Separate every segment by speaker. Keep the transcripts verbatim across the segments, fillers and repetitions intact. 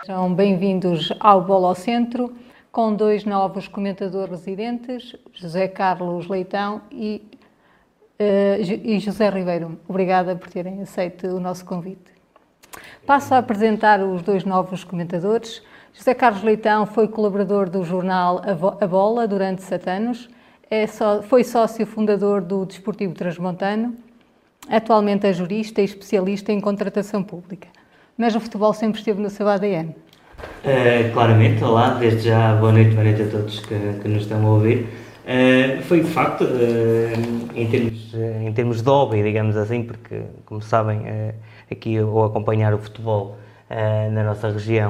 Speaker 1: Sejam bem-vindos ao Bola ao Centro, com dois novos comentadores residentes, José Carlos Leitão e, uh, e José Ribeiro. Obrigada por terem aceito o nosso convite. Passo a apresentar os dois novos comentadores. José Carlos Leitão foi colaborador do jornal A Bola durante sete anos, é só, foi sócio fundador do Desportivo Transmontano, atualmente é jurista e especialista em contratação pública. Mas o futebol sempre esteve no seu A D N.
Speaker 2: Uh, claramente, olá, desde já boa noite, boa noite a todos que, que nos estão a ouvir. Uh, foi de facto, uh, em, termos, uh, em termos de hobby, digamos assim, porque, como sabem, uh, aqui eu vou acompanhar o futebol uh, na nossa região.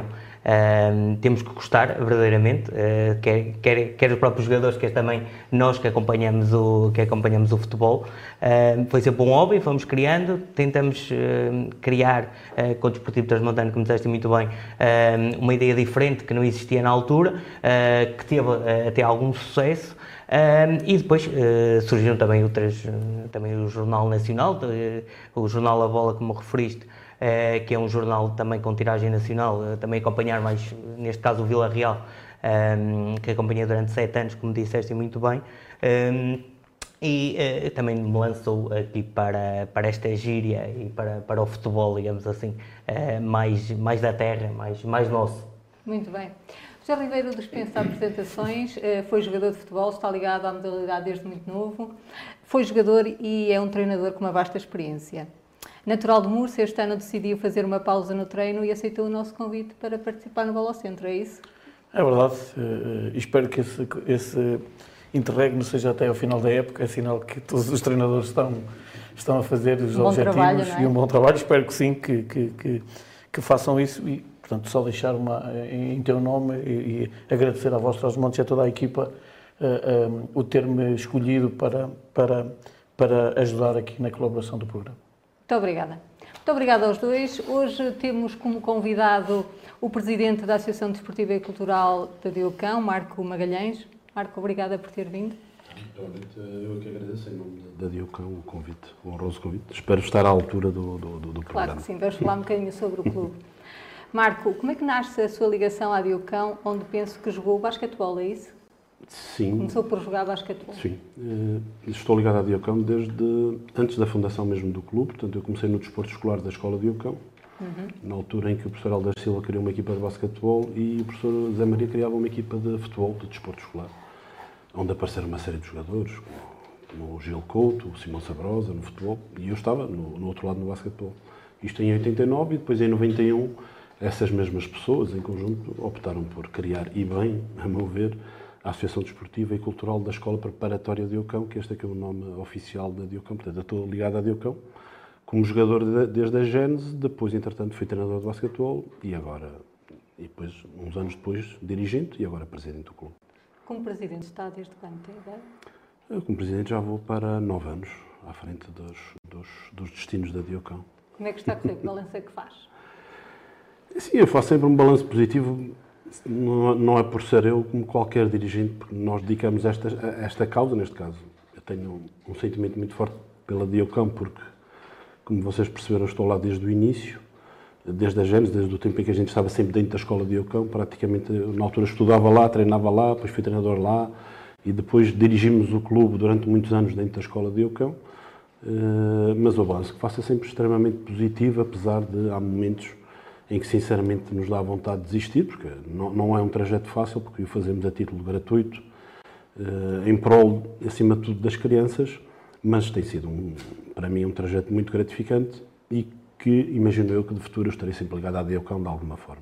Speaker 2: Uh, temos que gostar, verdadeiramente, uh, quer, quer, quer os próprios jogadores, quer também nós que acompanhamos o, que acompanhamos o futebol. Uh, foi sempre um hobby, fomos criando, tentamos uh, criar, uh, com o Desportivo Transmontano, como disseste muito bem, uh, uma ideia diferente que não existia na altura, uh, que teve uh, até algum sucesso. Uh, e depois uh, surgiram também outras, uh, também o Jornal Nacional, uh, o Jornal A Bola, como referiste, Uh, que é um jornal também com tiragem nacional, uh, também acompanhar mais, neste caso, o Vila Real, um, que acompanhei durante sete anos, como disseste muito bem, um, e uh, também me lançou aqui para, para esta gíria e para, para o futebol, digamos assim, uh, mais, mais da terra, mais, mais nosso.
Speaker 1: Muito bem. José Ribeiro dispensa apresentações, foi jogador de futebol, está ligado à modalidade desde muito novo, foi jogador e é um treinador com uma vasta experiência. Natural de Múrcia, este ano decidiu fazer uma pausa no treino e aceitou o nosso convite para participar no Bola ao Centro, é isso?
Speaker 3: É verdade, uh, espero que esse, esse interregno seja até ao final da época, é sinal que todos os treinadores estão, estão a fazer os
Speaker 1: um
Speaker 3: objetivos
Speaker 1: trabalho, é?
Speaker 3: E um bom trabalho, espero que sim, que, que, que, que façam isso e, portanto, só deixar uma, em teu nome e, e agradecer à Voz Trás-os-Montes e a toda a equipa uh, um, o ter-me escolhido para, para, para ajudar aqui na colaboração do programa.
Speaker 1: Muito obrigada. Muito obrigada aos dois. Hoje temos como convidado o Presidente da Associação Desportiva e Cultural de Adiocão, Marco Magalhães. Marco, obrigada por ter vindo.
Speaker 4: Eu que agradeço, em nome da Adiocão, o convite, o honroso convite. Espero estar à altura do, do, do programa.
Speaker 1: Claro que sim, vamos falar um bocadinho sobre o clube. Marco, como é que nasce a sua ligação à Adiocão, onde penso que jogou basquetebol, é isso?
Speaker 4: Sim.
Speaker 1: Começou por jogar basquetebol?
Speaker 4: Sim. Estou ligado à Adiocão desde antes da fundação mesmo do clube. Portanto, eu comecei no desporto escolar da Escola Adiocão, uhum. Na altura em que o professor Alder Silva criou uma equipa de basquetebol e o professor Zé Maria criava uma equipa de futebol, de desporto escolar, onde apareceram uma série de jogadores, como o Gil Couto, o Simão Sabrosa, no futebol, e eu estava no, no outro lado no basquetebol. Isto em oitenta e nove e depois em noventa e um, essas mesmas pessoas, em conjunto, optaram por criar, e bem, a meu ver, a Associação Desportiva e Cultural da Escola Preparatória de Adiocão, que este é que é o nome oficial da Adiocão. Portanto, eu estou ligado à Adiocão como jogador de, desde a gênese, depois, entretanto, fui treinador de basquetebol e agora, e depois, uns anos depois, dirigente e agora presidente do clube.
Speaker 1: Como presidente está desde quando? Tem ideia?
Speaker 4: Eu, como presidente, já vou para nove anos à frente dos, dos, dos destinos da Adiocão.
Speaker 1: Como é que está a correr? Que balanço é que faz?
Speaker 4: Sim, eu faço sempre um balanço positivo. Não é por ser eu como qualquer dirigente, porque nós dedicamos esta, a esta causa, neste caso. Eu tenho um sentimento muito forte pela Adiocão, porque, como vocês perceberam, estou lá desde o início, desde a gênese, desde o tempo em que a gente estava sempre dentro da escola de Adiocão. Praticamente, na altura estudava lá, treinava lá, depois fui treinador lá e depois dirigimos o clube durante muitos anos dentro da escola de Adiocão. Mas o balanço que faço é sempre extremamente positivo, apesar de há momentos em que sinceramente nos dá vontade de desistir, porque não, não é um trajeto fácil, porque o fazemos a título gratuito, eh, em prol, acima de tudo, das crianças, mas tem sido, um, para mim, um trajeto muito gratificante e que, imagino eu, que de futuro eu estarei sempre ligado à Adiocão de alguma forma.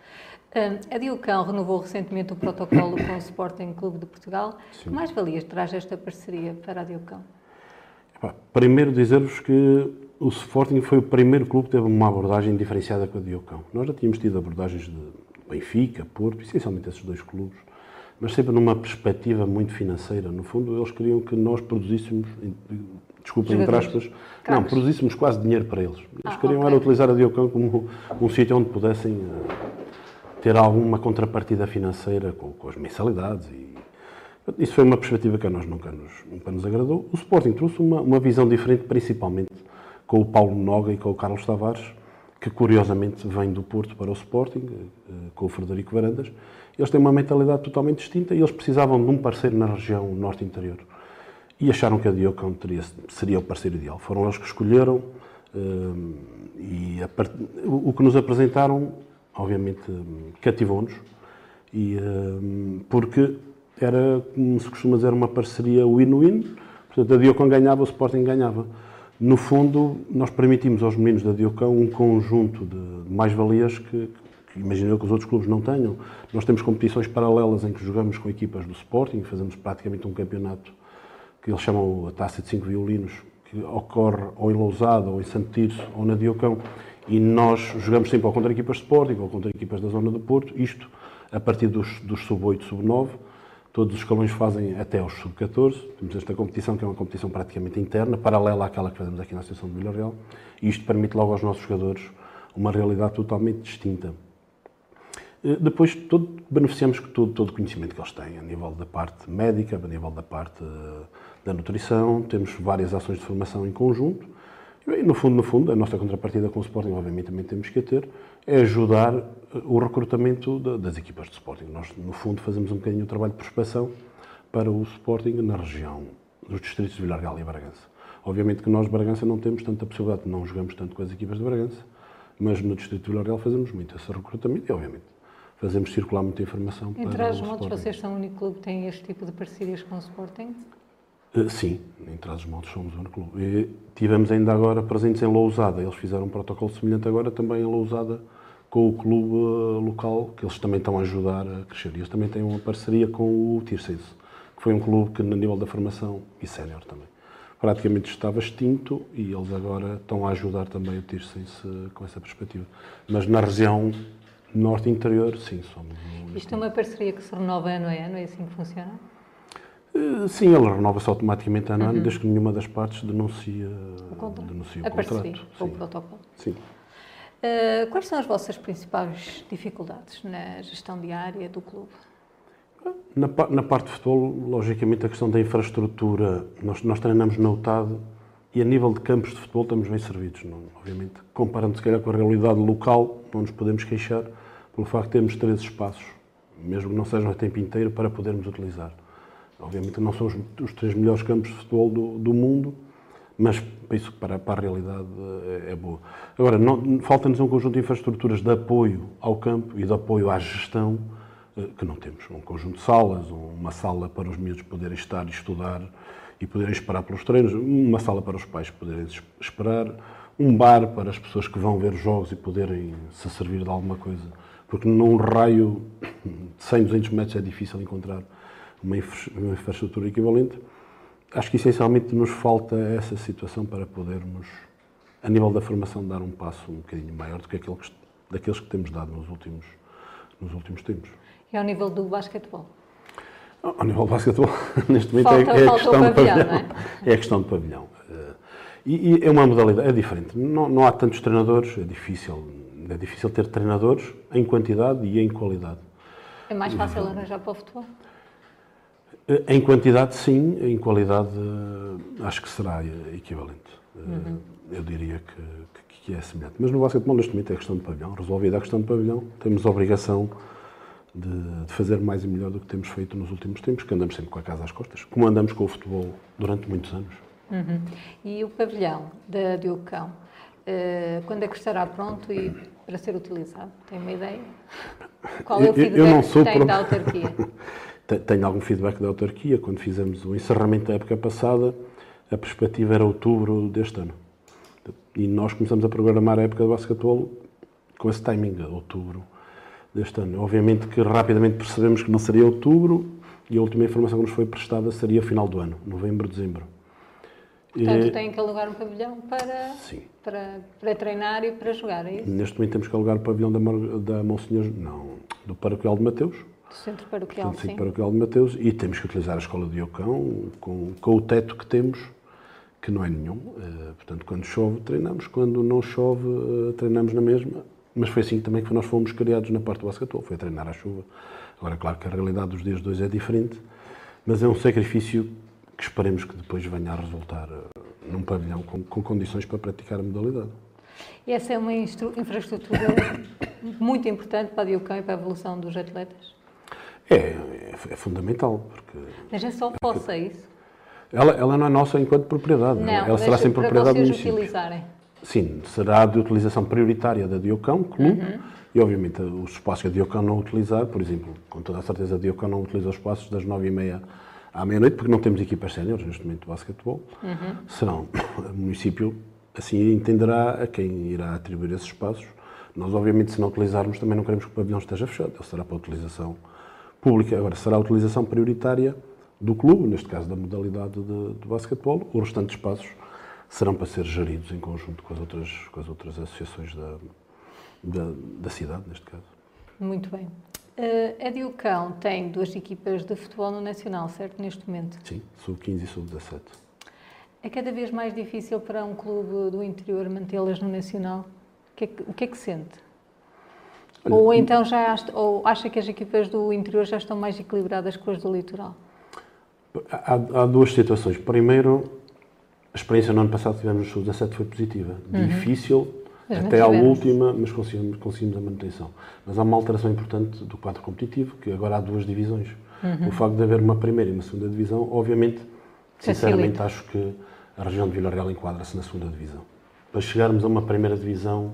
Speaker 1: A Adiocão renovou recentemente o protocolo com o Sporting Clube de Portugal. Sim. Que mais valias traz esta parceria para a Adiocão?
Speaker 4: Primeiro dizer-vos que o Sporting foi o primeiro clube que teve uma abordagem diferenciada com a Adiocão. Nós já tínhamos tido abordagens de Benfica, Porto, essencialmente esses dois clubes, mas sempre numa perspectiva muito financeira. No fundo, eles queriam que nós produzíssemos, desculpa, entre aspas, não, produzíssemos quase dinheiro para eles. Eles ah, queriam okay. era utilizar a Adiocão como um sítio onde pudessem ter alguma contrapartida financeira com, com as mensalidades. E isso foi uma perspectiva que a nós nunca nos, nunca nos agradou. O Sporting trouxe uma, uma visão diferente, principalmente com o Paulo Noga e com o Carlos Tavares, que curiosamente vem do Porto para o Sporting, com o Frederico Varandas. Eles têm uma mentalidade totalmente distinta e eles precisavam de um parceiro na região norte interior. E acharam que a Diocão teria, seria o parceiro ideal. Foram eles que escolheram e a part... o que nos apresentaram, obviamente, cativou-nos, e, porque era, como se costuma dizer, uma parceria win-win. Portanto, a Diocão ganhava, o Sporting ganhava. No fundo, nós permitimos aos meninos da Diocão um conjunto de mais-valias que, que imagino que os outros clubes não tenham. Nós temos competições paralelas em que jogamos com equipas do Sporting, fazemos praticamente um campeonato que eles chamam a Taça de Cinco Violinos, que ocorre ou em Lousada, ou em Santo Tirso, ou na Diocão, e nós jogamos sempre ou contra equipas de Sporting, ou contra equipas da zona do Porto, isto a partir dos, dos sub oito, sub nove, todos os escalões fazem até aos sub catorze, temos esta competição que é uma competição praticamente interna, paralela àquela que fazemos aqui na Associação de Vila Real, e isto permite logo aos nossos jogadores uma realidade totalmente distinta. Depois, todo, beneficiamos de todo, todo o conhecimento que eles têm, a nível da parte médica, a nível da parte da nutrição, temos várias ações de formação em conjunto, e no fundo, no fundo, a nossa contrapartida com o Sporting, obviamente, também temos que a ter, é ajudar o recrutamento das equipas de Sporting. Nós, no fundo, fazemos um bocadinho o trabalho de prospeção para o Sporting na região dos distritos de Vila Real e Bragança. Obviamente que nós, Bragança, não temos tanta possibilidade, não jogamos tanto com as equipas de Bragança, mas no distrito de Vila Real fazemos muito esse recrutamento e, obviamente, fazemos circular muita informação para o Sporting.
Speaker 1: Em Trás-os-Montes, vocês são o único clube que tem este tipo de parcerias com o Sporting?
Speaker 4: Uh, sim, em Trás-os-Montes somos o único clube. E tivemos ainda agora presentes em Lousada, eles fizeram um protocolo semelhante agora também em Lousada com o clube uh, local, que eles também estão a ajudar a crescer. E eles também têm uma parceria com o Tirsense, que foi um clube que, no nível da formação e sénior também, praticamente estava extinto e eles agora estão a ajudar também o Tirsense uh, com essa perspectiva. Mas na região norte interior, sim, somos.
Speaker 1: Isto é uma parceria que se renova ano a ano, é assim que funciona?
Speaker 4: Uh, sim, ela renova-se automaticamente ano a ano, uhum. desde que nenhuma das partes denuncia
Speaker 1: o contrato.
Speaker 4: Denuncia o
Speaker 1: a
Speaker 4: contrato.
Speaker 1: Parceria, ou o protocolo.
Speaker 4: Sim.
Speaker 1: Uh, quais são as vossas principais dificuldades na gestão diária do clube?
Speaker 4: Na, na parte de futebol, logicamente, a questão da infraestrutura. Nós, nós treinamos na U T A D e a nível de campos de futebol estamos bem servidos. Não? Obviamente, comparando se calhar com a realidade local, não nos podemos queixar pelo facto de termos três espaços, mesmo que não sejam a tempo inteiro, para podermos utilizar. Obviamente não são os, os três melhores campos de futebol do, do mundo, mas penso que para, para a realidade é, é boa. Agora, falta-nos um conjunto de infraestruturas de apoio ao campo e de apoio à gestão, que não temos. Um conjunto de salas, uma sala para os miúdos poderem estar e estudar e poderem esperar pelos treinos, uma sala para os pais poderem esperar, um bar para as pessoas que vão ver os jogos e poderem se servir de alguma coisa, porque num raio de cem, duzentos metros é difícil encontrar uma infraestrutura equivalente. Acho que essencialmente nos falta essa situação para podermos, a nível da formação, dar um passo um bocadinho maior do que aquele que, daqueles que temos dado nos últimos, nos últimos tempos.
Speaker 1: E ao nível do basquetebol?
Speaker 4: Ao nível do basquetebol, neste momento,
Speaker 1: falta,
Speaker 4: é, é, a
Speaker 1: falta
Speaker 4: questão
Speaker 1: o pavilhão,
Speaker 4: pavilhão,
Speaker 1: não é?
Speaker 4: é a questão do pavilhão. E, e é uma modalidade, é diferente. Não, não há tantos treinadores, é difícil, é difícil ter treinadores em quantidade e em qualidade.
Speaker 1: É mais fácil e, arranjar para o futebol?
Speaker 4: Em quantidade, sim. Em qualidade, acho que será equivalente. Uhum. Eu diria que, que é semelhante. Mas no basquetebol, neste momento, é a questão do pavilhão. Resolvida a questão do pavilhão, temos a obrigação de, de fazer mais e melhor do que temos feito nos últimos tempos, que andamos sempre com a casa às costas, como andamos com o futebol durante muitos anos.
Speaker 1: Uhum. E o pavilhão da Diocão, uh, quando é que estará pronto e para ser utilizado? Tem uma ideia? Qual é o feedback eu, eu não sou que tem pronto. Da autarquia?
Speaker 4: Tenho algum feedback da autarquia. Quando fizemos o encerramento da época passada, a perspectiva era outubro deste ano. E nós começamos a programar a época de basquetebol com esse timing, outubro deste ano. Obviamente que rapidamente percebemos que não seria outubro e a última informação que nos foi prestada seria final do ano, novembro, dezembro.
Speaker 1: Portanto, têm que alugar um pavilhão para, para, para treinar e para jogar, é isso?
Speaker 4: Neste momento temos que alugar o pavilhão da, da Monsenhor, não, do Paroquial de Mateus.
Speaker 1: Do Centro Paroquial,
Speaker 4: Portanto,
Speaker 1: sim.
Speaker 4: Paroquial de Mateus, e temos que utilizar a Escola de Diocão com, com o teto que temos, que não é nenhum. Uh, portanto, quando chove, treinamos. Quando não chove, uh, treinamos na mesma. Mas foi assim também que nós fomos criados na parte do basquetebol, foi a treinar à chuva. Agora, claro que a realidade dos dias de hoje é diferente, mas é um sacrifício que esperemos que depois venha a resultar uh, num pavilhão com, com condições para praticar a modalidade.
Speaker 1: E essa é uma infraestrutura muito importante para a Diocão e para a evolução dos atletas?
Speaker 4: É, é, é fundamental, porque...
Speaker 1: Mas é só posse, é isso?
Speaker 4: Ela, ela não é nossa enquanto propriedade,
Speaker 1: Não,
Speaker 4: ela será sempre
Speaker 1: para
Speaker 4: propriedade do
Speaker 1: vocês
Speaker 4: município.
Speaker 1: utilizarem.
Speaker 4: Sim, será de utilização prioritária da Diocão, clube, uhum. E obviamente os espaços que a Diocão não utilizar, por exemplo, com toda a certeza a Diocão não utiliza os espaços das nove e meia à meia-noite, porque não temos equipas séniores neste momento de basquetebol, uhum. Serão, o município assim entenderá a quem irá atribuir esses espaços. Nós obviamente se não utilizarmos também não queremos que o pavilhão esteja fechado, ele será para utilização pública, agora será a utilização prioritária do clube, neste caso da modalidade de, de basquetebol, os restantes espaços serão para ser geridos em conjunto com as outras, com as outras associações da, da, da cidade, neste caso.
Speaker 1: Muito bem. Uh, a Diocão tem duas equipas de futebol no Nacional, certo, neste momento?
Speaker 4: Sim, sub quinze e sub dezassete.
Speaker 1: É cada vez mais difícil para um clube do interior mantê-las no Nacional? O que é que, o que, é que sente? Olha, ou então já ou acha que as equipas do interior já estão mais equilibradas com as do litoral?
Speaker 4: Há, há duas situações. Primeiro, a experiência no ano passado que tivemos no sub dezassete foi positiva. Uhum. Difícil, mas até à última, mas conseguimos, conseguimos a manutenção. Mas há uma alteração importante do quadro competitivo, que agora há duas divisões. Uhum. O facto de haver uma primeira e uma segunda divisão, obviamente, sinceramente, acho que a região de Vila Real enquadra-se na segunda divisão. Para chegarmos a uma primeira divisão,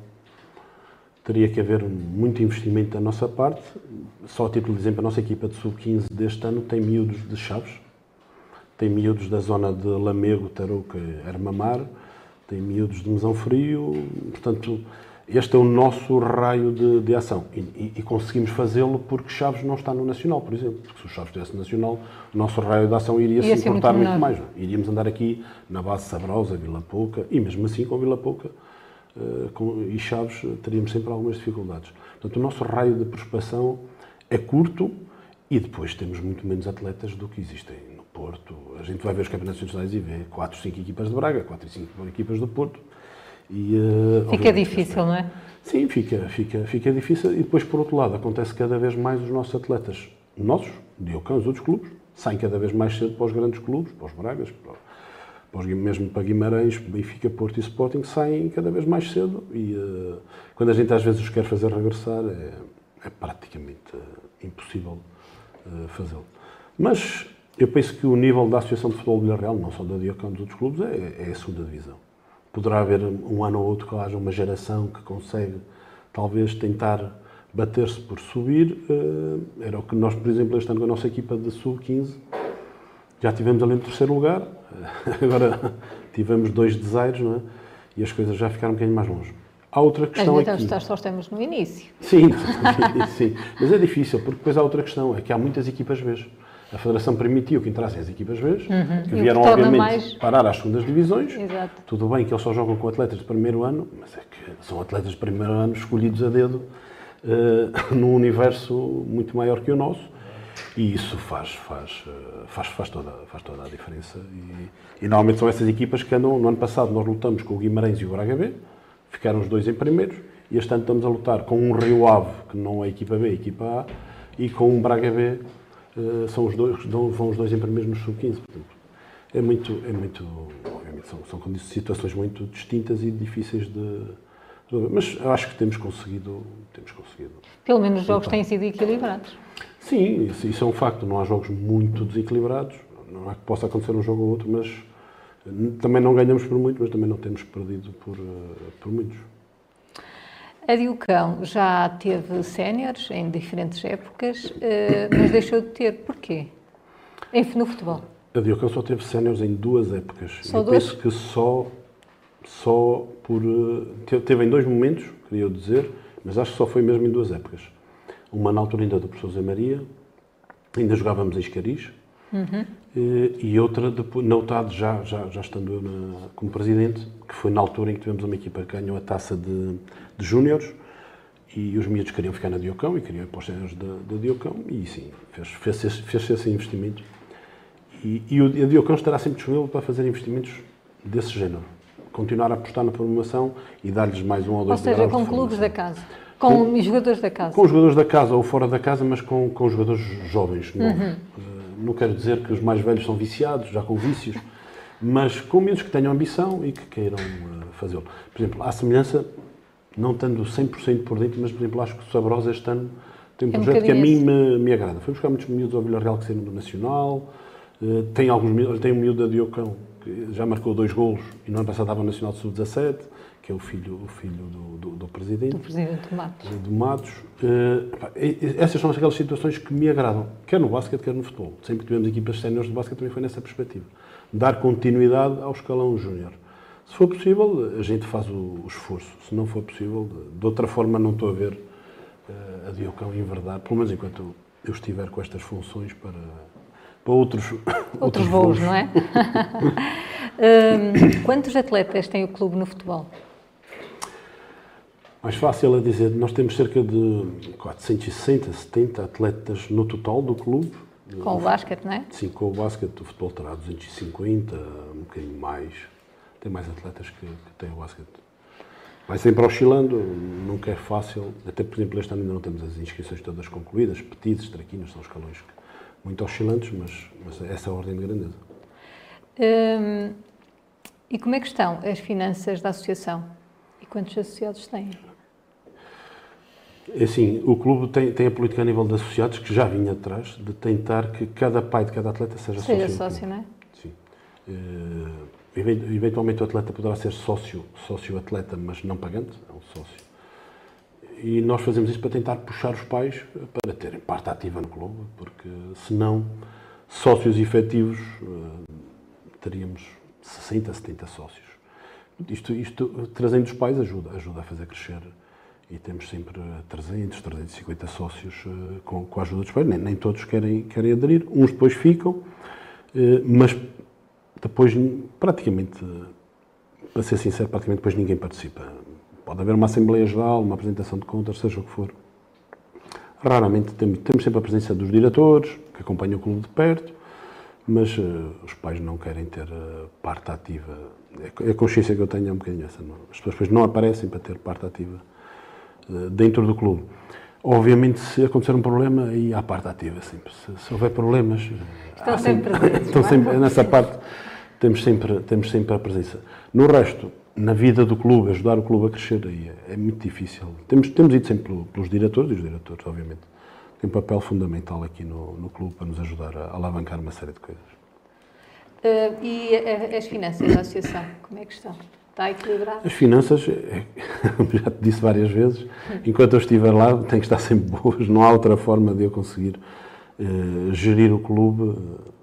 Speaker 4: teria que haver muito investimento da nossa parte. Só a título de exemplo, a nossa equipa de sub quinze deste ano tem miúdos de Chaves, tem miúdos da zona de Lamego, Tarouca, Armamar, tem miúdos de Mesão Frio, portanto, este é o nosso raio de, de ação. E, e, e conseguimos fazê-lo porque Chaves não está no Nacional, por exemplo. Porque se o Chaves estivesse no Nacional, o nosso raio de ação iria se importar muito, muito mais. Não? Iríamos andar aqui na base Sabrosa, Vila Pouca, e mesmo assim com Vila Pouca uh, com, e Chaves teríamos sempre algumas dificuldades. Portanto, o nosso raio de prospeção é curto e depois temos muito menos atletas do que existem no Porto. A gente vai ver os campeonatos nacionais e vê quatro, cinco equipas de Braga, quatro e cinco equipas do Porto. E, uh,
Speaker 1: fica difícil, não é?
Speaker 4: Sim, fica, fica, fica difícil. E depois, por outro lado, acontece cada vez mais os nossos atletas, nossos, Diocão, os outros clubes, saem cada vez mais cedo para os grandes clubes, para os Bragas, para, para os, mesmo para Guimarães, Benfica, Porto e Sporting, saem cada vez mais cedo. E uh, quando a gente às vezes os quer fazer regressar, é, é praticamente uh, impossível uh, fazê-lo. Mas eu penso que o nível da Associação de Futebol de Vila Real, não só da Diocão, dos outros clubes, é, é a segunda divisão. Poderá haver um ano ou outro que haja uma geração que consegue, talvez, tentar bater-se por subir. Era o que nós, por exemplo, este ano com a nossa equipa de sub quinze, já tivemos ali no terceiro lugar, agora tivemos dois desairos, não é? E as coisas já ficaram um bocadinho mais longe. Há outra questão
Speaker 1: aqui...
Speaker 4: Mas
Speaker 1: só estamos no início.
Speaker 4: Sim, sim, mas é difícil, porque depois há outra questão, é que há muitas equipas B. A Federação permitiu que entrassem as equipas B, uhum. que vieram, obviamente, mais... parar às segundas divisões.
Speaker 1: Exato.
Speaker 4: Tudo bem que eles só jogam com atletas de primeiro ano, mas é que são atletas de primeiro ano escolhidos a dedo uh, num universo muito maior que o nosso. E isso faz, faz, faz, faz, toda, faz toda a diferença. E, e normalmente são essas equipas que andam. No ano passado nós lutamos com o Guimarães e o Braga B, ficaram os dois em primeiros, e este ano estamos a lutar com um Rio Ave, que não é a equipa B, é a equipa A, e com um Braga B. Uh, são os dois, vão os dois em primeiros no sub quinze, portanto, é muito, é muito, obviamente são, são situações muito distintas e difíceis de resolver, mas acho que temos conseguido, temos conseguido.
Speaker 1: Pelo menos os jogos têm sido equilibrados.
Speaker 4: Sim, isso, isso é um facto, não há jogos muito desequilibrados, não é que possa acontecer um jogo ou outro, mas também não ganhamos por muito, mas também não temos perdido por, uh, por muitos.
Speaker 1: A Diocão já teve séniores em diferentes épocas, mas deixou de ter. Porquê? No futebol.
Speaker 4: A Diocão só teve séniores em duas épocas.
Speaker 1: Só
Speaker 4: eu
Speaker 1: duas?
Speaker 4: penso que só, só por... Teve em dois momentos, queria eu dizer, mas acho que só foi mesmo em duas épocas. Uma na altura ainda do professor Zé Maria, ainda jogávamos em Escariz, uhum. e outra depois, na U T A D, já, já, já estando eu na, como presidente, que foi na altura em que tivemos uma equipa que ganhou a taça de, de júniores, e os miúdos queriam ficar na Diocão e queriam ir para os séniores da, da Diocão, e sim, fez-se fez, fez esse investimento. E, e a Diocão estará sempre disponível para fazer investimentos desse género. Continuar a apostar na formação e dar-lhes mais um ou dois.
Speaker 1: Ou seja, com clubes da casa. Com, com jogadores da casa.
Speaker 4: Com jogadores da casa ou fora da casa, mas com, com jogadores jovens. Uhum. Não, não quero dizer que os mais velhos são viciados, já com vícios, mas com miúdos que tenham ambição e que queiram uh, fazê-lo. Por exemplo, à semelhança, não estando cem por cento por dentro, mas, por exemplo, acho que o Sabrosa este ano tem um
Speaker 1: É um
Speaker 4: projeto que a mim
Speaker 1: bocadinho
Speaker 4: me, me agrada. Foi buscar muitos miúdos ao Villarreal que saíram do Nacional, uh, tem, alguns, miúdos- tem um miúdo da Diocão que já marcou dois golos e no ano passado estava no Nacional de sub dezassete, que é o filho, o filho do, do, do Presidente.
Speaker 1: do Presidente Matos.
Speaker 4: Do Matos. Uh, pá, e- e- essas são aquelas situações que me agradam, quer no basquete, quer no futebol. Sempre que tivemos equipas séniores de basquete também foi nessa perspectiva. Dar continuidade ao escalão júnior. Se for possível, a gente faz o, o esforço. Se não for possível, de, de outra forma não estou a ver uh, a Diocão enverdar, pelo menos enquanto eu estiver com estas funções para, para outros,
Speaker 1: Outros voos, não é? Hum, quantos atletas tem o clube no futebol?
Speaker 4: Mais fácil é dizer, nós temos cerca de quatrocentos e sessenta, setenta atletas no total do clube.
Speaker 1: Com o basquete, não é?
Speaker 4: Sim, com o basquete, o futebol terá duzentos e cinquenta, um bocadinho mais. Tem mais atletas que, que têm o basquete. Vai sempre oscilando, nunca é fácil. Até, por exemplo, este ano ainda não temos as inscrições todas concluídas. Petizes, traquinas, são escalões muito oscilantes, mas, mas essa é a ordem de grandeza.
Speaker 1: Hum, e como é que estão as finanças da associação? E quantos associados têm?
Speaker 4: É assim, o clube tem, tem a política a nível de associados, que já vinha atrás, de tentar que cada pai de cada atleta seja,
Speaker 1: Seja
Speaker 4: sócio. do
Speaker 1: sócio,
Speaker 4: clube.
Speaker 1: não é?
Speaker 4: Sim. Uh, eventualmente o atleta poderá ser sócio, sócio-atleta, mas não pagante, é um sócio. E nós fazemos isso para tentar puxar os pais para terem parte ativa no clube, porque senão, sócios efetivos, uh, teríamos sessenta, setenta sócios. Isto, isto trazendo os pais ajuda, ajuda a fazer crescer. E temos sempre trezentos, trezentos e cinquenta sócios uh, com, com a ajuda dos pais. Nem, nem todos querem, querem aderir. Uns depois ficam, uh, mas depois praticamente, para ser sincero, praticamente depois ninguém participa. Pode haver uma Assembleia Geral, uma apresentação de contas, seja o que for. Raramente temos, temos sempre a presença dos diretores, que acompanham o clube de perto, mas uh, os pais não querem ter uh, parte ativa. A consciência que eu tenho é um bocadinho essa. Não? As pessoas depois não aparecem para ter parte ativa dentro do clube. Obviamente, se acontecer um problema, aí há a parte ativa sempre. Se, se houver problemas,
Speaker 1: Estão sempre presentes,
Speaker 4: estão
Speaker 1: não é?
Speaker 4: sempre, nessa parte temos sempre, temos sempre a presença. No resto, na vida do clube, ajudar o clube a crescer, aí é, é muito difícil. Temos, temos ido sempre pelos diretores, e os diretores, obviamente, têm um papel fundamental aqui no, no clube para nos ajudar a, a alavancar uma série de coisas.
Speaker 1: Uh, e a- as finanças da associação, como é que estão? Está equilibrado?
Speaker 4: As finanças, já te disse várias vezes, enquanto eu estiver lá, têm que estar sempre boas, não há outra forma de eu conseguir uh, gerir o clube.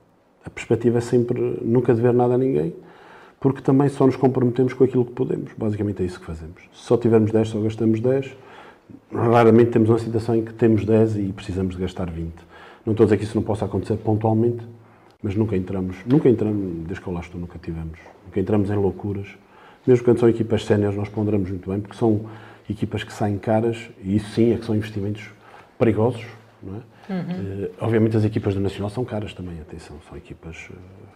Speaker 4: A perspectiva é sempre nunca dever nada a ninguém, porque também só nos comprometemos com aquilo que podemos. Basicamente é isso que fazemos. Se só tivermos dez, só gastamos dez. Raramente temos uma situação em que temos dez e precisamos de gastar vinte. Não estou a dizer que isso não possa acontecer pontualmente, mas nunca entramos, nunca entramos, desde que eu lá estou, nunca tivemos, nunca entramos em loucuras. Mesmo quando são equipas séniores, nós ponderamos muito bem, porque são equipas que saem caras, e isso sim é que são investimentos perigosos, não é? Uhum. Uh, obviamente as equipas do Nacional são caras também, atenção, são equipas uh,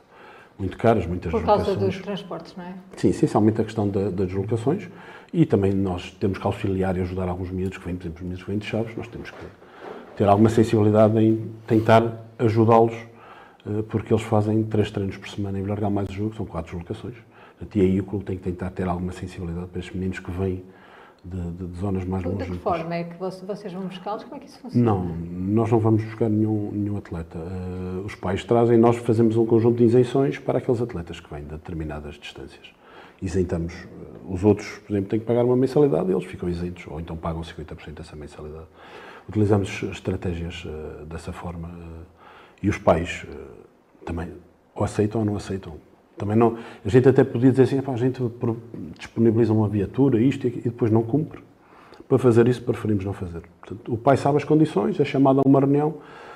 Speaker 4: muito caras, muitas
Speaker 1: Por causa
Speaker 4: deslocações.
Speaker 1: dos transportes, não é?
Speaker 4: Sim, essencialmente a questão da, das deslocações, e também nós temos que auxiliar e ajudar alguns miúdos que vêm, por exemplo, os miúdos que vêm de Chaves, nós temos que ter alguma sensibilidade em tentar ajudá-los, uh, porque eles fazem três treinos por semana em Villarreal mais o jogo, são quatro deslocações. E aí o clube tem que tentar ter alguma sensibilidade para estes meninos que vêm de, de, de zonas mais
Speaker 1: De
Speaker 4: longínquas.
Speaker 1: que forma é que vocês vão buscá-los? Como é que isso funciona?
Speaker 4: Não, nós não vamos buscar nenhum, nenhum atleta. Uh, os pais trazem, nós fazemos um conjunto de isenções para aqueles atletas que vêm de determinadas distâncias. Isentamos. Uh, os outros, por exemplo, têm que pagar uma mensalidade e eles ficam isentos, ou então pagam cinquenta por cento dessa mensalidade. Utilizamos estratégias uh, dessa forma uh, e os pais uh, também ou aceitam ou não aceitam. Também não, a gente até podia dizer assim, a gente disponibiliza uma viatura, isto e depois não cumpre. Para fazer isso, preferimos não fazer. Portanto, o pai sabe as condições, é chamado a uma reunião,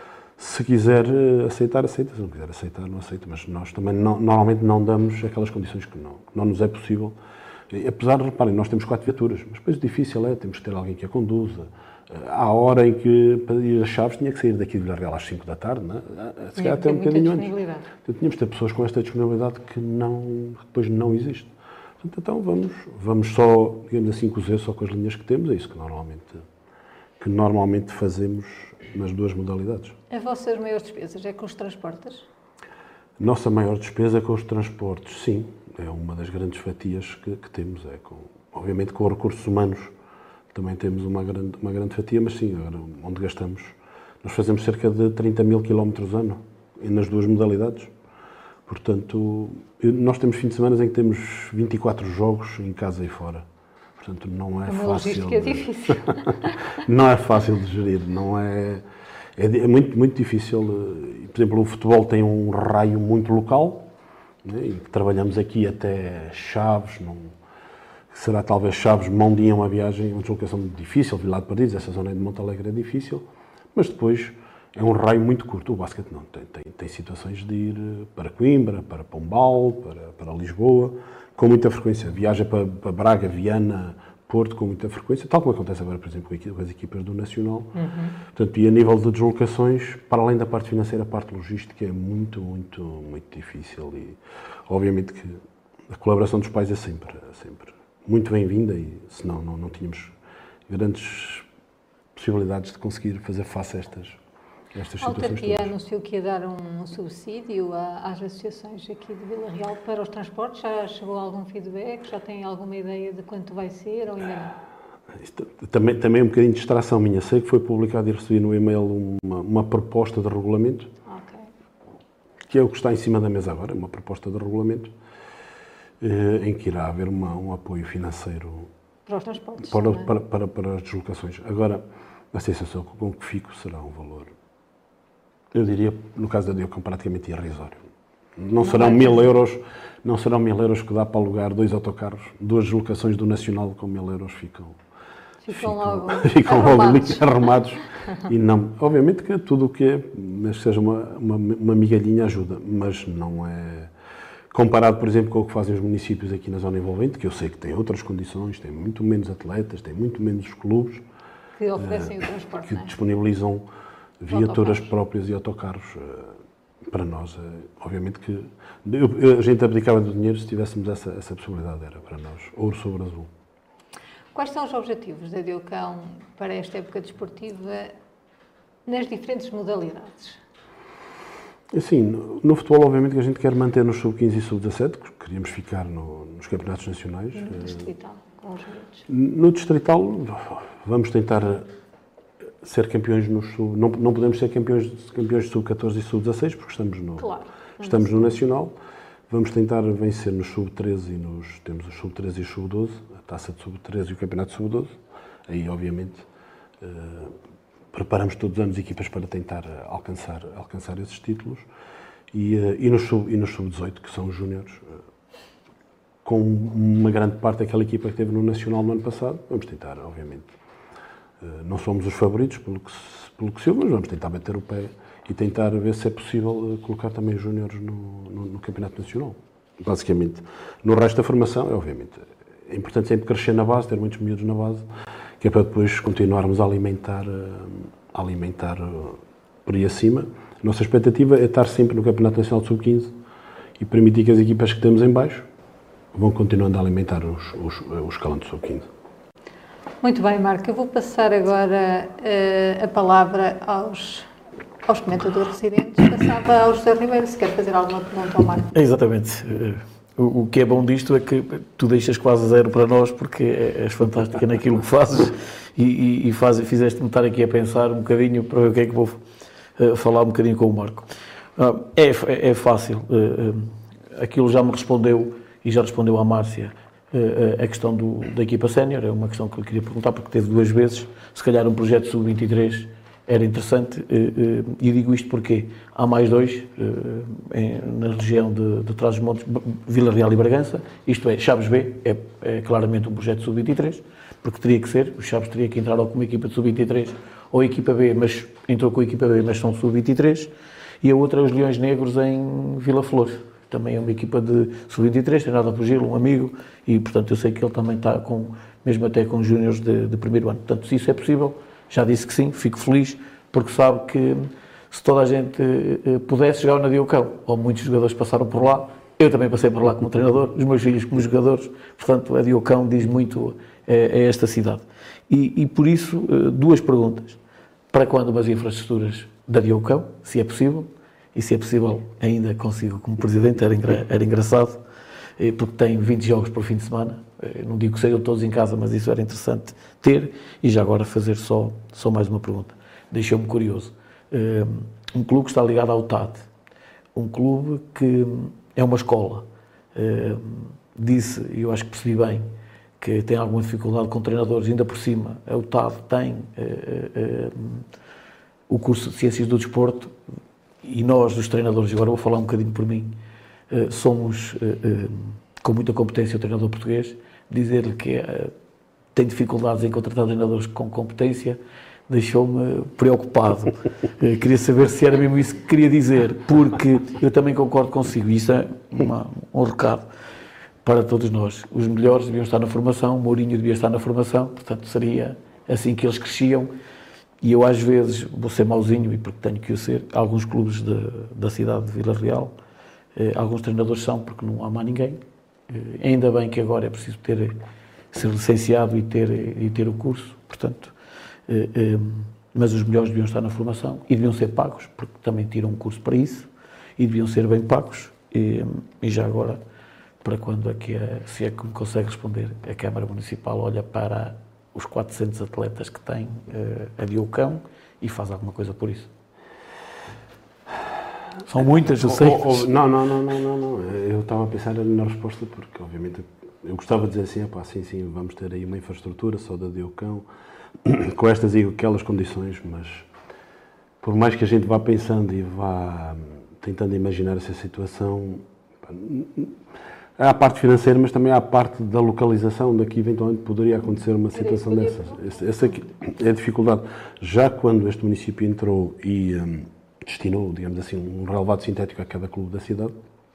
Speaker 4: se quiser aceitar, aceita, se não quiser aceitar, não aceita, mas nós também não, normalmente não damos aquelas condições que não, que não nos é possível. E, apesar de, reparem, nós temos quatro viaturas, mas depois o difícil é, temos que ter alguém que a conduza. Há hora em que, para ir às Chaves, tinha que sair daqui de Villarreal às cinco da tarde, não é? Se calhar até um bocadinho antes. Então, tínhamos de ter pessoas com esta disponibilidade que não, depois não existe. Portanto, então vamos, vamos só, digamos assim, cozer só com as linhas que temos, é isso que normalmente, que normalmente fazemos nas duas modalidades.
Speaker 1: As vossas maiores despesas é com os transportes?
Speaker 4: Nossa maior despesa é com os transportes, sim. É uma das grandes fatias que, que temos, é com, obviamente com os recursos humanos. também temos uma grande, uma grande fatia, mas sim, agora onde gastamos, nós fazemos cerca de trinta mil quilómetros ano, nas duas modalidades. Portanto, nós temos fim de semana em que temos vinte e quatro jogos em casa e fora. Portanto, não é
Speaker 1: Uma
Speaker 4: fácil.
Speaker 1: logística é difícil.
Speaker 4: Não é fácil de gerir, não é... É, é muito, muito difícil. Por exemplo, o futebol tem um raio muito local, né, e trabalhamos aqui até Chaves, não, será talvez Chaves, Mondim é uma viagem, uma deslocação muito difícil, Vilar de Pardizes, essa zona de Montalegre é difícil, mas depois é um raio muito curto. O basquete não, tem, tem, tem situações de ir para Coimbra, para Pombal, para, para Lisboa, com muita frequência. Viaja para, para Braga, Viana, Porto, com muita frequência, tal como acontece agora, por exemplo, com as equipas do Nacional. Uhum. Portanto, e a nível de deslocações, para além da parte financeira, a parte logística é muito, muito, muito difícil. E, obviamente, que a colaboração dos pais é sempre, é sempre muito bem-vinda e, senão, não, não tínhamos grandes possibilidades de conseguir fazer face a estas, a estas
Speaker 1: a
Speaker 4: situações. A
Speaker 1: autarquia anunciou que ia dar um subsídio às associações aqui de Vila Real para os transportes. Já chegou algum feedback? Já tem alguma ideia de quanto vai ser ou ainda não?
Speaker 4: Isto, também, também é um bocadinho de distração minha. Sei que foi publicado e recebi no e-mail uma, uma proposta de regulamento,
Speaker 1: okay.
Speaker 4: que é o que está em cima da mesa agora, uma proposta de regulamento, eh, em que irá haver uma, um apoio financeiro
Speaker 1: para os transportes,
Speaker 4: para,
Speaker 1: é?
Speaker 4: para, para, para as deslocações. Agora, a sensação com que fico será um valor, eu diria, no caso da Diocão, praticamente irrisório. Não, não serão mil euros, não serão mil euros que dá para alugar dois autocarros, duas deslocações do Nacional com mil euros ficam,
Speaker 1: ficam,
Speaker 4: ficam
Speaker 1: logo,
Speaker 4: ficam
Speaker 1: arrumados.
Speaker 4: logo muito arrumados. E não, obviamente que tudo o que é, mas que seja uma, uma, uma migalhinha ajuda, mas não é comparado, por exemplo, com o que fazem os municípios aqui na zona envolvente, que eu sei que tem outras condições, tem muito menos atletas, tem muito menos clubes
Speaker 1: que oferecem uh, o transporte,
Speaker 4: que
Speaker 1: não é?
Speaker 4: disponibilizam viaturas próprias e autocarros. Para nós, obviamente que eu, a gente abdicava do dinheiro se tivéssemos essa, essa possibilidade, era para nós, ouro sobre azul.
Speaker 1: Quais são os objetivos da Diocão para esta época desportiva nas diferentes modalidades?
Speaker 4: Assim, no, no futebol, obviamente que a gente quer manter nos sub quinze e sub dezassete, queríamos ficar no, nos campeonatos nacionais.
Speaker 1: E no distrital, com os miúdos?
Speaker 4: No distrital, vamos tentar ser campeões no sub... Não, não podemos ser campeões, campeões de sub catorze e sub dezasseis, porque estamos no,
Speaker 1: claro,
Speaker 4: estamos no Nacional. Vamos tentar vencer nos sub treze e nos... Temos os sub treze e os sub doze, a taça de sub treze e o campeonato de sub doze. Aí, obviamente, uh, preparamos todos os anos equipas para tentar alcançar, alcançar esses títulos. E, uh, e nos sub, e nos sub dezoito, que são os júniores, uh, com uma grande parte daquela equipa que teve no Nacional no ano passado, vamos tentar, obviamente. Não somos os favoritos, pelo que, pelo que se ouve, mas vamos tentar bater o pé e tentar ver se é possível colocar também os júniores no, no, no Campeonato Nacional. Basicamente, no resto da formação, é obviamente, é importante sempre crescer na base, ter muitos miúdos na base, que é para depois continuarmos a alimentar, a alimentar por aí acima. A nossa expectativa é estar sempre no Campeonato Nacional de sub quinze e permitir que as equipas que temos em baixo vão continuando a alimentar os, os, os escalão de sub quinze.
Speaker 1: Muito bem, Marco. Eu vou passar agora uh, a palavra aos, aos comentadores residentes. Passava ao José Ribeiro, se quer fazer alguma pergunta ao Marco.
Speaker 3: Exatamente. O, o que é bom disto é que tu deixas quase zero para nós, porque és fantástica naquilo que fazes e, e, e faz, fizeste-me estar aqui a pensar um bocadinho para ver o que é que vou uh, falar um bocadinho com o Marco. Uh, é, é, é fácil. Uh, uh, aquilo já me respondeu e já respondeu à Márcia. A questão do, da equipa sénior, é uma questão que eu queria perguntar, porque teve duas vezes, se calhar um projeto sub vinte e três era interessante, e digo isto porque há mais dois na região de, de Trás-os-Montes, Vila Real e Bragança, isto é, Chaves B é, é claramente um projeto sub vinte e três, porque teria que ser, o Chaves teria que entrar ou com uma equipa de sub vinte e três, ou equipa B, mas entrou com a equipa B, mas são sub vinte e três, e a outra é os Leões Negros em Vila Flor. Também é uma equipa de sub vinte e três, treinada por Gil, um amigo, e portanto eu sei que ele também está com, mesmo até com júniores de, de primeiro ano. Portanto, se isso é possível, já disse que sim, fico feliz, porque sabe que se toda a gente eh, pudesse jogar na Diocão, ou muitos jogadores passaram por lá, eu também passei por lá como treinador, os meus filhos como jogadores, portanto a Diocão diz muito a, a esta cidade. E, e por isso, eh, duas perguntas. Para quando umas infraestruturas da Diocão, se é possível? E se é possível, ainda consigo como Presidente, era, engra, era engraçado. porque tem vinte jogos por fim de semana. Não digo que sejam todos em casa, mas isso era interessante ter. E já agora fazer só, só mais uma pergunta. Deixou-me curioso. Um clube que está ligado ao T A D, um clube que é uma escola. Disse, e eu acho que percebi bem, que tem alguma dificuldade com treinadores, ainda por cima, o T A D tem o curso de Ciências do Desporto, e nós, os treinadores, agora vou falar um bocadinho por mim, somos, com muita competência, o treinador português. Dizer-lhe que tem dificuldades em contratar treinadores com competência deixou-me preocupado. Queria saber se era mesmo isso que queria dizer, porque eu também concordo consigo, e isso é uma, um recado para todos nós. Os melhores deviam estar na formação, o Mourinho devia estar na formação, portanto seria assim que eles cresciam. E eu às vezes, vou ser mauzinho, e porque tenho que o ser, alguns clubes de, da cidade de Vila Real, eh, alguns treinadores são, porque não há mais ninguém. Eh, ainda bem que agora é preciso ter, ser licenciado e ter, e ter o curso, portanto, eh, eh, mas os melhores deviam estar na formação e deviam ser pagos, porque também tiram um curso para isso, e deviam ser bem pagos. E, e já agora, para quando é que é, se é que me consegue responder, a Câmara Municipal olha para os quatrocentos atletas que tem uh, a Diocão e faz alguma coisa por isso? São muitas, eu sei.
Speaker 4: Oh, oh, não, não, não, não, não, não. Eu estava a pensar na resposta porque, obviamente, eu gostava de dizer assim, pá, sim, sim, vamos ter aí uma infraestrutura só da Diocão, com estas e aquelas condições, mas por mais que a gente vá pensando e vá tentando imaginar essa situação, pá, há a parte financeira, mas também há a parte da localização, daqui eventualmente poderia acontecer uma situação dessas. Essa é a dificuldade. Já quando este município entrou e um, destinou, digamos assim, um relevado sintético a cada clube da cidade,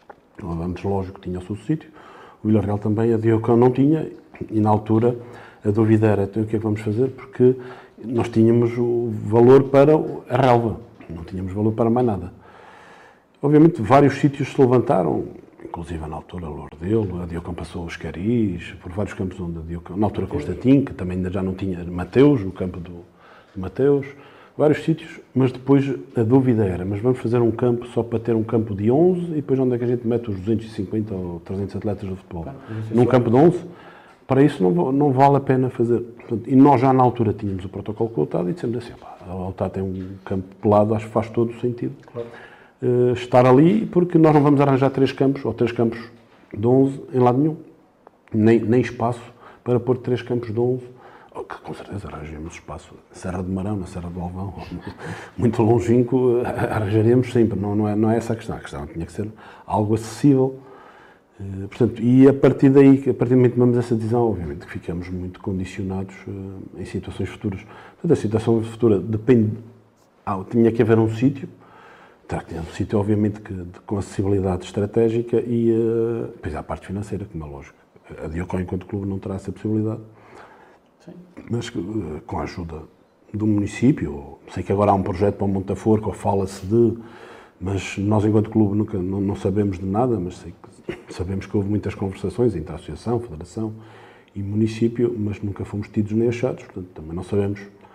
Speaker 4: antes, lógico, tinha o seu sítio, o Vila Real também, a Diocão não tinha, e na altura a dúvida era, então o que é que vamos fazer? Porque nós tínhamos o valor para a relva, não tínhamos valor para mais nada. Obviamente, vários sítios se levantaram, inclusive na altura Lourdelo, a Diocão passou os Caris, por vários campos onde a Diocão, na altura Constantin, que também ainda já não tinha Mateus, o campo do, de Mateus, vários sítios, mas depois a dúvida era, mas vamos fazer um campo só para ter um campo de onze e depois onde é que a gente mete os duzentos e cinquenta ou trezentos atletas do futebol? Num campo de onze? Para isso não, não vale a pena fazer. Portanto, e nós já na altura tínhamos o protocolo com o T A D e dissemos assim, pá, o T A D tem um campo pelado, acho que faz todo o sentido. Claro. Uh, estar ali, porque nós não vamos arranjar três campos, ou três campos de onze em lado nenhum. Nem, nem espaço para pôr três campos de onze, oh, que com certeza arranjaremos espaço. Na Serra de Marão, na Serra do Alvão, muito longínquo, arranjaremos sempre, não, não, é, não é essa a questão. A questão tinha que ser algo acessível. Uh, portanto, e a partir daí, a partir do momento que tomamos essa decisão, obviamente que ficamos muito condicionados uh, em situações futuras. Portanto, a situação futura depende, ah, tinha que haver um sítio, terá que ter um sítio, obviamente, que, de, com acessibilidade estratégica e uh, depois há a parte financeira, como é lógico. A Diocão, enquanto clube, não terá essa possibilidade. Sim. Mas uh, com a ajuda do município, sei que agora há um projeto para o Montaforco, ou fala-se de, mas nós, enquanto clube, nunca, não, não sabemos de nada, mas sei que, sabemos que houve muitas conversações entre a Associação, Federação e município, mas nunca fomos tidos nem achados, portanto, também não sabemos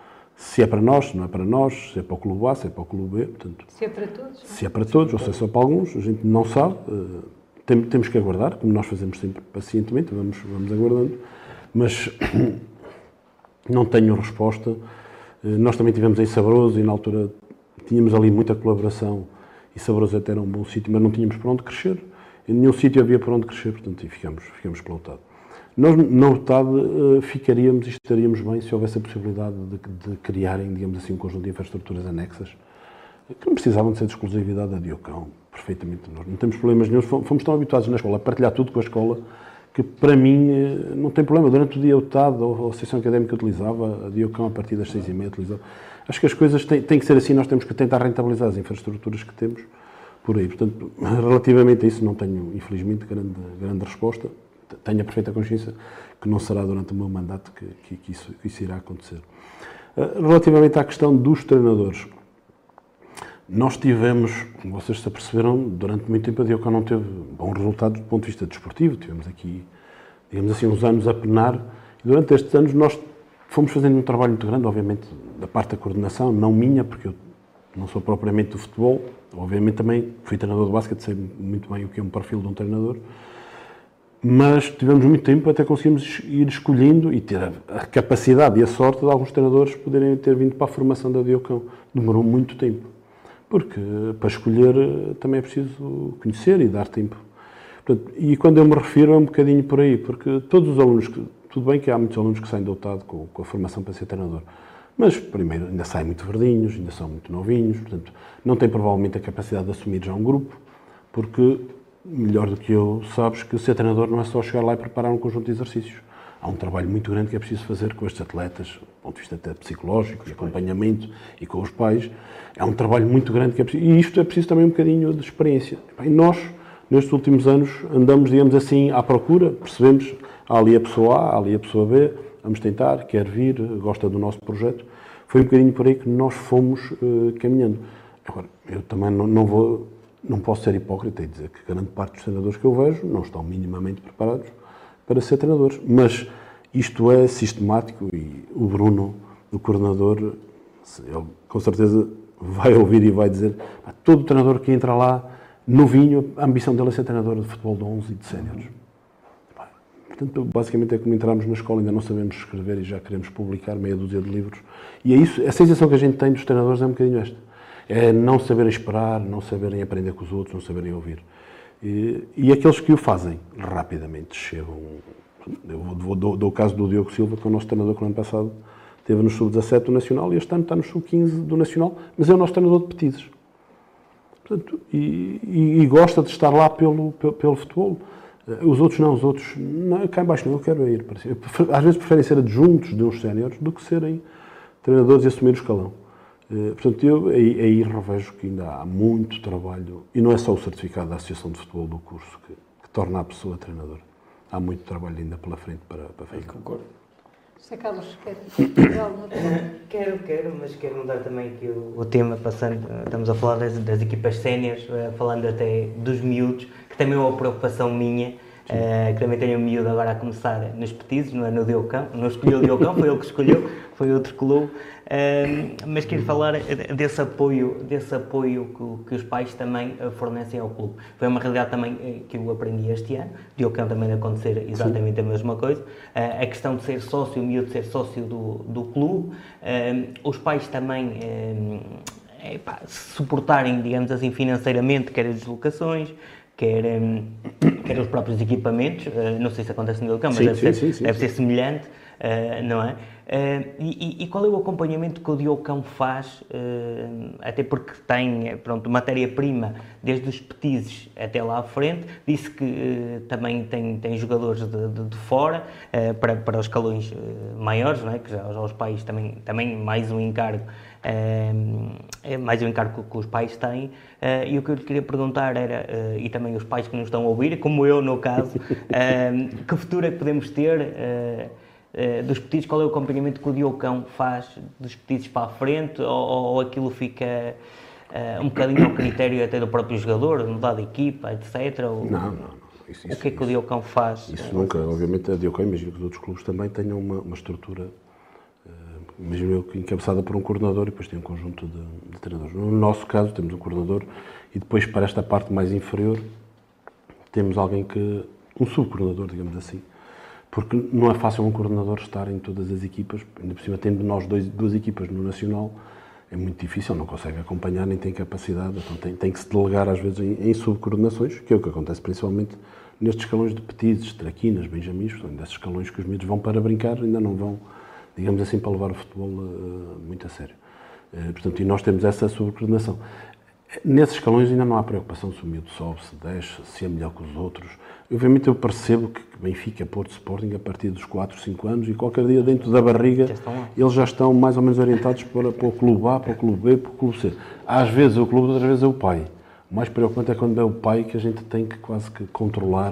Speaker 4: se é para nós, se não é para nós, se é para o clube A, se é para o clube B, portanto...
Speaker 1: Se é para todos.
Speaker 4: Se é para todos, ou se é só para alguns, a gente não sabe, uh, tem, temos que aguardar, como nós fazemos sempre pacientemente, vamos, vamos aguardando, mas não tenho resposta. Uh, nós também tivemos em Sabroso e na altura tínhamos ali muita colaboração e Sabroso até era um bom sítio, mas não tínhamos para onde crescer, em nenhum sítio havia para onde crescer, portanto, e ficamos, ficamos pelo T A D. Nós, na U T A D, uh, ficaríamos e estaríamos bem se houvesse a possibilidade de, de criarem, digamos assim, um conjunto de infraestruturas anexas que não precisavam de ser de exclusividade da Diocão, perfeitamente. Nós não temos problemas nenhum, fomos tão habituados na escola a partilhar tudo com a escola que, para mim, uh, não tem problema. Durante o dia, a U T A D, ou a Associação Académica utilizava, a Diocão, a partir das seis e meia, utilizava. Acho que as coisas têm, têm que ser assim, nós temos que tentar rentabilizar as infraestruturas que temos por aí. Portanto, relativamente a isso, não tenho, infelizmente, grande, grande resposta. Tenho a perfeita consciência que não será durante o meu mandato que, que, que, isso, que isso irá acontecer. Relativamente à questão dos treinadores, nós tivemos, como vocês se aperceberam, durante muito tempo a Diocão não teve bons resultados do ponto de vista desportivo, tivemos aqui, digamos assim, uns anos a penar, e durante estes anos nós fomos fazendo um trabalho muito grande, obviamente, da parte da coordenação, não minha, porque eu não sou propriamente do futebol, obviamente também fui treinador de basquete, sei muito bem o que é um perfil de um treinador, mas tivemos muito tempo até conseguimos ir escolhendo e ter a, a capacidade e a sorte de alguns treinadores poderem ter vindo para a formação da Diocão. Demorou muito tempo, porque para escolher também é preciso conhecer e dar tempo. Portanto, e quando eu me refiro é um bocadinho por aí, porque todos os alunos, que, tudo bem que há muitos alunos que saem doutados com, com a formação para ser treinador, mas primeiro ainda saem muito verdinhos, ainda são muito novinhos, portanto não têm provavelmente a capacidade de assumir já um grupo, porque melhor do que eu sabes que ser treinador não é só chegar lá e preparar um conjunto de exercícios. Há um trabalho muito grande que é preciso fazer com estes atletas, do ponto de vista até psicológico e acompanhamento e com os pais. É um trabalho muito grande que é preciso, e isto é preciso também um bocadinho de experiência. E nós, nestes últimos anos, andamos, digamos assim, à procura, percebemos, há ali a pessoa A, há ali a pessoa B, vamos tentar, quer vir, gosta do nosso projeto. Foi um bocadinho por aí que nós fomos uh, caminhando. Agora, eu também não, não vou, não posso ser hipócrita e dizer que grande parte dos treinadores que eu vejo não estão minimamente preparados para ser treinadores. Mas isto é sistemático e o Bruno, o coordenador, ele com certeza vai ouvir e vai dizer, todo treinador que entra lá, novinho, a ambição dele é ser treinador de futebol de onze e de séniores. Portanto, basicamente é como entramos na escola, ainda não sabemos escrever e já queremos publicar meia dúzia de livros. E é isso, a sensação que a gente tem dos treinadores é um bocadinho esta. É não saberem esperar, não saberem aprender com os outros, não saberem ouvir. E, e aqueles que o fazem, rapidamente chegam. Eu vou, dou, dou o caso do Diogo Silva, que é o nosso treinador que no ano passado esteve no sub dezassete do Nacional e este ano está no sub quinze do Nacional, mas é o nosso treinador de petizes. Portanto, e, e, e gosta de estar lá pelo, pelo, pelo futebol. Os outros não, os outros, não, cá em baixo não, eu quero ir. Às vezes preferem ser adjuntos de uns séniores do que serem treinadores e assumir o escalão. Portanto, eu aí, aí revejo que ainda há muito trabalho, e não é só o certificado da Associação de Futebol do curso que, que torna a pessoa treinador. Há muito trabalho ainda pela frente para, para fazer.
Speaker 3: Concordo.
Speaker 1: José Carlos, quer dizer alguma coisa?
Speaker 2: Quero, quero, mas quero mudar também aqui o, o tema, passando, estamos a falar das, das equipas séniores, falando até dos miúdos, que também é uma preocupação minha, uh, que também tenho um miúdo agora a começar nos petizes, não é no Diocão, não escolheu o Diocão, foi ele que escolheu, foi outro clube, uh, mas quero falar desse apoio, desse apoio que, que os pais também fornecem ao clube. Foi uma realidade também que eu aprendi este ano, Diocão também acontecer exatamente Sim. a mesma coisa, uh, a questão de ser sócio, o miúdo de ser sócio do, do clube, uh, os pais também uh, é, pá, suportarem, digamos assim, financeiramente, quer as deslocações, quer, um, quer os próprios equipamentos, uh, não sei se acontece no Diocão, mas
Speaker 4: sim,
Speaker 2: deve,
Speaker 4: sim,
Speaker 2: ser,
Speaker 4: sim, sim,
Speaker 2: deve
Speaker 4: sim.
Speaker 2: ser semelhante, uh, não é? Uh, e, e qual é o acompanhamento que o Diocão faz, uh, até porque tem, pronto, matéria-prima desde os petizes até lá à frente, disse que uh, também tem, tem jogadores de, de, de fora, uh, para, para os escalões uh, maiores, não é? Que já, já os pais também, também mais um encargo, uh, é mais um encargo que, que os pais têm, uh, e o que eu lhe queria perguntar era, uh, e também os pais que nos estão a ouvir, como eu no caso, uh, que futuro é que podemos ter uh, Uh, dos petizes, qual é o acompanhamento que o Diocão faz dos petizes para a frente, ou, ou aquilo fica uh, um bocadinho ao critério até do próprio jogador, mudar de equipa, etcétera? Ou,
Speaker 4: não, não, não. Isso,
Speaker 2: o
Speaker 4: isso,
Speaker 2: que é que
Speaker 4: isso,
Speaker 2: o Diocão faz?
Speaker 4: Isso nunca, obviamente a Diocão, imagino que os outros clubes também tenham uma, uma estrutura, uh, imagino eu, encabeçada por um coordenador e depois tem um conjunto de, de treinadores. No nosso caso temos um coordenador e depois para esta parte mais inferior temos alguém que, um subcoordenador, digamos assim, porque não é fácil um coordenador estar em todas as equipas, ainda por cima tendo nós dois, duas equipas no Nacional, é muito difícil, não consegue acompanhar, nem tem capacidade, então tem, tem que se delegar às vezes em, em subcoordenações, que é o que acontece principalmente nestes escalões de petizes, traquinas, benjamins, portanto, desses escalões que os miúdos vão para brincar, ainda não vão, digamos assim, para levar o futebol uh, muito a sério. Uh, portanto, e nós temos essa subcoordenação. Nesses escalões ainda não há preocupação se o miúdo sobe, se desce, se é melhor que os outros. Obviamente eu percebo que Benfica, Porto, Sporting, a partir dos quatro, cinco anos, e qualquer dia dentro da barriga, já eles já estão mais ou menos orientados para, para o clube A, para o clube B, para o clube C. Às vezes é o clube, outras vezes é o pai. O mais preocupante é quando é o pai que a gente tem que quase que controlar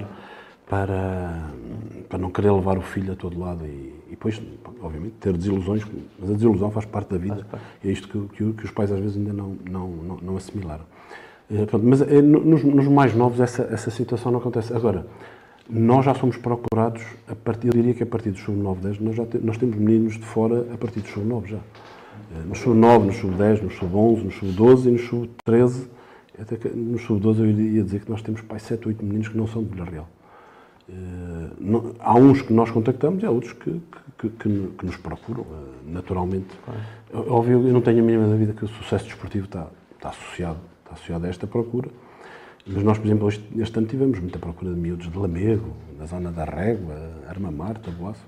Speaker 4: para, para não querer levar o filho a todo lado e, e depois, obviamente, ter desilusões, mas a desilusão faz parte da vida e é isto que, que, que os pais às vezes ainda não, não, não, não assimilaram. É, pronto, mas é, nos, nos mais novos essa, essa situação não acontece. Agora, nós já somos procurados, a partir, eu diria que a partir dos sub nove, dez, nós, já te, nós temos meninos de fora a partir dos sub nove já. É, nos sub nove, nos sub dez, nos sub onze, nos sub doze e nos sub treze, até que nos sub doze eu iria dizer que nós temos pai, sete, oito meninos que não são de Vila Real. Não, há uns que nós contactamos e há outros que, que, que, que nos procuram, naturalmente. Claro. Óbvio, eu não tenho a mínima dúvida que o sucesso desportivo está, está, associado, está associado a esta procura. Mas nós, por exemplo, este, este ano tivemos muita procura de miúdos de Lamego, na zona da Régua, Armamar, Taboaço.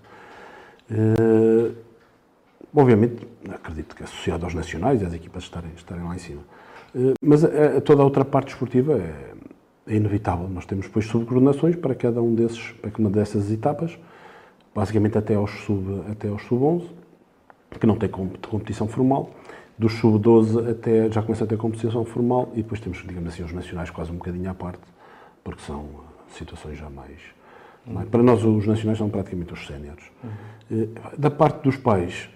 Speaker 4: Uh, obviamente, acredito que é associado aos nacionais e às equipas estarem, estarem lá em cima. Uh, mas a, a toda a outra parte desportiva é, é inevitável. Nós temos depois subcoordenações para cada um desses, para cada uma dessas etapas, basicamente até aos sub, até aos sub onze, que não tem competição formal. Dos sub doze até já começa a ter competição formal e depois temos, digamos assim, os nacionais quase um bocadinho à parte, porque são situações já mais... Uhum. mais para nós, os nacionais são praticamente os séniores. Uhum. Da parte dos pais,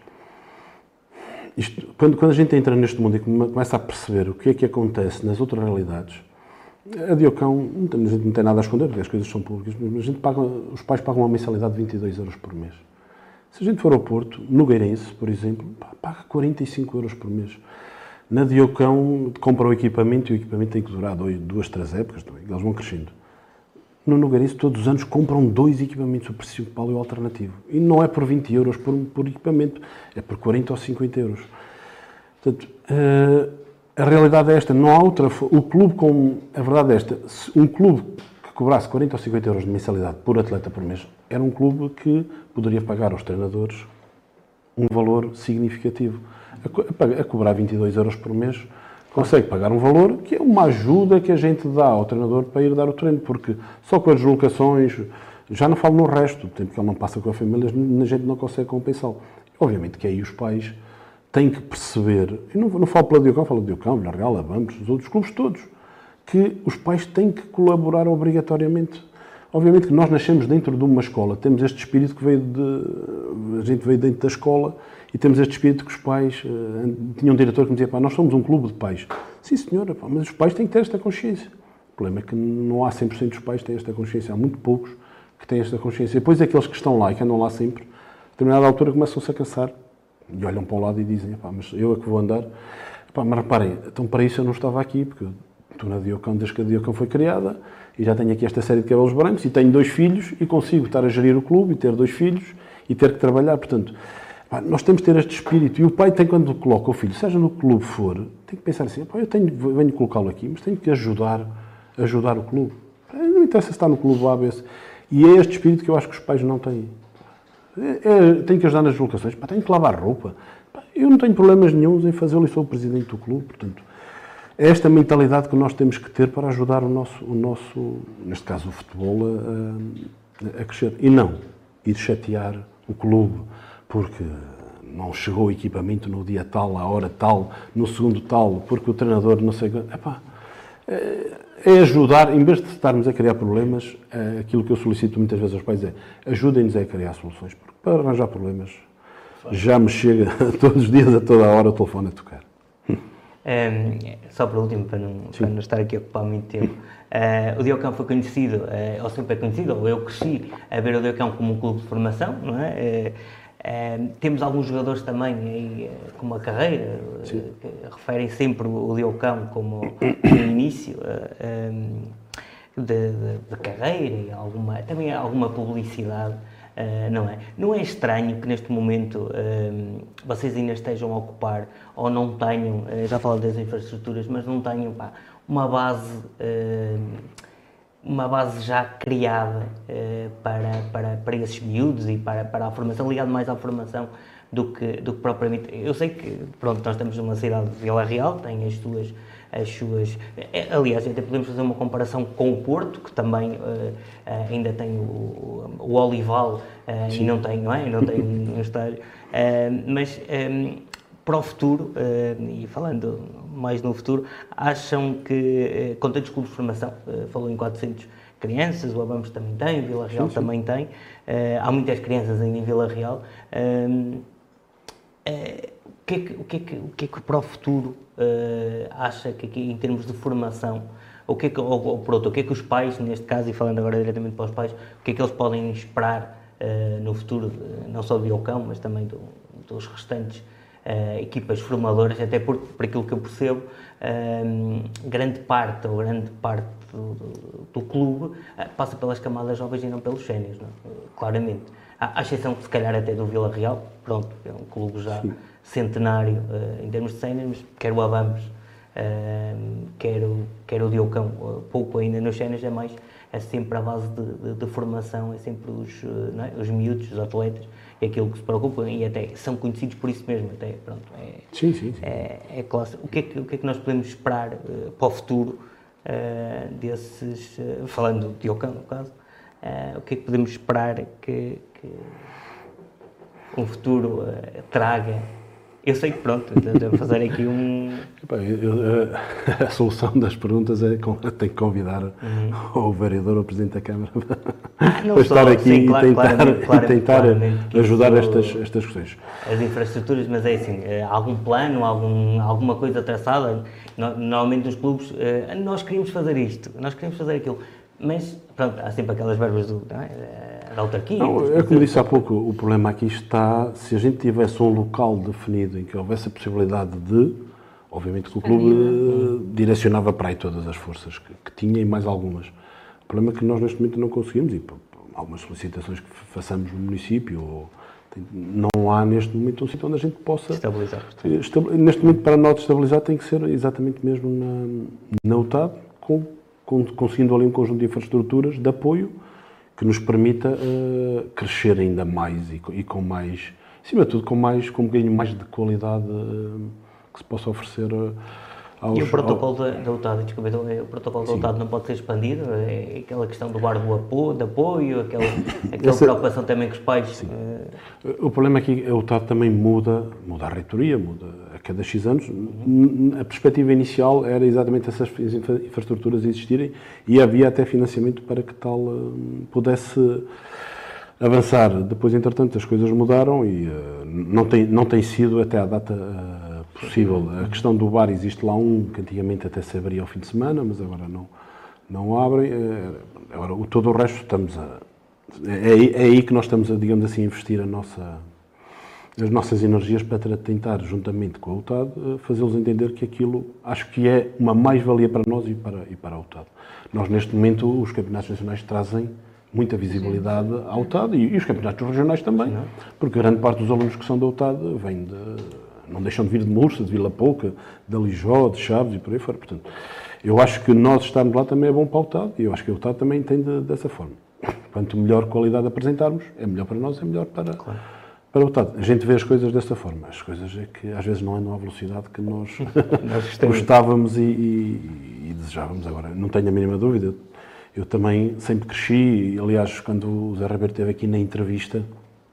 Speaker 4: isto, quando, quando a gente entra neste mundo e começa a perceber o que é que acontece nas outras realidades, a Diocão, a gente não tem nada a esconder, porque as coisas são públicas, mas a gente paga, os pais pagam uma mensalidade de vinte e dois euros por mês. Se a gente for ao Porto, no Gueirense, por exemplo, paga quarenta e cinco euros por mês. Na Diocão, compra o equipamento e o equipamento tem que durar dois, duas, três épocas, eles vão crescendo. No Nogueirense, todos os anos, compram dois equipamentos, o principal e o alternativo. E não é por vinte euros por, por equipamento, é por quarenta ou cinquenta euros. Portanto, uh, a realidade é esta, não há outra... O clube, com a verdade é esta, um clube que cobrasse quarenta ou cinquenta euros de mensalidade por atleta por mês, era um clube que poderia pagar aos treinadores um valor significativo. A, a cobrar vinte e dois euros por mês, consegue pagar um valor que é uma ajuda que a gente dá ao treinador para ir dar o treino, porque só com as deslocações, já não falo no resto, do tempo que ele não passa com a família, a gente não consegue compensá-lo. Obviamente que aí os pais têm que perceber, e não, não falo pela Diocão, falo do Diocão, Villarreal, Abamos, os outros clubes todos, que os pais têm que colaborar obrigatoriamente. Obviamente que nós nascemos dentro de uma escola, temos este espírito que veio de... a gente veio dentro da escola e temos este espírito que os pais... Tinha um diretor que me dizia, pá, nós somos um clube de pais. Sim, senhora, pá, mas os pais têm que ter esta consciência. O problema é que não há cem por cento dos pais que têm esta consciência, há muito poucos que têm esta consciência. E depois aqueles que estão lá e que andam lá sempre, a determinada altura começam-se a cansar e olham para o lado e dizem, pá, mas eu é que vou andar. Pá, mas reparem, então para isso eu não estava aqui, porque estou na Diocão desde que a Diocão foi criada e já tenho aqui esta série de cabelos brancos e tenho dois filhos e consigo estar a gerir o clube e ter dois filhos e ter que trabalhar. Portanto, pá, nós temos que ter este espírito e o pai tem, quando coloca o filho, seja no clube for, tem que pensar assim, pá, eu tenho, venho colocá-lo aqui, mas tenho que ajudar, ajudar o clube. Não interessa se está no clube A, B, C. E é este espírito que eu acho que os pais não têm. É, é, tenho que ajudar nas deslocações, pá, tenho que lavar roupa. Pá, eu não tenho problemas nenhuns em fazê-lo e sou o presidente do clube, portanto, é esta mentalidade que nós temos que ter para ajudar o nosso, o nosso neste caso o futebol, a, a crescer. E não ir chatear o clube, porque não chegou o equipamento no dia tal, à hora tal, no segundo tal, porque o treinador não sei... Epá, é, é ajudar, em vez de estarmos a criar problemas, é, aquilo que eu solicito muitas vezes aos pais é ajudem-nos a criar soluções, porque para arranjar problemas já me chega todos os dias, a toda a hora, o telefone a tocar.
Speaker 2: Um, só por último, para não, para não estar aqui a ocupar muito tempo, uh, o Diocão foi conhecido, uh, ou sempre é conhecido, ou eu cresci a ver o Diocão como um clube de formação, não é? Uh, uh, temos alguns jogadores também aí, uh, com uma carreira, uh, que referem sempre o Diocão como o início uh, um, de, de, de carreira e alguma, também alguma publicidade. Uh, não é? Não é estranho que neste momento uh, vocês ainda estejam a ocupar ou não tenham, uh, já falo das infraestruturas, mas não tenham pá, uma base uh, uma base já criada uh, para, para, para esses miúdos e para, para a formação, ligado mais à formação do que, do que propriamente. Eu sei que pronto, nós estamos numa cidade de Vila Real, tem as suas as suas... Aliás, até podemos fazer uma comparação com o Porto, que também uh, ainda tem o, o Olival uh, e não tem, não é? Não tem um estádio. Uh, mas um, para o futuro, uh, e falando mais no futuro, acham que, uh, com tantos clubes de formação, uh, falou em quatrocentas crianças, o Abamos também tem, o Vila Real sim, sim. também tem, uh, há muitas crianças ainda em Vila Real. Uh, uh, o, que é que, o, que é que, o que é que para o futuro Uh, acha que aqui, em termos de formação, o que é que, ou, ou, pronto, o que é que os pais, neste caso, e falando agora diretamente para os pais, o que é que eles podem esperar uh, no futuro, uh, não só do Diocão, mas também do, dos restantes uh, equipas formadoras, até porque, por aquilo que eu percebo, uh, grande parte, ou grande parte do, do, do clube passa pelas camadas jovens e não pelos séniores, claramente. À exceção, se calhar, até do Vila Real, pronto, é um clube já Sim. centenário uh, em termos de séniores, mas quer o Abamos, uh, quer, o, quer o Diocão, uh, pouco ainda nos séniores, é mais, é sempre a base de, de, de formação, é sempre os, uh, não é? os miúdos, os atletas, é aquilo que se preocupam e até são conhecidos por isso mesmo, até, pronto, é,
Speaker 4: sim, sim, sim.
Speaker 2: é, é classe. O que é que, o que é que nós podemos esperar uh, para o futuro uh, desses, uh, falando do Diocão, no caso, uh, o que é que podemos esperar que que um futuro uh, traga? Eu sei que, pronto, devo fazer aqui um...
Speaker 4: Eu, eu, a, a solução das perguntas é que tem que convidar uhum. o vereador ou o Presidente da Câmara
Speaker 2: ah,
Speaker 4: para estar aqui sim,
Speaker 2: claro,
Speaker 4: e tentar,
Speaker 2: claramente, claramente,
Speaker 4: e tentar
Speaker 2: claramente
Speaker 4: ajudar estas, estas questões.
Speaker 2: As infraestruturas, mas é assim, algum plano, algum, alguma coisa traçada? Normalmente nos clubes, nós queríamos fazer isto, nós queríamos fazer aquilo, mas pronto, há sempre aquelas verbas do... Não é? Da autarquia.
Speaker 4: Não, é como disse há pouco, o problema aqui está, se a gente tivesse um local definido em que houvesse a possibilidade de, obviamente que o clube uh, direcionava para aí todas as forças que, que tinha e mais algumas. O problema é que nós neste momento não conseguimos, e por, por algumas solicitações que façamos no município, ou, tem, não há neste momento um sítio onde a gente possa...
Speaker 2: Estabilizar.
Speaker 4: Estab, neste momento, para nós estabilizar, tem que ser exatamente mesmo na, na U T A D, com, com, conseguindo ali um conjunto de infraestruturas de apoio que nos permita uh, crescer ainda mais e, e com mais, acima de tudo, com, mais, com um bocadinho mais de qualidade uh, que se possa oferecer uh, aos...
Speaker 2: E o protocolo ao... da U T A D, desculpa, o protocolo da U T A D não pode ser expandido? É aquela questão do bar do apoio, de apoio aquela, aquela Essa... preocupação também com os pais?
Speaker 4: Uh... O problema é que a U T A D também muda, muda a reitoria, muda a cada X anos. Uhum. A perspectiva inicial era exatamente essas infraestruturas existirem e havia até financiamento para que tal uh, pudesse avançar. Depois, entretanto, as coisas mudaram e uh, não, tem, não tem sido até à data uh, possível. A questão do bar, existe lá um que antigamente até se abria ao fim de semana, mas agora não, não abre. Uh, agora, o, todo o resto estamos a... É, é aí que nós estamos a, digamos assim, investir a nossa... as nossas energias para tentar, juntamente com a U T A D, fazê-los entender que aquilo, acho que é uma mais-valia para nós e para, e para a U T A D. Nós, neste momento, os campeonatos nacionais trazem muita visibilidade sim, sim. à U T A D e, e os campeonatos regionais também, sim, porque grande parte dos alunos que são da U T A D vêm de, não deixam de vir de Mursa, de Vila Pouca, de Alijó, de Chaves e por aí fora. Portanto, eu acho que nós estarmos lá também é bom para a U T A D e eu acho que a U T A D também entende dessa forma. Quanto melhor qualidade apresentarmos, é melhor para nós, é melhor para... Claro. Para o Estado. A gente vê as coisas desta forma. As coisas é que às vezes não andam à velocidade que nós, nós gostávamos e, e, e desejávamos. Agora, não tenho a mínima dúvida. Eu, eu também sempre cresci, e, aliás, quando o Zé Ribeiro esteve aqui na entrevista,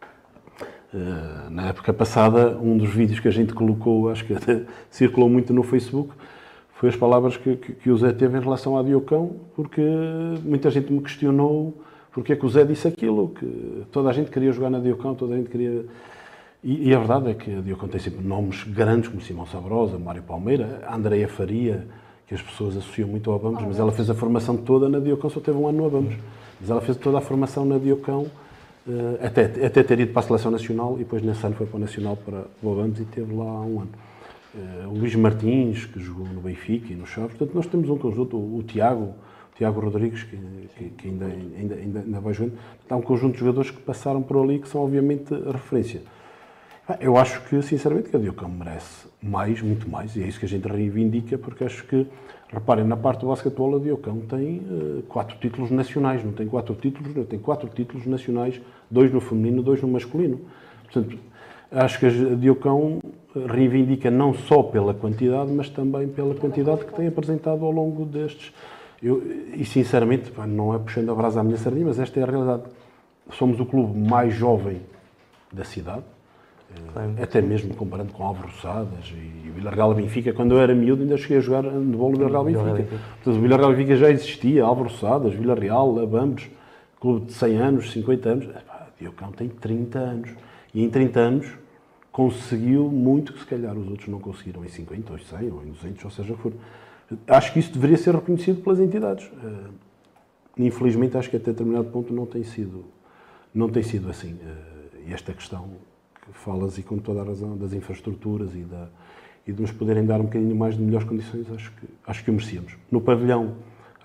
Speaker 4: uh, na época passada, um dos vídeos que a gente colocou, acho que até circulou muito no Facebook, foi as palavras que, que, que o Zé teve em relação à Diocão, porque muita gente me questionou porque é que o Zé disse aquilo, que toda a gente queria jogar na Diocão, toda a gente queria... E, e a verdade é que a Diocão tem sempre nomes grandes, como Simão Sabrosa, Mário Palmeira, a Andreia Faria, que as pessoas associam muito ao Abamos, mas ela fez a formação toda na Diocão, só teve um ano no Abamos. Mas ela fez toda a formação na Diocão, até, até ter ido para a Seleção Nacional, e depois nesse ano foi para o Nacional, para o Abamos, e teve lá há um ano. O Luís Martins, que jogou no Benfica e no Chaves. Portanto, nós temos um conjunto, o, o Tiago, Tiago Rodrigues, que, que, que ainda, ainda, ainda, ainda vai jogando. Há um conjunto de jogadores que passaram por ali que são, obviamente, a referência. Eu acho que, sinceramente, que a Diocão merece mais, muito mais, e é isso que a gente reivindica, porque acho que, reparem, na parte do basquetebol, a Diocão tem uh, quatro títulos nacionais, não tem quatro títulos, não, tem quatro títulos nacionais, dois no feminino, dois no masculino. Portanto, acho que a Diocão reivindica não só pela quantidade, mas também pela quantidade que tem apresentado ao longo destes... Eu, e sinceramente, não é puxando a brasa à minha sardinha, mas esta é a realidade. Somos o clube mais jovem da cidade, claro. Até mesmo comparando com Álvaro Roçadas e Vila Real Benfica. Quando eu era miúdo ainda cheguei a jogar handebol no Vila Real Benfica. Portanto, o Vila Real Benfica já existia, Álvaro Roçadas, Vila Real, Abamos, clube de cem anos, cinquenta anos. A Diocão tem trinta anos. E em trinta anos conseguiu muito que se calhar os outros não conseguiram em cinquenta, ou em cem, ou em duzentos, ou seja, for. Acho que isso deveria ser reconhecido pelas entidades. Infelizmente, acho que até determinado ponto não tem sido, não tem sido assim. E esta questão que falas, e com toda a razão, das infraestruturas e, da, e de nos poderem dar um bocadinho mais de melhores condições, acho que, acho que o merecíamos. No pavilhão,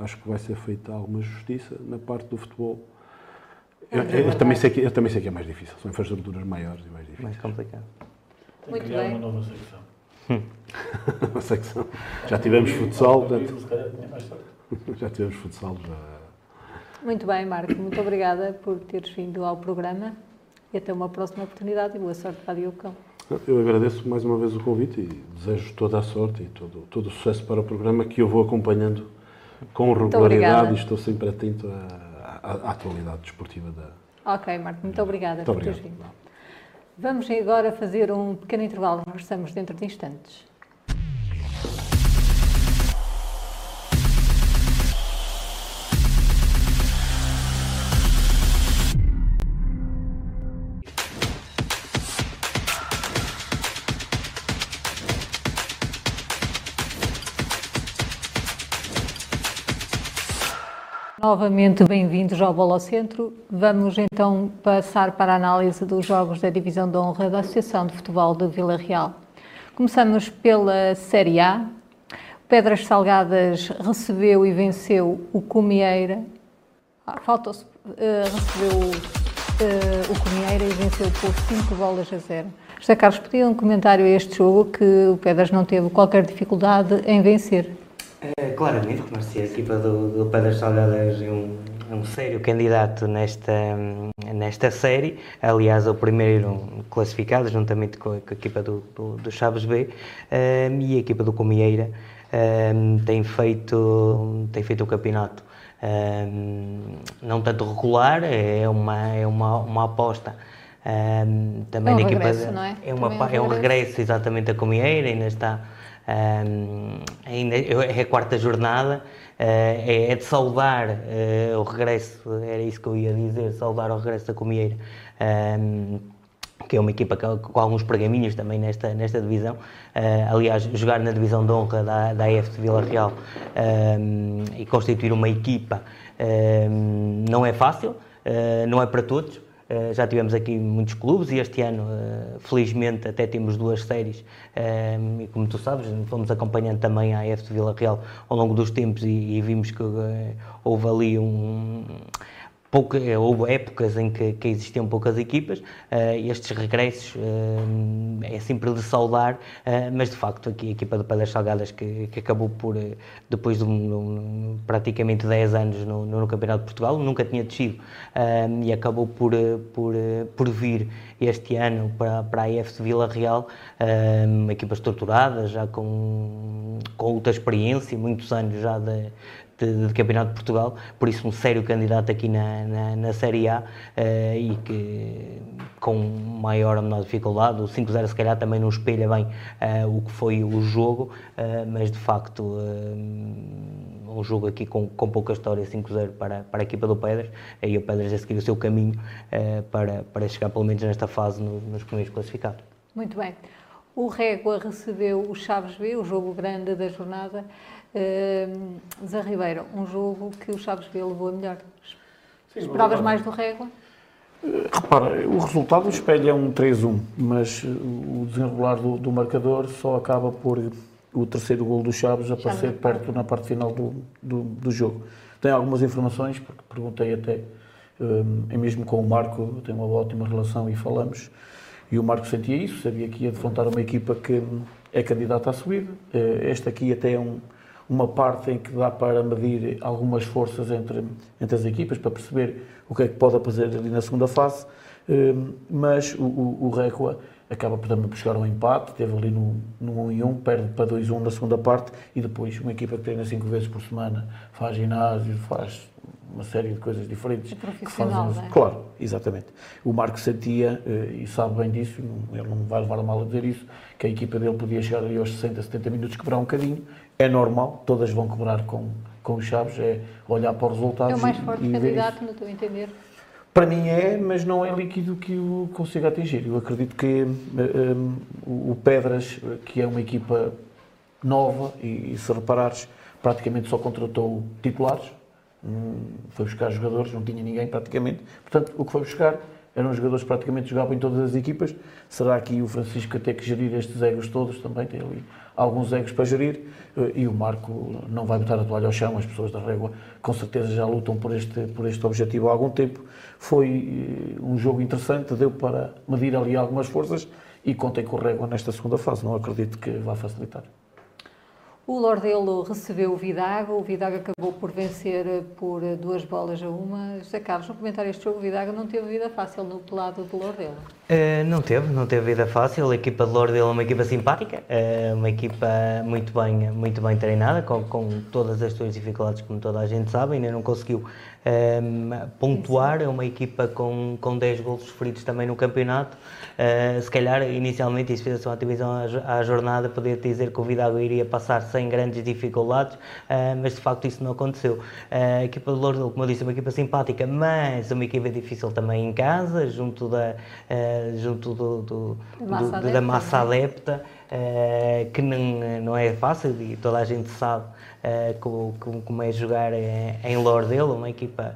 Speaker 4: acho que vai ser feita alguma justiça na parte do futebol. Eu, eu, eu, também sei que, eu também sei que é mais difícil, são infraestruturas maiores e mais difíceis.
Speaker 2: Mais complicado.
Speaker 3: Tem que criar uma nova secção.
Speaker 4: Uma secção. Já tivemos futsal. Já,
Speaker 3: Se calhar tinha mais sorte.
Speaker 4: já tivemos futsal. Já...
Speaker 1: Muito bem, Marco. Muito obrigada por teres vindo ao programa e até uma próxima oportunidade e boa sorte para a Diogo Cão.
Speaker 4: Eu agradeço mais uma vez o convite e desejo toda a sorte e todo, todo o sucesso para o programa que eu vou acompanhando com regularidade e estou sempre atento à, à, à atualidade desportiva da...
Speaker 1: Ok, Marco. Muito obrigada
Speaker 4: Muito
Speaker 1: por
Speaker 4: obrigado.
Speaker 1: teres vindo. Vamos agora fazer um pequeno intervalo. Regressamos dentro de instantes. Novamente, bem-vindos ao Bola ao Centro. Vamos então passar para a análise dos jogos da Divisão de Honra da Associação de Futebol de Vila Real. Começamos pela Série A. O Pedras Salgadas recebeu e venceu o Comieira. Ah, faltou-se. Uh, recebeu uh, o Comieira e venceu por cinco bolas a zero. José Carlos, pedia um comentário a este jogo que o Pedras não teve qualquer dificuldade em vencer.
Speaker 2: É, claramente, Marcia, a equipa do, do Pedras Salgadas é um, é um sério candidato nesta, nesta série. Aliás, é o primeiro classificado, juntamente com a, com a equipa do, do, do Chaves B, um, e a equipa do Comieira um, tem, feito, tem feito o campeonato um, não tanto regular, é uma, é uma, uma aposta. Um, também
Speaker 1: é um
Speaker 2: na equipa
Speaker 1: regresso,
Speaker 2: de,
Speaker 1: não é?
Speaker 2: É, uma,
Speaker 1: é um
Speaker 2: é um regresso exatamente a Comieira, ainda está. Um, ainda é a quarta jornada, uh, é, é de saudar uh, o regresso, era isso que eu ia dizer, saudar o regresso da Comieira, um, que é uma equipa com, com alguns pergaminhos também nesta, nesta divisão. Uh, aliás, jogar na divisão de honra da, da A F de Vila Real um, e constituir uma equipa um, não é fácil, uh, não é para todos. Uh, já tivemos aqui muitos clubes e este ano, uh, felizmente, até temos duas séries uh, e como tu sabes, fomos acompanhando também a A F de Vila Real ao longo dos tempos e, e vimos que uh, houve ali um... Pouca, houve épocas em que, que existiam poucas equipas, uh, estes regressos uh, é sempre de saudar, uh, mas de facto aqui a equipa de Pedras Salgadas que, que acabou por, uh, depois de um, um, praticamente dez anos no, no Campeonato de Portugal, nunca tinha descido uh, e acabou por, uh, por, uh, por vir este ano para, para a A F de Vila Real, uh, uma equipa estruturada, já com, com outra experiência, muitos anos já de De, de Campeonato de Portugal, por isso um sério candidato aqui na, na, na Série A uh, e que com maior ou menor dificuldade, o cinco a zero se calhar também não espelha bem uh, o que foi o jogo, uh, mas de facto uh, um jogo aqui com, com pouca história, cinco a zero para, para a equipa do Pedras, e o Pedras a seguir o seu caminho uh, para, para chegar pelo menos nesta fase no, nos primeiros classificados.
Speaker 1: Muito bem. O Régua recebeu o Chaves B, o jogo grande da jornada. Uh, Zé Ribeiro, um jogo que o Chaves B levou a melhor. Sim, esperavas mais do Régua?
Speaker 3: Repara, o resultado espelha um três a um, mas o desenrolar do, do marcador só acaba por o terceiro golo do Chaves aparecer perto na parte final do, do, do jogo. Tenho algumas informações, porque perguntei até, um, e mesmo com o Marco, tenho uma ótima relação e falamos, e o Marco sentia isso, sabia que ia defrontar uma equipa que é candidata a subir. Esta aqui até é um, uma parte em que dá para medir algumas forças entre, entre as equipas, para perceber o que é que pode fazer ali na segunda fase, mas o, o, o Régua acaba por também buscar um empate, teve ali no, no um a um, perde para dois a um na segunda parte, e depois uma equipa que treina cinco vezes por semana, faz ginásio, faz uma série de coisas diferentes.
Speaker 1: É profissional,
Speaker 3: que fazem,
Speaker 1: não é?
Speaker 3: Claro, exatamente. O Marco sentia, e sabe bem disso, ele não vai levar a mal a dizer isso, que a equipa dele podia chegar ali aos sessenta, setenta minutos, quebrar um bocadinho. É normal, todas vão quebrar com, com os Chaves, é olhar para os resultados.
Speaker 1: É o mais forte
Speaker 3: e, e
Speaker 1: candidato, no teu entender?
Speaker 3: Para mim é, mas não é líquido que o consiga atingir. Eu acredito que um, o Pedras, que é uma equipa nova, e, e se reparares, praticamente só contratou titulares, um, foi buscar jogadores, não tinha ninguém praticamente, portanto o que foi buscar eram jogadores que praticamente jogavam em todas as equipas. Será que o Francisco a ter que gerir estes egos todos também? Tem ali alguns egos para gerir, e o Marco não vai botar a toalha ao chão. As pessoas da Régua com certeza já lutam por este, por este objetivo há algum tempo. Foi um jogo interessante, deu para medir ali algumas forças, e contem com o Régua nesta segunda fase, não acredito que vá facilitar.
Speaker 1: O Lordelo recebeu o Vidago, o Vidago acabou por vencer por duas bolas a uma. José Carlos, no comentário deste jogo, o Vidago não teve vida fácil no lado do Lordelo.
Speaker 2: Uh, não teve, não teve vida fácil. A equipa de Lordelo é uma equipa simpática, uh, uma equipa muito bem, muito bem treinada, com, com todas as suas dificuldades, como toda a gente sabe, ainda não conseguiu um, pontuar. É uma equipa com, com dez golos sofridos também no campeonato. Uh, se calhar, inicialmente, e se fizesse uma divisão à, à jornada, poderia dizer que o Vidago iria passar sem grandes dificuldades, uh, mas de facto isso não aconteceu. Uh, a equipa de Lordelo, como eu disse, é uma equipa simpática, mas uma equipa difícil também em casa, junto da, uh, junto do, do,
Speaker 1: massa
Speaker 2: do,
Speaker 1: adepta,
Speaker 2: da massa adepta, uh, que não, não é fácil, e toda a gente sabe uh, como, como é jogar em, em Lordelo, uma equipa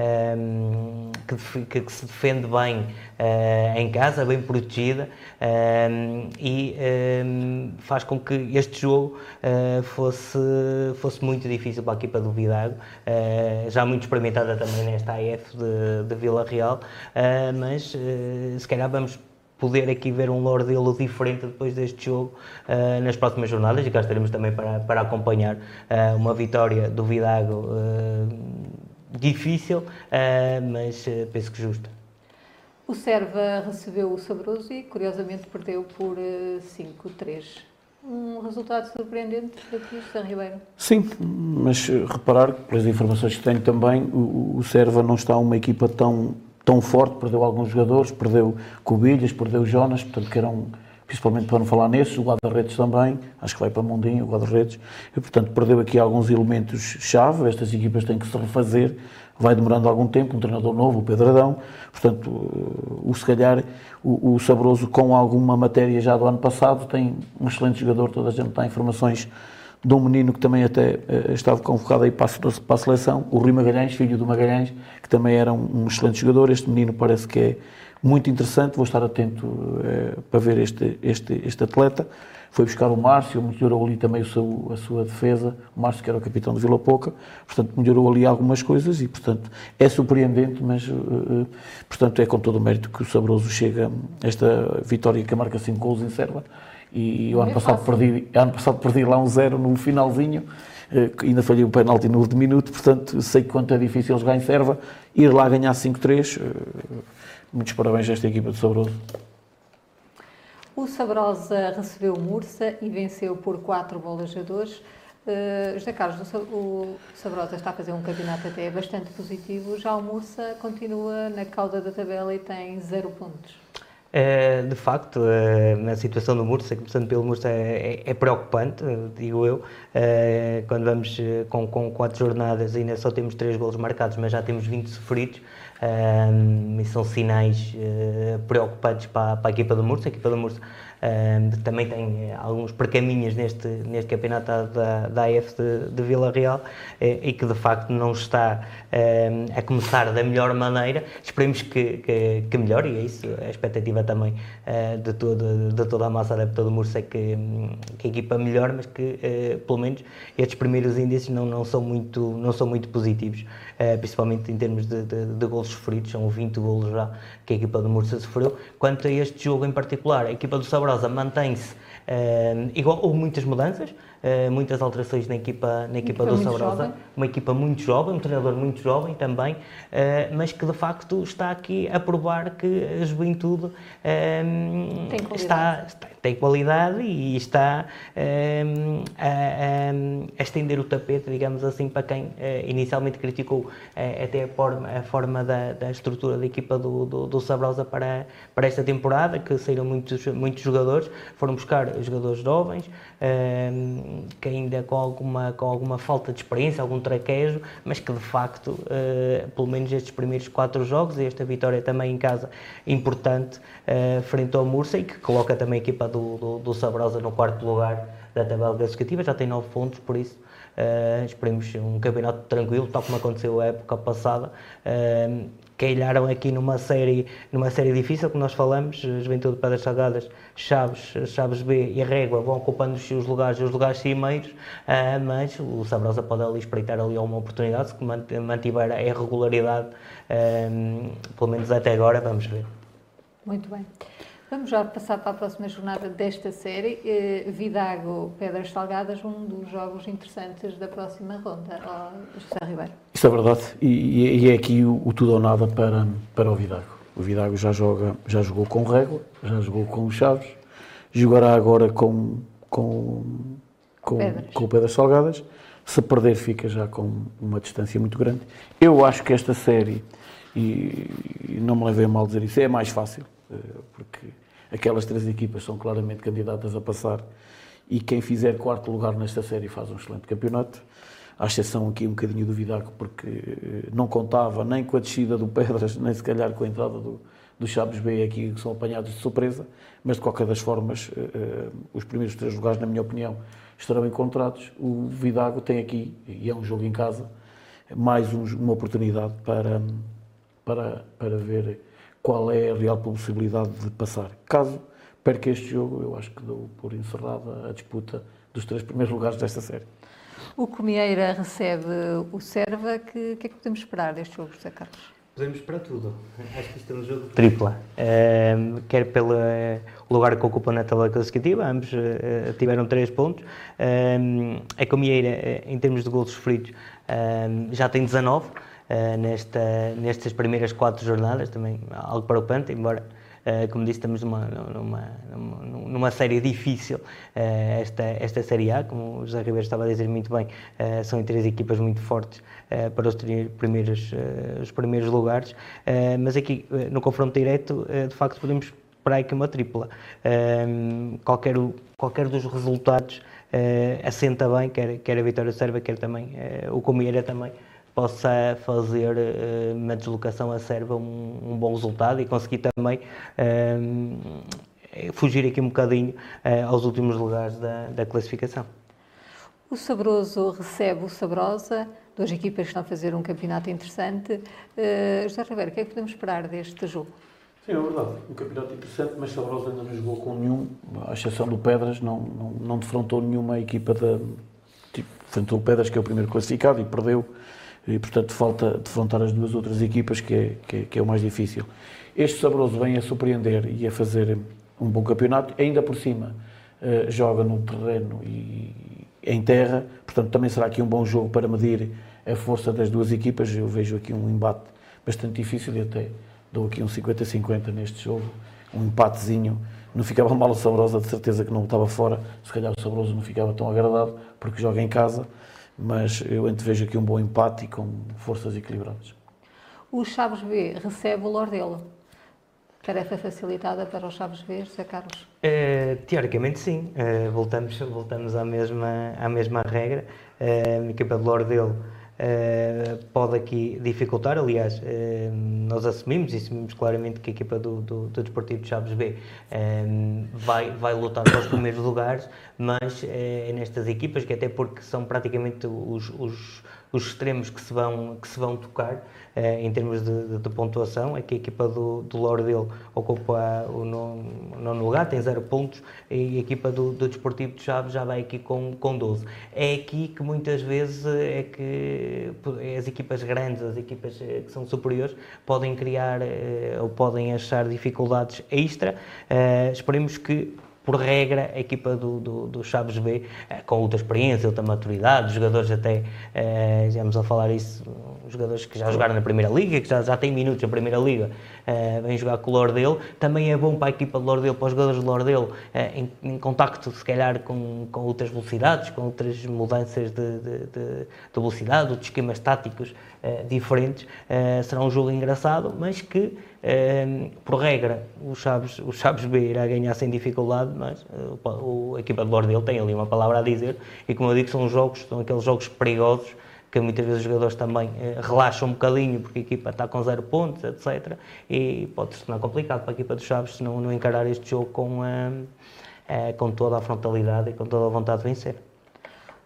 Speaker 2: Um, que, que, que se defende bem uh, em casa, bem protegida, um, e um, faz com que este jogo uh, fosse, fosse muito difícil para a equipa do Vidago, uh, já muito experimentada também nesta A F de, de Vila Real, uh, mas uh, se calhar vamos poder aqui ver um Lordelo diferente depois deste jogo uh, nas próximas jornadas, e cá estaremos também para, para acompanhar uh, uma vitória do Vidago uh, difícil, uh, mas uh, penso que justa.
Speaker 1: O Serva recebeu o Sabroso e, curiosamente, perdeu por uh, cinco a três. Um resultado surpreendente aqui, José Ribeiro.
Speaker 3: Sim, mas uh, reparar, pelas informações que tenho também, o, o Serva não está uma equipa tão, tão forte, perdeu alguns jogadores, perdeu Cobilhas, perdeu Jonas, portanto que eram, principalmente para não falar nesses, o guarda-redes também, acho que vai para Mundinho, o guarda-redes, e portanto perdeu aqui alguns elementos-chave. Estas equipas têm que se refazer, vai demorando algum tempo, um treinador novo, o Pedro Adão, portanto, o, se calhar, o, o Sabroso, com alguma matéria já do ano passado, tem um excelente jogador. Toda a gente tem informações de um menino que também até uh, estava convocado aí para a, para a seleção, o Rui Magalhães, filho do Magalhães, que também era um, um excelente jogador. Este menino parece que é muito interessante, vou estar atento uh, para ver este, este, este atleta. Foi buscar o Márcio, melhorou ali também o seu, a sua defesa, o Márcio, que era o capitão de Vila Pouca, portanto melhorou ali algumas coisas, e portanto é surpreendente, mas uh, uh, portanto é com todo o mérito que o Sabroso chega a esta vitória, que marca cinco golos em Serva. E o ano passado, perdi, ano passado perdi lá um zero no finalzinho, uh, ainda falhei um penalti no último minuto, portanto sei quanto é difícil jogar em Serva, ir lá ganhar cinco a três, uh, muitos parabéns a esta equipa de Sabroso.
Speaker 1: O Sabrosa recebeu o Mursa e venceu por quatro bolas a dois. Uh, José Carlos, o Sabrosa está a fazer um campeonato até bastante positivo, já o Mursa continua na cauda da tabela e tem zero pontos.
Speaker 2: De facto, a situação do Mursa, começando pelo Mursa, é, é preocupante, digo eu. Quando vamos com, com quatro jornadas, ainda só temos três golos marcados, mas já temos vinte sofridos. E são sinais preocupantes para, para a equipa do Mursa. A equipa do Mursa também tem alguns percaminhos neste, neste campeonato da, da A F de, de Vila Real, e que de facto não está a começar da melhor maneira. Esperemos que, que, que melhore, e é isso a expectativa também de, todo, de toda a massa adepta do Mursa, é que, que a equipa melhore, mas que pelo menos estes primeiros índices não, não, são, muito, não são muito positivos, principalmente em termos de, de, de golos sofridos. São vinte golos já que a equipa do Mursa sofreu. Quanto a este jogo em particular, a equipa do Sabrosa mantém-se uh, igual. Houve muitas mudanças, uh, muitas alterações na equipa, na equipa do Sabrosa. Uma equipa muito jovem, um treinador muito jovem também, uh, mas que de facto está aqui a provar que a juventude uh,
Speaker 1: tem qualidade.
Speaker 2: Está, está, tem qualidade e está uh, a, a, a estender o tapete, digamos assim, para quem uh, inicialmente criticou uh, até a forma, a forma da, da estrutura da equipa do, do, do Sabrosa para, para esta temporada, que saíram muitos, muitos jogadores, foram buscar jogadores jovens, uh, que ainda com alguma, com alguma falta de experiência, algum traquejo, mas que de facto, uh, pelo menos estes primeiros quatro jogos, e esta vitória também em casa importante, uh, frente ao Mursa, e que coloca também a equipa do, do, do Sabrosa no quarto lugar da tabela classificativa, já tem nove pontos, por isso uh, esperemos um campeonato tranquilo, tal como aconteceu a época passada, uh, calharam aqui numa série, numa série difícil, que nós falamos, Juventude de Pedras Salgadas, Chaves, Chaves B e Régua vão ocupando os seus lugares, os lugares cimeiros, uh, mas o Sabrosa pode ali espreitar ali uma oportunidade, se mantiver a regularidade, uh, pelo menos até agora, vamos ver.
Speaker 1: Muito bem. Vamos já passar para a próxima jornada desta série. Eh, Vidago, Pedras Salgadas, um dos jogos interessantes da próxima ronda. Oh, José Ribeiro.
Speaker 3: Isso é verdade. E, e é aqui o, o tudo ou nada para, para o Vidago. O Vidago já, joga, já jogou com o Régua, já jogou com o Chaves, jogará agora com, com, com,
Speaker 1: Pedras.
Speaker 3: com o Pedras Salgadas. Se perder, fica já com uma distância muito grande. Eu acho que esta série, e, e não me levei a mal dizer isso, é mais fácil. Porque aquelas três equipas são claramente candidatas a passar e quem fizer quarto lugar nesta série faz um excelente campeonato, à exceção aqui um bocadinho do Vidago, porque não contava nem com a descida do Pedras, nem se calhar com a entrada do, do Chaves B aqui, que são apanhados de surpresa, mas de qualquer das formas, os primeiros três lugares, na minha opinião, estarão encontrados. O Vidago tem aqui, e é um jogo em casa, mais um, uma oportunidade para, para, para ver qual é a real possibilidade de passar. Caso perca este jogo, eu acho que dou por encerrada a disputa dos três primeiros lugares desta série.
Speaker 1: O Comieira recebe o Serva. O que, que é que podemos esperar deste jogo, José Carlos?
Speaker 2: Podemos esperar tudo. Acho que isto é um jogo tripla. Uh, quer pelo uh, lugar que ocupa na tabela classificativa, ambos uh, tiveram três pontos. Uh, a Comieira, uh, em termos de golos sofridos, uh, já tem dezanove. Uh, nesta, nestas primeiras quatro jornadas, também algo para o Panta, embora, uh, como disse, estamos numa, numa, numa, numa série difícil, uh, esta, esta Série A, como o José Ribeiro estava a dizer muito bem, uh, são três equipas muito fortes uh, para os primeiros, uh, os primeiros lugares, uh, mas aqui, uh, no confronto direto, uh, de facto podemos esperar aqui uma tripla. Uh, qualquer, qualquer dos resultados uh, assenta bem, quer, quer a Vitória Serva, quer também uh, o Comieira também, possa fazer uh, uma deslocação a Serva um, um bom resultado e conseguir também uh, fugir aqui um bocadinho uh, aos últimos lugares da, da classificação.
Speaker 1: O Sabroso recebe o Sabrosa, duas equipas que estão a fazer um campeonato interessante. Uh, José Ribeiro, o que é que podemos esperar deste jogo?
Speaker 3: Sim, é verdade. Um campeonato interessante, mas Sabrosa ainda não jogou com nenhum, à exceção do Pedras, não, não, não defrontou nenhuma equipa da... Tipo, defrontou o Pedras, que é o primeiro classificado, e perdeu. E, portanto, falta defrontar as duas outras equipas, que é, que é, que é o mais difícil. Este Sabroso vem a surpreender e a fazer um bom campeonato, ainda por cima uh, joga no terreno e em terra, portanto também será aqui um bom jogo para medir a força das duas equipas. Eu vejo aqui um embate bastante difícil e até dou aqui um cinquenta a cinquenta neste jogo, um empatezinho. Não ficava mal o Sabrosa, de certeza que não estava fora, se calhar o Sabroso não ficava tão agradável, porque joga em casa, mas eu vejo aqui um bom empate e com forças equilibradas.
Speaker 1: O Chaves B recebe o Lordelo. Tarefa facilitada para os Chaves B, José Carlos?
Speaker 2: Uh, teoricamente sim, uh, voltamos, voltamos à, mesma, à mesma regra. Uh, a equipa de Lordelo uh, pode aqui dificultar, aliás, uh, nós assumimos e assumimos claramente que a equipa do, do, do Desportivo de Chaves B uh, vai, vai lutar para os primeiros lugares, mas uh, é nestas equipas, que até porque são praticamente os, os, os extremos que se vão, que se vão tocar uh, em termos de, de, de pontuação, é que a equipa do, do Lordelo ocupa o nono, o nono lugar, tem zero pontos, e a equipa do, do Desportivo de Chaves já vai aqui com, com doze. É aqui que muitas vezes é que as equipas grandes, as equipas que são superiores, podem criar uh, ou podem achar dificuldades extra. Uh, esperemos que, por regra, a equipa do, do, do Chaves B, com outra experiência, outra maturidade, jogadores até, uh, já vamos a falar isso, jogadores que já jogaram na Primeira Liga, que já, já têm minutos na Primeira Liga, uh, vêm jogar com o Lordelo. Também é bom para a equipa de Lordelo, para os jogadores de Lordelo, uh, em, em contacto, se calhar, com, com outras velocidades, com outras mudanças de, de, de, de velocidade, outros esquemas táticos uh, diferentes. Uh, será um jogo engraçado, mas que, Uh, por regra, o Chaves, o Chaves B irá ganhar sem dificuldade, mas uh, o, a equipa de Lordelo tem ali uma palavra a dizer, e como eu digo, são jogos, são aqueles jogos perigosos, que muitas vezes os jogadores também uh, relaxam um bocadinho, porque a equipa está com zero pontos, etcétera, e pode se tornar complicado para a equipa dos Chaves se não, não encarar este jogo com, uh, uh, com toda a frontalidade e com toda a vontade de vencer.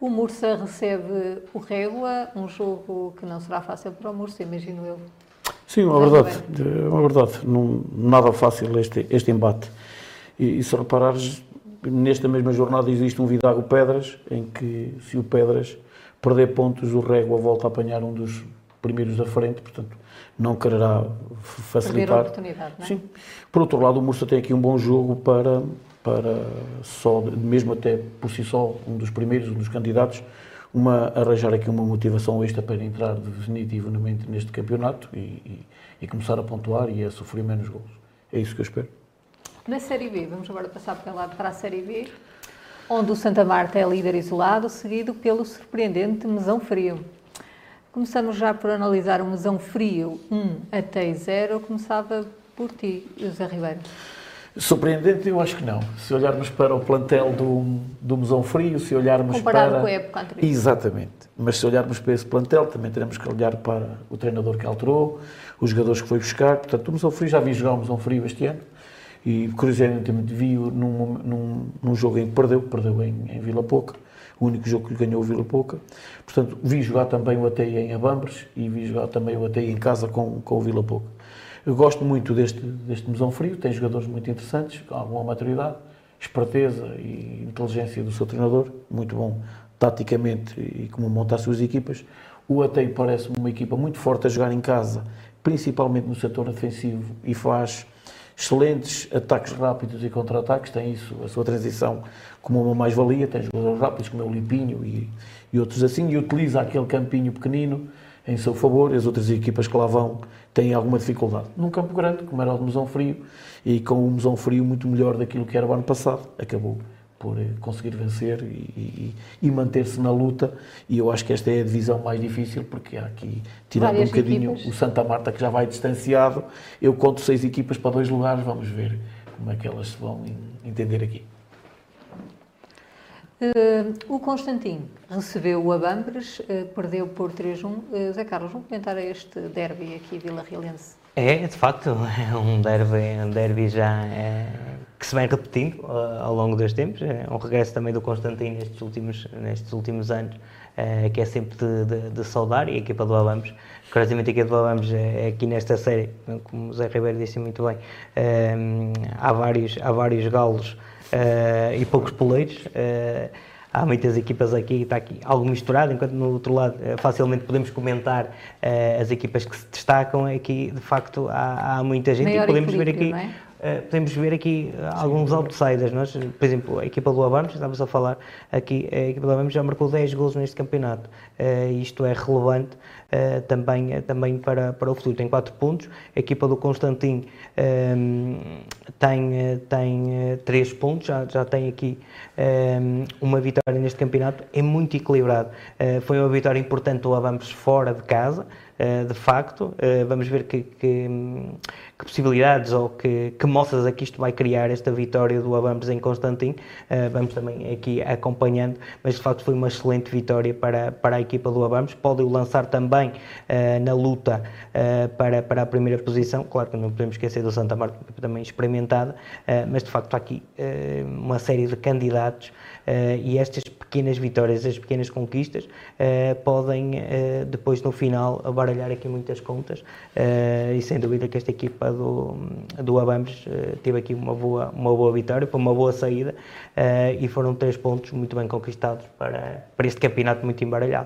Speaker 1: O Mursa recebe o Régua, um jogo que não será fácil para o Mursa, imagino eu.
Speaker 3: Sim, é verdade, é uma verdade. Não, nada fácil este, este embate. E, e se reparares, nesta mesma jornada existe um Vidago Pedras, em que se o Pedras perder pontos, o Régua volta a apanhar um dos primeiros da frente, portanto não quererá facilitar.
Speaker 1: Perder a oportunidade, não é?
Speaker 3: Sim. Por outro lado, o Mursa tem aqui um bom jogo para, para só, mesmo até por si só, um dos primeiros, um dos candidatos, uma, arranjar aqui uma motivação extra para entrar definitivamente neste campeonato e, e, e começar a pontuar e a sofrer menos golos. É isso que eu espero.
Speaker 1: Na Série B, vamos agora passar para, para a Série B, onde o Santa Marta é líder isolado, seguido pelo surpreendente Mesão Frio. Começamos já por analisar o Mesão Frio um até zero. Começava por ti, José Ribeiro.
Speaker 3: Surpreendente, eu acho que não. Se olharmos para o plantel do, do Mesão Frio, se olharmos
Speaker 1: Comparado
Speaker 3: para...
Speaker 1: com a época anterior.
Speaker 3: Exatamente. Mas se olharmos para esse plantel, também teremos que olhar para o treinador que alterou, os jogadores que foi buscar. Portanto, o Mesão Frio, já vi jogar o Mesão Frio este ano e, curiosamente, vi-o num, num, num jogo em que perdeu, perdeu em, em Vila Pouca, o único jogo que lhe ganhou o Vila Pouca. Portanto, vi jogar também o Ateia em Abambres e vi jogar também o Ateia em casa com, com o Vila Pouca. Eu gosto muito deste, deste Mesão Frio, tem jogadores muito interessantes, com alguma maturidade, esperteza e inteligência do seu treinador, muito bom taticamente e como monta as suas equipas. O Ateia parece-me uma equipa muito forte a jogar em casa, principalmente no setor defensivo, e faz excelentes ataques rápidos e contra-ataques, tem isso, a sua transição como uma mais-valia, tem jogadores rápidos como é o Lipinho e, e outros assim, e utiliza aquele campinho pequenino em seu favor. As outras equipas que lá vão têm alguma dificuldade. Num campo grande, como era o de Mesão Frio, e com o Mesão Frio muito melhor daquilo que era o ano passado, acabou por conseguir vencer e, e, e manter-se na luta, e eu acho que esta é a divisão mais difícil, porque há aqui, tirando um bocadinho equipas. O Santa Marta, que já vai distanciado, eu conto seis equipas para dois lugares, vamos ver como é que elas se vão entender aqui.
Speaker 1: Uh, o Constantino recebeu o Abambres, uh, perdeu por três a um. Uh, Zé Carlos, um comentário a este derby aqui vila-realense.
Speaker 2: É, de facto, é um derby, um derby já é, que se vai repetindo uh, ao longo dos tempos. É um regresso também do Constantino nestes últimos, nestes últimos anos, uh, que é sempre de, de, de saudar, e a equipa do Abambres. Curiosamente, a equipa do Abambres é aqui nesta série, como o Zé Ribeiro disse muito bem, uh, há, vários, há vários galos uh, e poucos poleiros. Uh, Há muitas equipas aqui, está aqui algo misturado, enquanto no outro lado facilmente podemos comentar uh, as equipas que se destacam. Aqui, de facto, há, há muita gente.
Speaker 1: Maior
Speaker 2: e podemos ver aqui,
Speaker 1: não é?
Speaker 2: uh, podemos ver aqui alguns outsiders. Nós, por exemplo, a equipa do Abambres, estávamos a falar aqui, a equipa do Abambres já marcou dez golos neste campeonato. Uh, isto é relevante uh, também, uh, também para, para o futuro. Tem quatro pontos. A equipa do Constantino um, tem, uh, tem uh, três pontos, já, já tem aqui um, uma vitória neste campeonato. É muito equilibrado. Uh, foi uma vitória importante do Abambres fora de casa, uh, de facto. Uh, vamos ver que, que, que possibilidades ou que, que moças aqui isto vai criar, esta vitória do Abambres em Constantino. Uh, vamos também aqui acompanhando, mas de facto foi uma excelente vitória para, para a equipa do Abambres. Pode o lançar também uh, na luta uh, para, para a primeira posição. Claro que não podemos esquecer do Santa Marta, também experimentada, uh, mas de facto há aqui uh, uma série de candidatos. Uh, e estas pequenas vitórias, as pequenas conquistas, uh, podem uh, depois no final abaralhar aqui muitas contas, uh, e sem dúvida que esta equipa do, do Abambres uh, teve aqui uma boa, uma boa vitória, foi uma boa saída, uh, e foram três pontos muito bem conquistados para, para este campeonato muito embaralhado.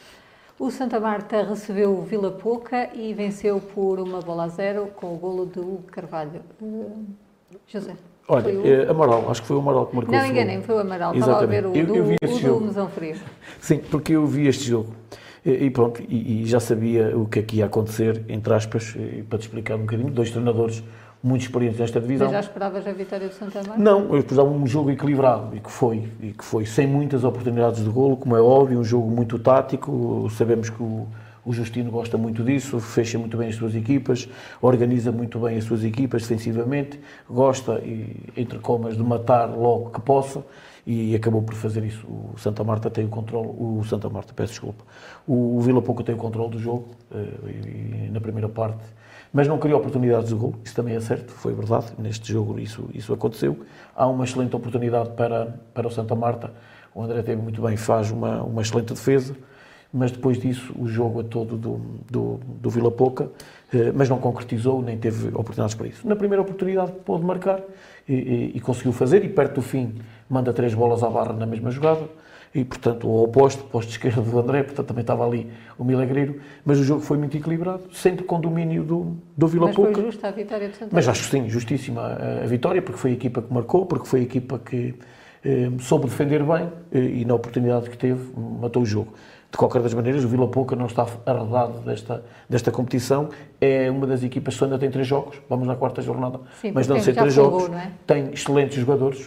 Speaker 1: O Santa Marta recebeu o Vila Pouca e venceu por uma bola a zero com o golo de Hugo Carvalho. Uh, José.
Speaker 3: Olha, o... Amaral, acho que foi o Amaral que marcou.
Speaker 1: Não, enganei-me, foi o Amaral. Estava a ver o, eu, do, eu vi o do Mesão Frio.
Speaker 3: Sim, porque eu vi este jogo e, e pronto, e, e já sabia o que é que ia acontecer, entre aspas, e, para te explicar um bocadinho, dois treinadores muito experientes nesta divisão.
Speaker 1: Mas já esperavas a vitória do Santa Marta?
Speaker 3: Não, eu esperava um jogo equilibrado, e que foi, e que foi sem muitas oportunidades de golo, como é óbvio, um jogo muito tático. Sabemos que o O Justino gosta muito disso, fecha muito bem as suas equipas, organiza muito bem as suas equipas defensivamente, gosta, e, entre comas, de matar logo que possa, e acabou por fazer isso. O Santa Marta tem o controle, o Santa Marta, peço desculpa, o, o Vila Pouca tem o controle do jogo, e, e, na primeira parte, mas não criou oportunidades de golo, isso também é certo, foi verdade, neste jogo isso, isso aconteceu. Há uma excelente oportunidade para, para o Santa Marta, o André teve muito bem, faz uma, uma excelente defesa, mas depois disso o jogo a todo do, do, do Vila Pouca, mas não concretizou, nem teve oportunidades para isso. Na primeira oportunidade pôde marcar e, e, e conseguiu fazer, e perto do fim manda três bolas à barra na mesma jogada, e portanto ao oposto, posto esquerdo do André, portanto também estava ali o Milagreiro, mas o jogo foi muito equilibrado, sempre com domínio do, do Vila
Speaker 1: mas
Speaker 3: Pouca.
Speaker 1: Mas foi justa a vitória de Santa
Speaker 3: Mas acho que sim, justíssima a, a vitória, porque foi a equipa que marcou, porque foi a equipa que eh, soube defender bem eh, e na oportunidade que teve matou o jogo. De qualquer das maneiras, o Vila Pouca não está arredado desta, desta competição. É uma das equipas que ainda tem três jogos, vamos na quarta jornada,
Speaker 1: Sim,
Speaker 3: mas não ser três
Speaker 1: jogou,
Speaker 3: jogos.
Speaker 1: Não é?
Speaker 3: Tem excelentes jogadores,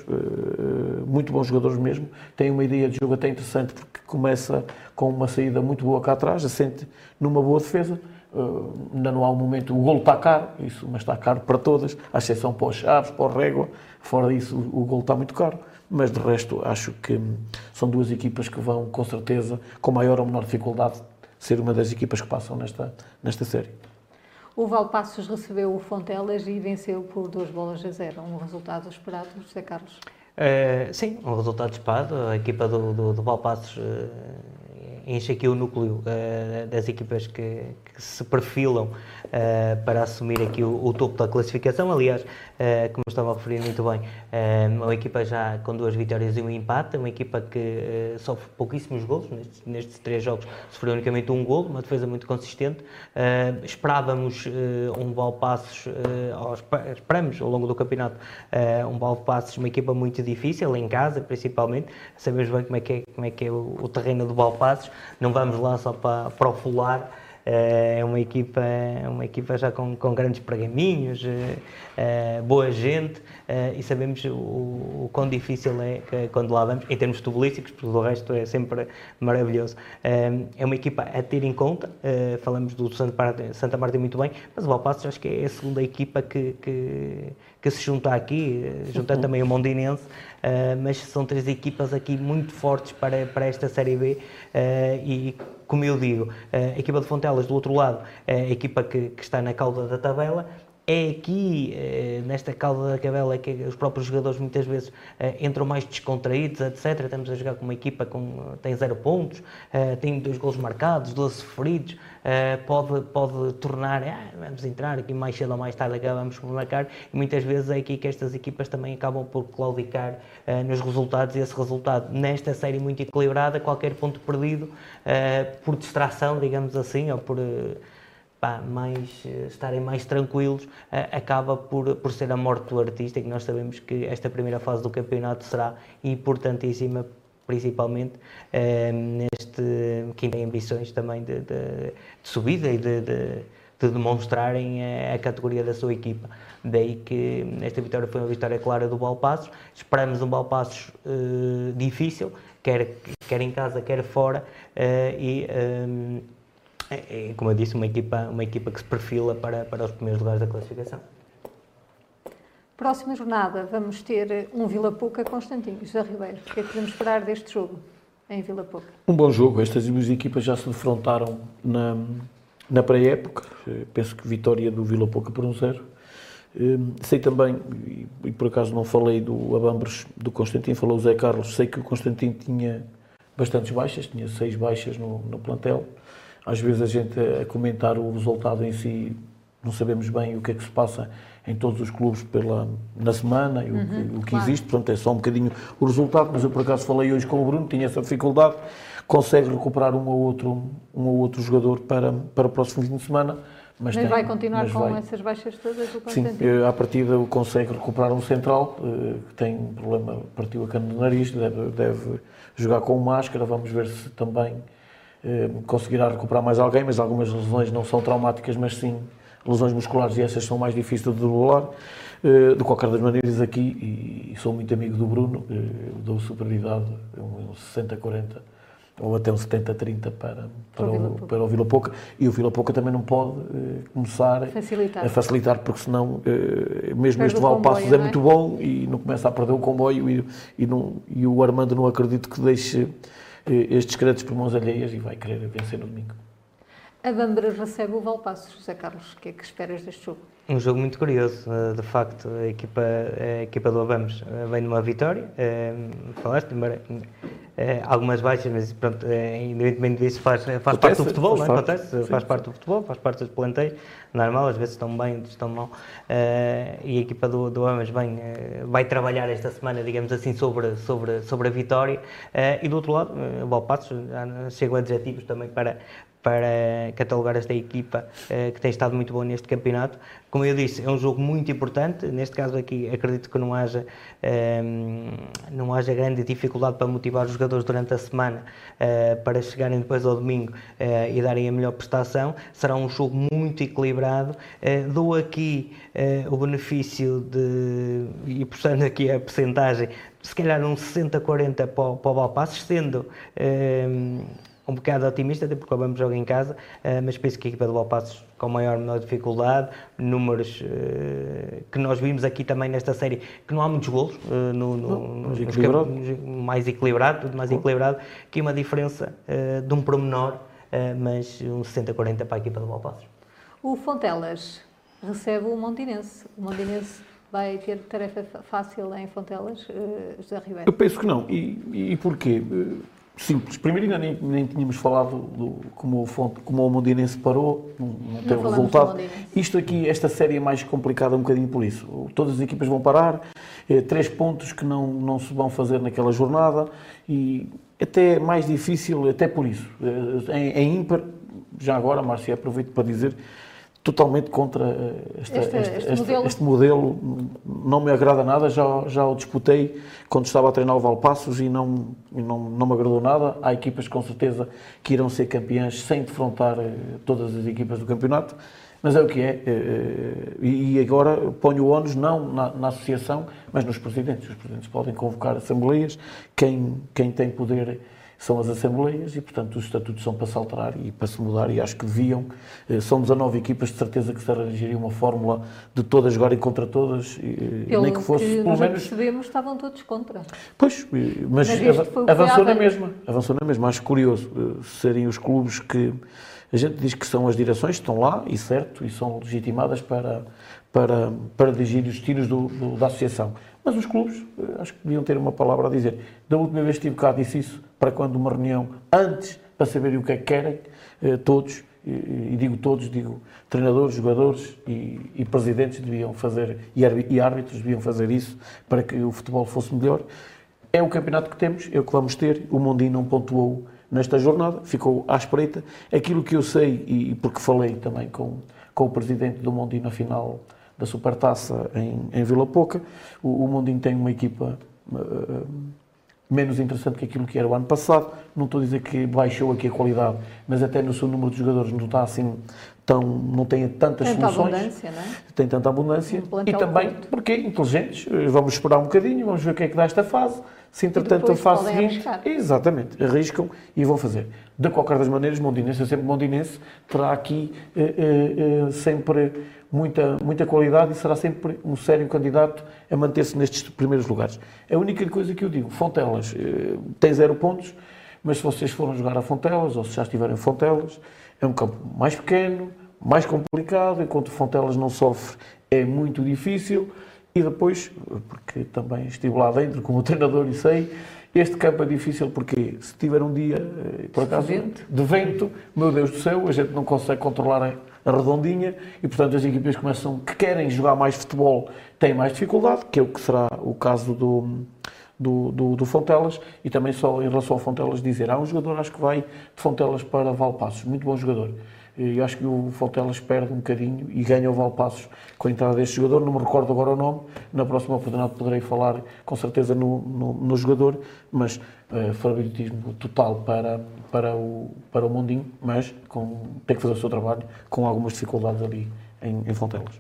Speaker 3: muito bons jogadores mesmo. Tem uma ideia de jogo até interessante, porque começa com uma saída muito boa cá atrás, assente numa boa defesa. Ainda não há um momento, o golo está caro, isso, mas está caro para todas, à exceção para os Chaves, para o Régua. Fora disso, o golo está muito caro. Mas de resto, acho que são duas equipas que vão, com certeza, com maior ou menor dificuldade, ser uma das equipas que passam nesta, nesta série.
Speaker 1: O Valpaços recebeu o Fontelas e venceu por duas bolas a zero. Um resultado esperado, José Carlos?
Speaker 2: Uh, sim, um resultado esperado. A equipa do, do, do Valpaços uh, enche aqui o núcleo uh, das equipas que, que se perfilam uh, para assumir aqui o, o topo da classificação. Aliás, uh, como estava a referir muito bem, uh, uma equipa já com duas vitórias e um empate, uma equipa que uh, sofre pouquíssimos golos, nestes, nestes três jogos sofreu unicamente um golo, uma defesa muito consistente. Uh, esperávamos uh, um Valpaços, uh, esperamos ao longo do campeonato, uh, um Valpaços, uma equipa muito difícil, em casa principalmente. Sabemos bem como é que é, como é, que é o, o terreno do Valpaços, não vamos lá só para, para o fular. É uma equipa, uma equipa já com, com grandes pergaminhos, uh, boa gente, uh, e sabemos o, o quão difícil é que, quando lá vamos, em termos futebolísticos, porque o resto é sempre maravilhoso. Uh, é uma equipa a ter em conta, uh, falamos do Santa Marta, Santa Marta muito bem, mas o Valpaços acho que é a segunda equipa que, que, que se junta aqui, uh, juntando também o Mondinense, uh, mas são três equipas aqui muito fortes para, para esta Série B, uh, e como eu digo, a equipa de Fontelas, do outro lado, é a equipa que, que está na cauda da tabela. É aqui, nesta cauda da tabela, que os próprios jogadores muitas vezes entram mais descontraídos, etcétera. Estamos a jogar com uma equipa que tem zero pontos, tem dois golos marcados, doze sofridos, pode, pode tornar, ah, vamos entrar aqui mais cedo ou mais tarde, acabamos por marcar, e muitas vezes é aqui que estas equipas também acabam por claudicar nos resultados, e esse resultado, nesta série muito equilibrada, qualquer ponto perdido, por distração, digamos assim, ou por... Pá, mais, estarem mais tranquilos, acaba por, por ser a morte do artista, e que nós sabemos que esta primeira fase do campeonato será importantíssima, principalmente eh, neste, quem tem ambições também de, de, de subida e de, de, de demonstrarem a, a categoria da sua equipa. Daí que esta vitória foi uma vitória clara do Valpaços. Esperamos um Valpaços eh, difícil, quer, quer em casa, quer fora, eh, e eh, É, como eu disse, uma equipa, uma equipa que se perfila para, para os primeiros lugares da classificação.
Speaker 1: Próxima jornada vamos ter um Vila Pouca Constantino. José Ribeiro, o que é que podemos esperar deste jogo em Vila Pouca?
Speaker 3: Um bom jogo. Estas duas equipas já se defrontaram na, na pré-época. Penso que vitória do Vila Pouca por um zero. Sei também, e por acaso não falei do Abambres do Constantino, falou o Zé Carlos, sei que o Constantino tinha bastantes baixas, tinha seis baixas no, no plantel. Às vezes a gente, a comentar o resultado em si, não sabemos bem o que é que se passa em todos os clubes pela, na semana e o, uhum, que, o que claro. existe, portanto é só um bocadinho o resultado, mas eu por acaso falei hoje com o Bruno, tinha essa dificuldade, consegue recuperar um ou outro, um ou outro jogador para, para o próximo fim de semana.
Speaker 1: Mas, mas tem, vai continuar mas com vai. essas baixas todas? Do
Speaker 3: Sim, à partida consegue recuperar um central, que tem um problema, partiu a cana do nariz, deve, deve jogar com máscara, vamos ver se também conseguirá recuperar mais alguém, mas algumas lesões não são traumáticas, mas sim lesões musculares, e essas são mais difíceis de debelar. De qualquer das maneiras, aqui, e sou muito amigo do Bruno, dou superioridade, um sessenta a quarenta, ou até um setenta a trinta para, para, o, para o Vila Pouca, e o Vila Pouca também não pode começar facilitar. a facilitar, porque senão, mesmo Perde este Valpaços é, é muito bom, e não começa a perder o comboio, e, e, não, e o Armando não acredito que deixe estes créditos por mãos alheias, e vai querer vencer no domingo.
Speaker 1: A Bambras recebe o Valpaços. José Carlos, o que é que esperas deste jogo?
Speaker 2: Um jogo muito curioso, de facto. A equipa, a equipa do Abamos vem numa vitória, falaste, embora algumas baixas, mas pronto, independentemente disso, faz, faz parte do futebol, não é? Acontece, sim, faz parte do futebol, faz parte dos plantéis, normal, às vezes estão bem, outros estão mal. E a equipa do, do Abamos vem, vai trabalhar esta semana, digamos assim, sobre, sobre, sobre a vitória. E do outro lado, o Valpaços, chegam adjetivos também para. para catalogar esta equipa eh, que tem estado muito boa neste campeonato. Como eu disse, é um jogo muito importante. Neste caso aqui, acredito que não haja, eh, não haja grande dificuldade para motivar os jogadores durante a semana eh, para chegarem depois ao domingo eh, e darem a melhor prestação. Será um jogo muito equilibrado. Eh, dou aqui eh, o benefício de, e puxando aqui a percentagem, se calhar um sessenta a quarenta para o, para o Valpaços, sendo eh, um bocado otimista, até porque o Abamos joga em casa, mas penso que a equipa do Valpaços com maior menor dificuldade, números uh, que nós vimos aqui também nesta série, que não há muitos golos, uh, no, no,
Speaker 3: mais,
Speaker 2: nos
Speaker 3: equilibrado.
Speaker 2: Campos, mais equilibrado, tudo mais equilibrado, que é uma diferença uh, de um pormenor, uh, mas um sessenta a quarenta para a equipa do Valpaços.
Speaker 1: O Fontelas recebe o Montinense. O Montinense vai ter tarefa fácil em Fontelas, uh, José Ribeiro?
Speaker 3: Eu penso que não. E, e, e porquê? Simples. Primeiro, ainda nem, nem tínhamos falado do, como, o Fonte, como o Mondinense parou, não, não teve resultado. Isto aqui, esta série é mais complicada um bocadinho por isso. Todas as equipas vão parar, é, três pontos que não, não se vão fazer naquela jornada e até mais difícil, até por isso. Em, em ímpar, já agora, Márcia, aproveito para dizer, totalmente contra esta, este, este, este, este, modelo. este modelo, não me agrada nada, já, já o disputei quando estava a treinar o Valpaços e não, não, não me agradou nada. Há equipas com certeza que irão ser campeãs sem defrontar todas as equipas do campeonato, mas é o que é, e agora ponho o ónus não na, na associação, mas nos presidentes. Os presidentes podem convocar assembleias, quem, quem tem poder são as assembleias e, portanto, os estatutos são para se alterar e para se mudar e acho que deviam. São dezanove equipas, de certeza que se arranjaria uma fórmula de todas jogarem contra todas,
Speaker 1: pelo
Speaker 3: nem que fosse,
Speaker 1: que
Speaker 3: pelo
Speaker 1: nós
Speaker 3: menos...
Speaker 1: percebemos, estavam todos contra.
Speaker 3: Pois, mas, mas av avançou na mesma, avançou na mesma. Acho curioso serem os clubes que... A gente diz que são as direções, estão lá, e certo, e são legitimadas para, para, para dirigir os destinos do, do, da associação. Mas os clubes, acho que deviam ter uma palavra a dizer. Da última vez que estive cá, disse isso, para quando uma reunião, antes, para saberem o que é que querem, todos, e digo todos, digo treinadores, jogadores e, e presidentes deviam fazer, e árbitros deviam fazer isso, para que o futebol fosse melhor. É o campeonato que temos, é o que vamos ter, o Mondinho não pontuou nesta jornada, ficou à espreita. Aquilo que eu sei, e porque falei também com, com o presidente do Mondinho na final da Supertaça em, em Vila Pouca, o, o Mondinho tem uma equipa uh, menos interessante que aquilo que era o ano passado. Não estou a dizer que baixou aqui a qualidade, mas até no seu número de jogadores não está assim tão, não tem tantas
Speaker 1: tanta
Speaker 3: soluções.
Speaker 1: Abundância, não é?
Speaker 3: Tem tanta abundância.
Speaker 1: Um
Speaker 3: e também,
Speaker 1: curto.
Speaker 3: porque inteligentes, vamos esperar um bocadinho, vamos ver o que é que dá esta fase. Se entretanto a fase seguinte, arriscar. Exatamente, arriscam e vão fazer. De qualquer das maneiras, Mondinense é sempre Mondinense, terá aqui eh, eh, sempre muita, muita qualidade e será sempre um sério candidato a manter-se nestes primeiros lugares. A única coisa que eu digo, Fontelas eh, tem zero pontos, mas se vocês forem jogar a Fontelas, ou se já estiverem em Fontelas, é um campo mais pequeno, mais complicado, enquanto Fontelas não sofre, é muito difícil. E depois, porque também estive lá dentro como treinador e sei, este campo é difícil porque se tiver um dia, por acaso,
Speaker 1: vento.
Speaker 3: de vento, meu Deus do céu, a gente não consegue controlar a redondinha e, portanto, as equipas começam, que querem jogar mais futebol têm mais dificuldade, que é o que será o caso do, do, do, do Fontelas. E também só em relação ao Fontelas dizer, há um jogador, acho que vai de Fontelas para Valpaços, muito bom jogador. E acho que o Fontelas perde um bocadinho e ganha o Valpaços com a entrada deste jogador. Não me recordo agora o nome. Na próxima oportunidade poderei falar com certeza no, no, no jogador, mas uh, favoritismo total para, para, o, para o Mondinho, mas com, tem que fazer o seu trabalho com algumas dificuldades ali em, em Fontelas.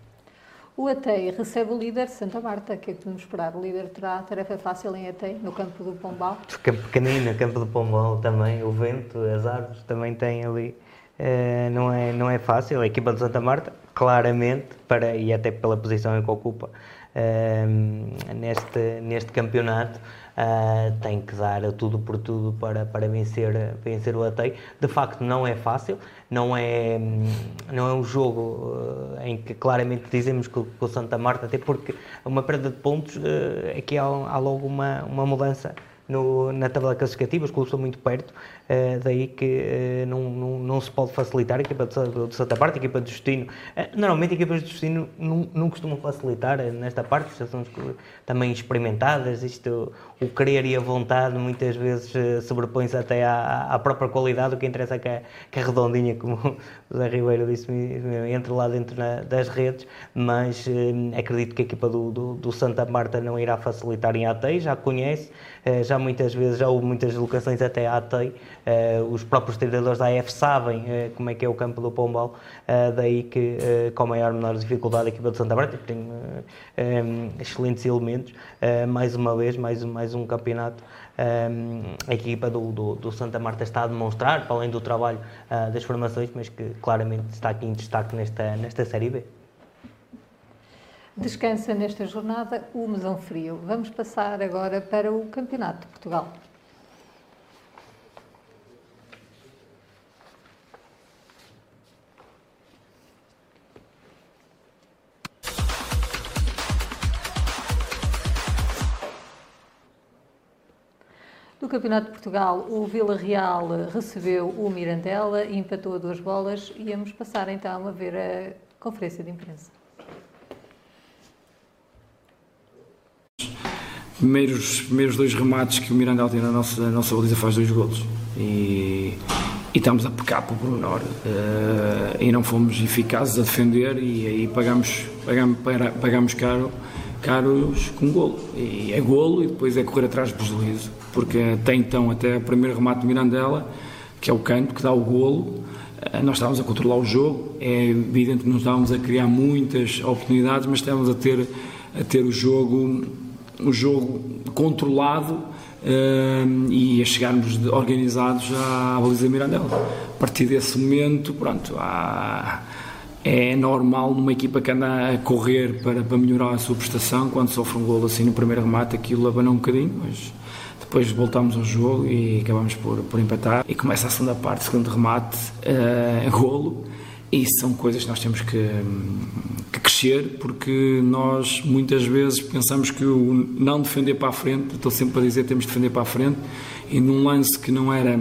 Speaker 1: O Atei recebe o líder Santa Marta. O que é que podemos esperar? O líder terá tarefa fácil em Atei, no campo do Pombal?
Speaker 2: O campo pequenino, o campo do Pombal também, o vento, as árvores também têm ali. Uh, não, é, não é fácil. A equipa de Santa Marta, claramente, para, e até pela posição em que ocupa, uh, neste, neste campeonato. Uh, tem que dar tudo por tudo para, para vencer, vencer o Ateio. De facto não é fácil, não é, não é um jogo uh, em que claramente dizemos que, que o Santa Marta, até porque uma perda de pontos, uh, aqui há, há logo uma, uma mudança no, na tabela classificativa, os clubes estão muito perto, uh, daí que uh, não, não, não se pode facilitar a equipa de, de Santa Marta, a equipa de Justino. Uh, normalmente a equipa de Justino não, não costumam facilitar uh, nesta parte, já são também experimentadas, isto, o querer e a vontade muitas vezes uh, sobrepõe-se até à, à própria qualidade, o que interessa é que a, que a redondinha, como o Zé Ribeiro disse, entre lá dentro na, das redes, mas uh, acredito que a equipa do, do, do Santa Marta não irá facilitar em Ateio, já conhece, uh, já muitas vezes, já houve muitas deslocações até a Ateio, uh, os próprios treinadores da A F sabem uh, como é que é o campo do Pombal, uh, daí que uh, com a maior ou menor dificuldade a equipa do Santa Marta tem uh, um, excelentes elementos, uh, mais uma vez, mais, mais um campeonato. Um, a equipa do, do, do Santa Marta está a demonstrar, para além do trabalho uh, das formações, mas que claramente está aqui em destaque nesta, nesta Série B.
Speaker 1: Descansa nesta jornada o Mesão Frio. Vamos passar agora para o Campeonato de Portugal. No Campeonato de Portugal, o Vila Real recebeu o Mirandela e empatou a duas bolas. E vamos passar então a ver a conferência de imprensa.
Speaker 5: Primeiros, primeiros dois remates que o Mirandela tem na nossa, na nossa baliza faz dois golos e, e estamos a pecar para o pormenor uh, e não fomos eficazes a defender e aí pagamos, pagamos, pagamos caro, caros com golo, e é golo e depois é correr atrás do prejuízo, porque até então, até o primeiro remate do Mirandela, que é o canto que dá o golo, uh, nós estávamos a controlar o jogo, é evidente que não estávamos a criar muitas oportunidades, mas estávamos a ter, a ter o jogo o jogo controlado uh, e a chegarmos organizados à baliza Mirandela. A partir desse momento, pronto, há, é normal numa equipa que anda a correr para, para melhorar a sua prestação, quando sofre um golo assim no primeiro remate, aquilo abana um bocadinho, mas depois voltamos ao jogo e acabamos por, por empatar e começa a segunda parte, segundo remate, uh, golo. E são coisas que nós temos que, que crescer, porque nós muitas vezes pensamos que o não defender para a frente, estou sempre a dizer que temos de defender para a frente, e num lance que não era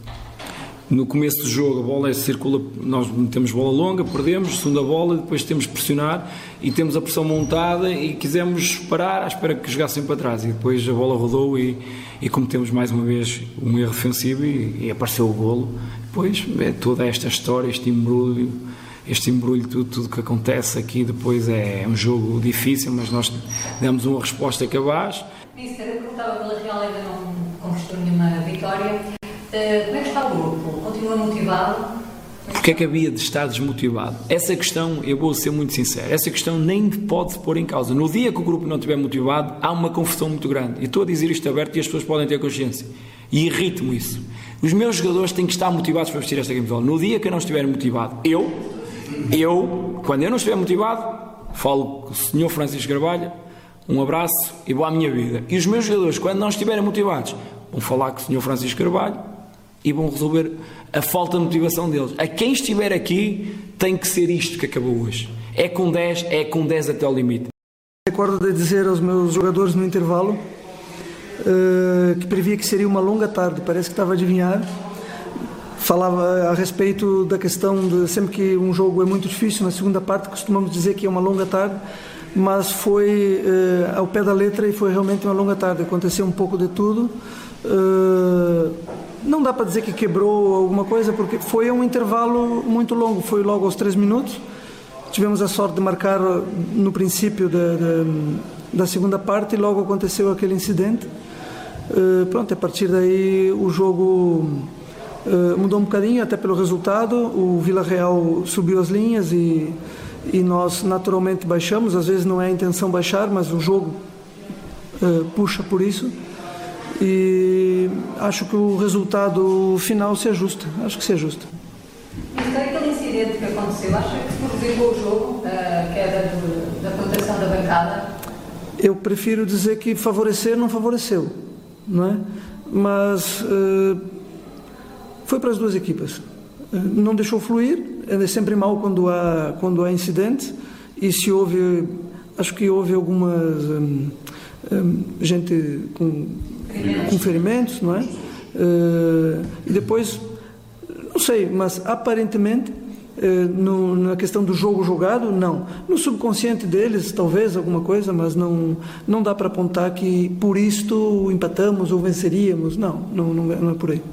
Speaker 5: no começo do jogo, a bola circula, nós temos bola longa, perdemos, segunda bola, depois temos de pressionar e temos a pressão montada e quisemos parar à espera que jogassem para trás, e depois a bola rodou e, e cometemos mais uma vez um erro defensivo e, e apareceu o golo. Depois é toda esta história, este embrulho, este embrulho, tudo, tudo que acontece aqui, depois é um jogo difícil, mas nós demos uma resposta capaz.
Speaker 1: Mister, eu perguntava pela Real, ainda não conquistou nenhuma vitória. Uh, como é que está o grupo? Continua motivado?
Speaker 5: Porque é que havia de estar desmotivado? Essa questão, eu vou ser muito sincero, essa questão nem pode pôr em causa. No dia que o grupo não estiver motivado, há uma confusão muito grande. E estou a dizer isto aberto e as pessoas podem ter consciência. E irrito-me isso. Os meus jogadores têm que estar motivados para vestir esta camisola. No dia que eu não estiver motivado, eu, eu, quando eu não estiver motivado, falo com o senhor Francisco Carvalho, um abraço e vou à minha vida. E os meus jogadores, quando não estiverem motivados, vão falar com o senhor Francisco Carvalho e vão resolver a falta de motivação deles. A quem estiver aqui, tem que ser isto que acabou hoje. É com dez, é com dez até ao limite.
Speaker 6: Recordo de dizer aos meus jogadores no intervalo uh, que previa que seria uma longa tarde, parece que estava a adivinhar. Falava a respeito da questão de sempre que um jogo é muito difícil, na segunda parte costumamos dizer que é uma longa tarde, mas foi uh, ao pé da letra e foi realmente uma longa tarde. Aconteceu um pouco de tudo. Uh, não dá para dizer que quebrou alguma coisa, porque foi um intervalo muito longo, foi logo aos três minutos. Tivemos a sorte de marcar no princípio da, da, da segunda parte e logo aconteceu aquele incidente. Uh, pronto, a partir daí o jogo uh, mudou um bocadinho, até pelo resultado. O Vila Real subiu as linhas e, e nós naturalmente baixamos. Às vezes não é a intenção baixar, mas o jogo uh, puxa por isso. E acho que o resultado final se ajusta, acho que se ajusta.
Speaker 1: Mas aquele incidente que aconteceu, acha que prejudicou o jogo, a queda de, da pontuação da bancada?
Speaker 6: eu prefiro dizer que favorecer não favoreceu, não é? Mas uh, foi para as duas equipas. Uh, não deixou fluir, é sempre mau quando há, quando há incidente, e se houve, acho que houve algumas um, um, gente com, com ferimentos, não é? Uh, e depois, não sei, mas aparentemente No, na questão do jogo jogado, não. No subconsciente deles, talvez alguma coisa, mas não, não dá para apontar que por isto empatamos ou venceríamos. Não, não, não, é, não é por aí.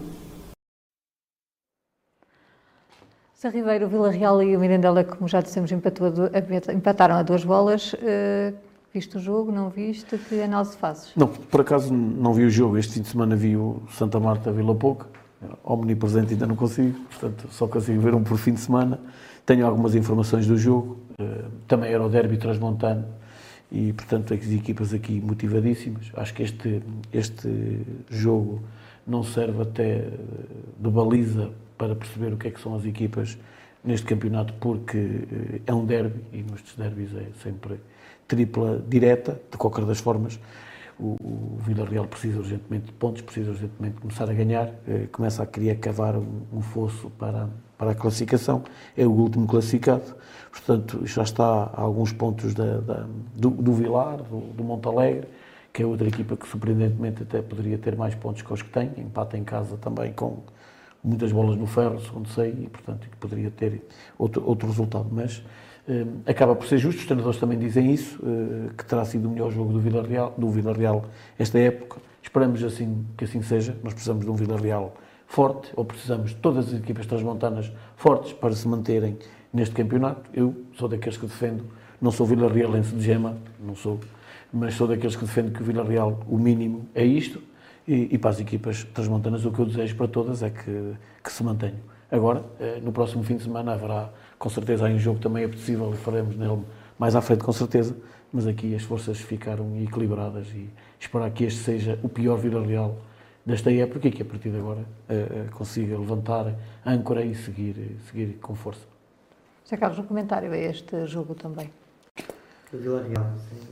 Speaker 1: Zé Ribeiro, o Vila Real e o Mirandela, como já dissemos, empatou a do, empataram a duas bolas. Uh, viste o jogo? Não viste? Que análise fazes?
Speaker 3: Não, por acaso não vi o jogo. Este fim de semana vi o Santa Marta Vila Pouca. Omnipresente ainda não consigo, portanto só consigo ver um por fim de semana. Tenho algumas informações do jogo, também era o derby transmontano e portanto as equipas aqui motivadíssimas. Acho que este, este jogo não serve até de baliza para perceber o que é que são as equipas neste campeonato, porque é um derby e nestes derbys é sempre tripla direta, de qualquer das formas. O, o Vila Real precisa urgentemente de pontos, precisa urgentemente de começar a ganhar, eh, começa a querer cavar um, um fosso para, para a classificação, é o último classificado, portanto já está a alguns pontos da, da, do, do Vilar, do, do Montalegre, que é outra equipa que surpreendentemente até poderia ter mais pontos que os que tem, empata em casa também com muitas bolas no ferro, segundo sei, e portanto que poderia ter outro, outro resultado, mas Uh, acaba por ser justo, os treinadores também dizem isso, uh, que terá sido o melhor jogo do Vila Real, do Vila Real esta época. Esperamos assim, que assim seja. Nós precisamos de um Vila Real forte, ou precisamos de todas as equipas transmontanas fortes para se manterem neste campeonato. Eu sou daqueles que defendo, não sou Vila Realense de gema, não sou, mas sou daqueles que defendo que o Vila Real, o mínimo é isto, e, e para as equipas transmontanas o que eu desejo para todas é que, que se mantenham. Agora, no próximo fim de semana haverá, com certeza, aí um jogo também apetecível e faremos nele mais à frente, com certeza, mas aqui as forças ficaram equilibradas e esperar que este seja o pior Vila Real desta época e que a partir de agora uh, consiga levantar a âncora e seguir, seguir com força.
Speaker 1: José Carlos, um comentário a este jogo também.
Speaker 2: O Vila Real,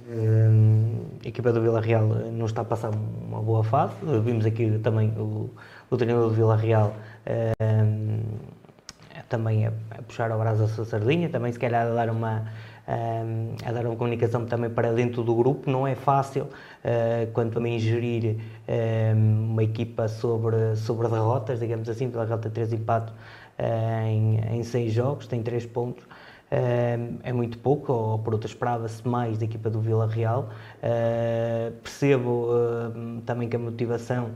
Speaker 2: sim. A equipa do Vila Real não está a passar uma boa fase. Vimos aqui também o, o treinador do Vila Real um, também a, a puxar ao braço a sua sardinha, também se calhar a dar uma um, a dar uma comunicação também para dentro do grupo. Não é fácil uh, quando também gerir um, uma equipa sobre, sobre derrotas, digamos assim. O Vila Real tem três empates uh, em, em seis jogos, tem três pontos. Uh, é muito pouco, ou por outro esperava-se mais da equipa do Vila Real. Uh, percebo uh, também que a motivação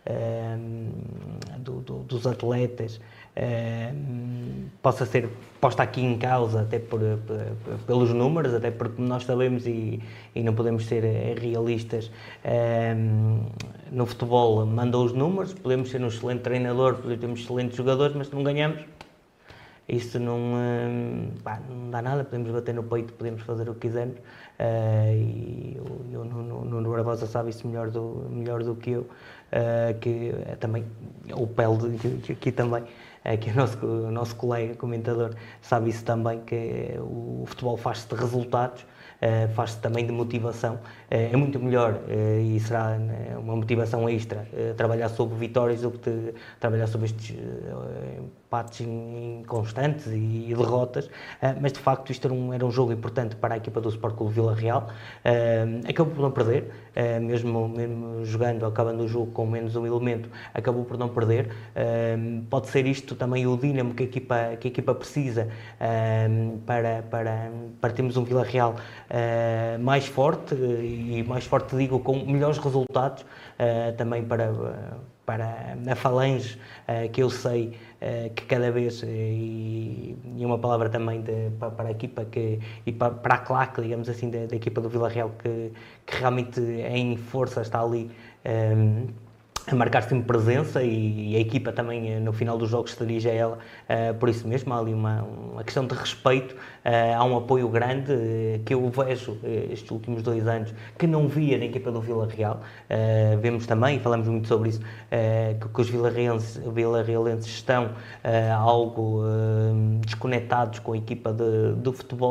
Speaker 2: uh, do, do, dos atletas uh, possa ser posta aqui em causa, até por, por, por, pelos números, até porque nós sabemos e, e não podemos ser realistas. Uh, no futebol mandam os números, podemos ser um excelente treinador, podemos ter excelentes jogadores, mas se não ganhamos, isso não, pá, não dá nada. Podemos bater no peito, podemos fazer o que quisermos, uh, e o Nuno Barbosa sabe isso melhor do, melhor do que eu, uh, que é também o Pelo aqui também, uh, que é o nosso, o nosso colega comentador, sabe isso também, que o futebol faz-se de resultados, uh, faz-se também de motivação. Uh, é muito melhor, uh, e será uh, uma motivação extra, uh, trabalhar sobre vitórias do que te, trabalhar sobre estes uh, empates inconstantes e, e derrotas, uh, mas de facto isto era um, era um jogo importante para a equipa do Sport Clube Vila Real. Uh, acabou por não perder, uh, mesmo, mesmo jogando, acabando o jogo com menos um elemento, acabou por não perder. Uh, pode ser isto também o dínamo que a equipa, que a equipa precisa uh, para, para, para termos um Vila Real uh, mais forte, e mais forte digo com melhores resultados, uh, também para, para a falange, uh, que eu sei uh, que cada vez, uh, e, e uma palavra também de, para, para a equipa que, e para, para a claque, digamos assim, da, da equipa do Vila Real, que, que realmente em força está ali um, a marcar sempre presença, e, e a equipa também no final dos jogos se dirige a ela, uh, por isso mesmo há ali uma, uma questão de respeito, uh, há um apoio grande uh, que eu vejo uh, estes últimos dois anos, que não via na equipa do Vila Real. Uh, vemos também, falamos muito sobre isso, uh, que, que os vilarrealenses, vilarrealenses estão uh, algo uh, desconectados com a equipa de, do futebol.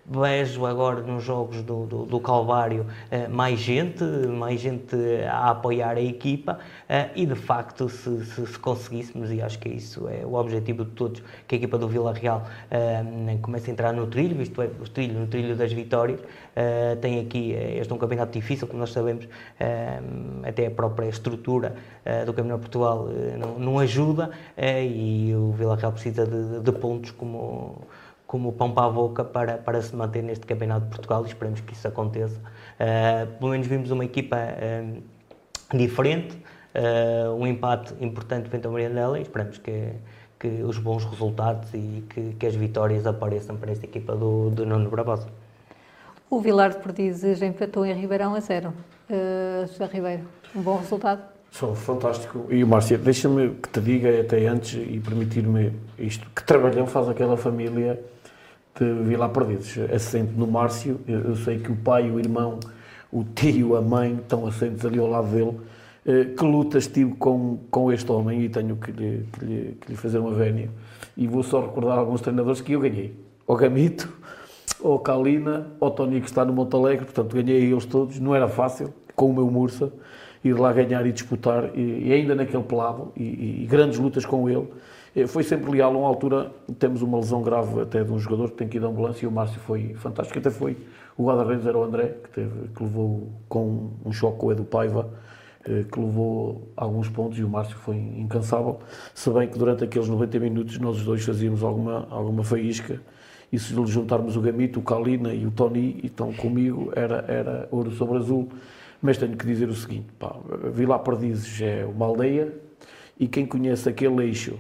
Speaker 2: vejo agora nos jogos do, do, do Calvário uh, mais gente, mais gente a apoiar a equipa uh, e de facto se, se, se conseguíssemos, e acho que isso é o objetivo de todos, que a equipa do Vila Real uh, comece a entrar no trilho, isto é, o trilho, no trilho das vitórias. Uh, tem aqui, este é um campeonato difícil, como nós sabemos, uh, até a própria estrutura uh, do Campeonato de Portugal uh, não, não ajuda uh, e o Vila Real precisa de, de pontos como como pão para a boca para, para se manter neste Campeonato de Portugal, e esperemos que isso aconteça. Uh, pelo menos vimos uma equipa uh, diferente, uh, um empate importante frente ao Mirandela, e esperamos que, que os bons resultados e que, que as vitórias apareçam para esta equipa do, do Nuno Barbosa.
Speaker 1: O Vilar de Perdizes empatou em Ribeirão a zero. Uh, José Ribeiro, um bom resultado?
Speaker 3: Só fantástico. E o Márcio, deixa-me que te diga até antes e permitir-me isto, que trabalhão faz aquela família de Vilar Perdizes, assente no Márcio. Eu sei que o pai, o irmão, o tio, a mãe estão assentes ali ao lado dele. Que lutas tive com, com este homem, e tenho que lhe, que, lhe, que lhe fazer uma vénia. E vou só recordar alguns treinadores que eu ganhei. O Gamito, o Kalina, o Tony, que está no Montalegre, portanto ganhei eles todos. Não era fácil, com o meu Mursa, ir lá ganhar e disputar, e, e ainda naquele pelado, e, e grandes lutas com ele. Foi sempre leal. A uma altura temos uma lesão grave até de um jogador que tem que ir à ambulância, e o Márcio foi fantástico. Até foi o guarda-redes, era o André, que, teve, que levou com um choque com o Edu Paiva, que levou alguns pontos, e o Márcio foi incansável. Se bem que durante aqueles noventa minutos nós os dois fazíamos alguma, alguma faísca, e se lhe juntarmos o Gamito, o Kalina e o Tony, então comigo era, era ouro sobre azul. Mas tenho que dizer o seguinte, pá, Vilar Perdizes é uma aldeia, e quem conhece aquele eixo,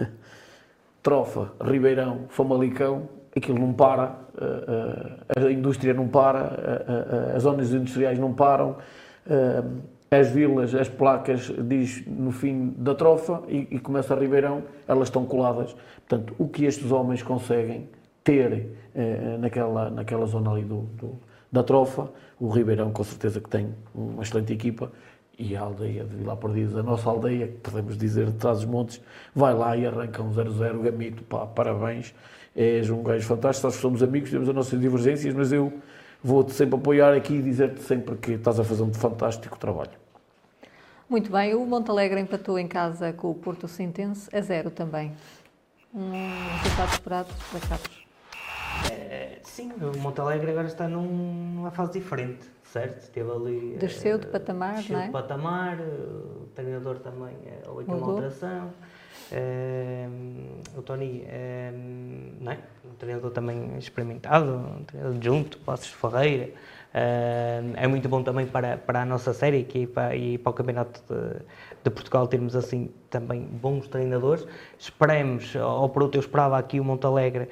Speaker 3: Trofa, Ribeirão, Famalicão, aquilo não para, a indústria não para, as zonas industriais não param, as vilas, as placas, diz no fim da Trofa, e começa a Ribeirão, elas estão coladas. Portanto, o que estes homens conseguem ter naquela, naquela zona ali do, do, da Trofa, o Ribeirão com certeza que tem uma excelente equipa, e a aldeia de Vilar Perdizes, a nossa aldeia, que podemos dizer de Trás-os-Montes, vai lá e arranca um zero zero, Gamito, pá, parabéns, és um gajo fantástico, nós somos amigos, temos as nossas divergências, mas eu vou-te sempre apoiar aqui e dizer-te sempre que estás a fazer um fantástico trabalho.
Speaker 1: Muito bem, o Montalegre empatou em casa com o Porto Sintense a zero também. Um resultado esperado para Carlos.
Speaker 2: É, sim, o Montalegre agora está num, numa fase diferente, certo? Esteve ali...
Speaker 1: Desceu de patamar,
Speaker 2: desceu
Speaker 1: não é?
Speaker 2: de patamar, o treinador também houve uma alteração. É, o Tony, é, não é? Um treinador também experimentado, um treinador junto, Passos Ferreira. É, é muito bom também para, para a nossa série aqui, para, e para o Campeonato de, de Portugal termos assim também bons treinadores. Esperemos, ou por outro eu esperava aqui o Montalegre,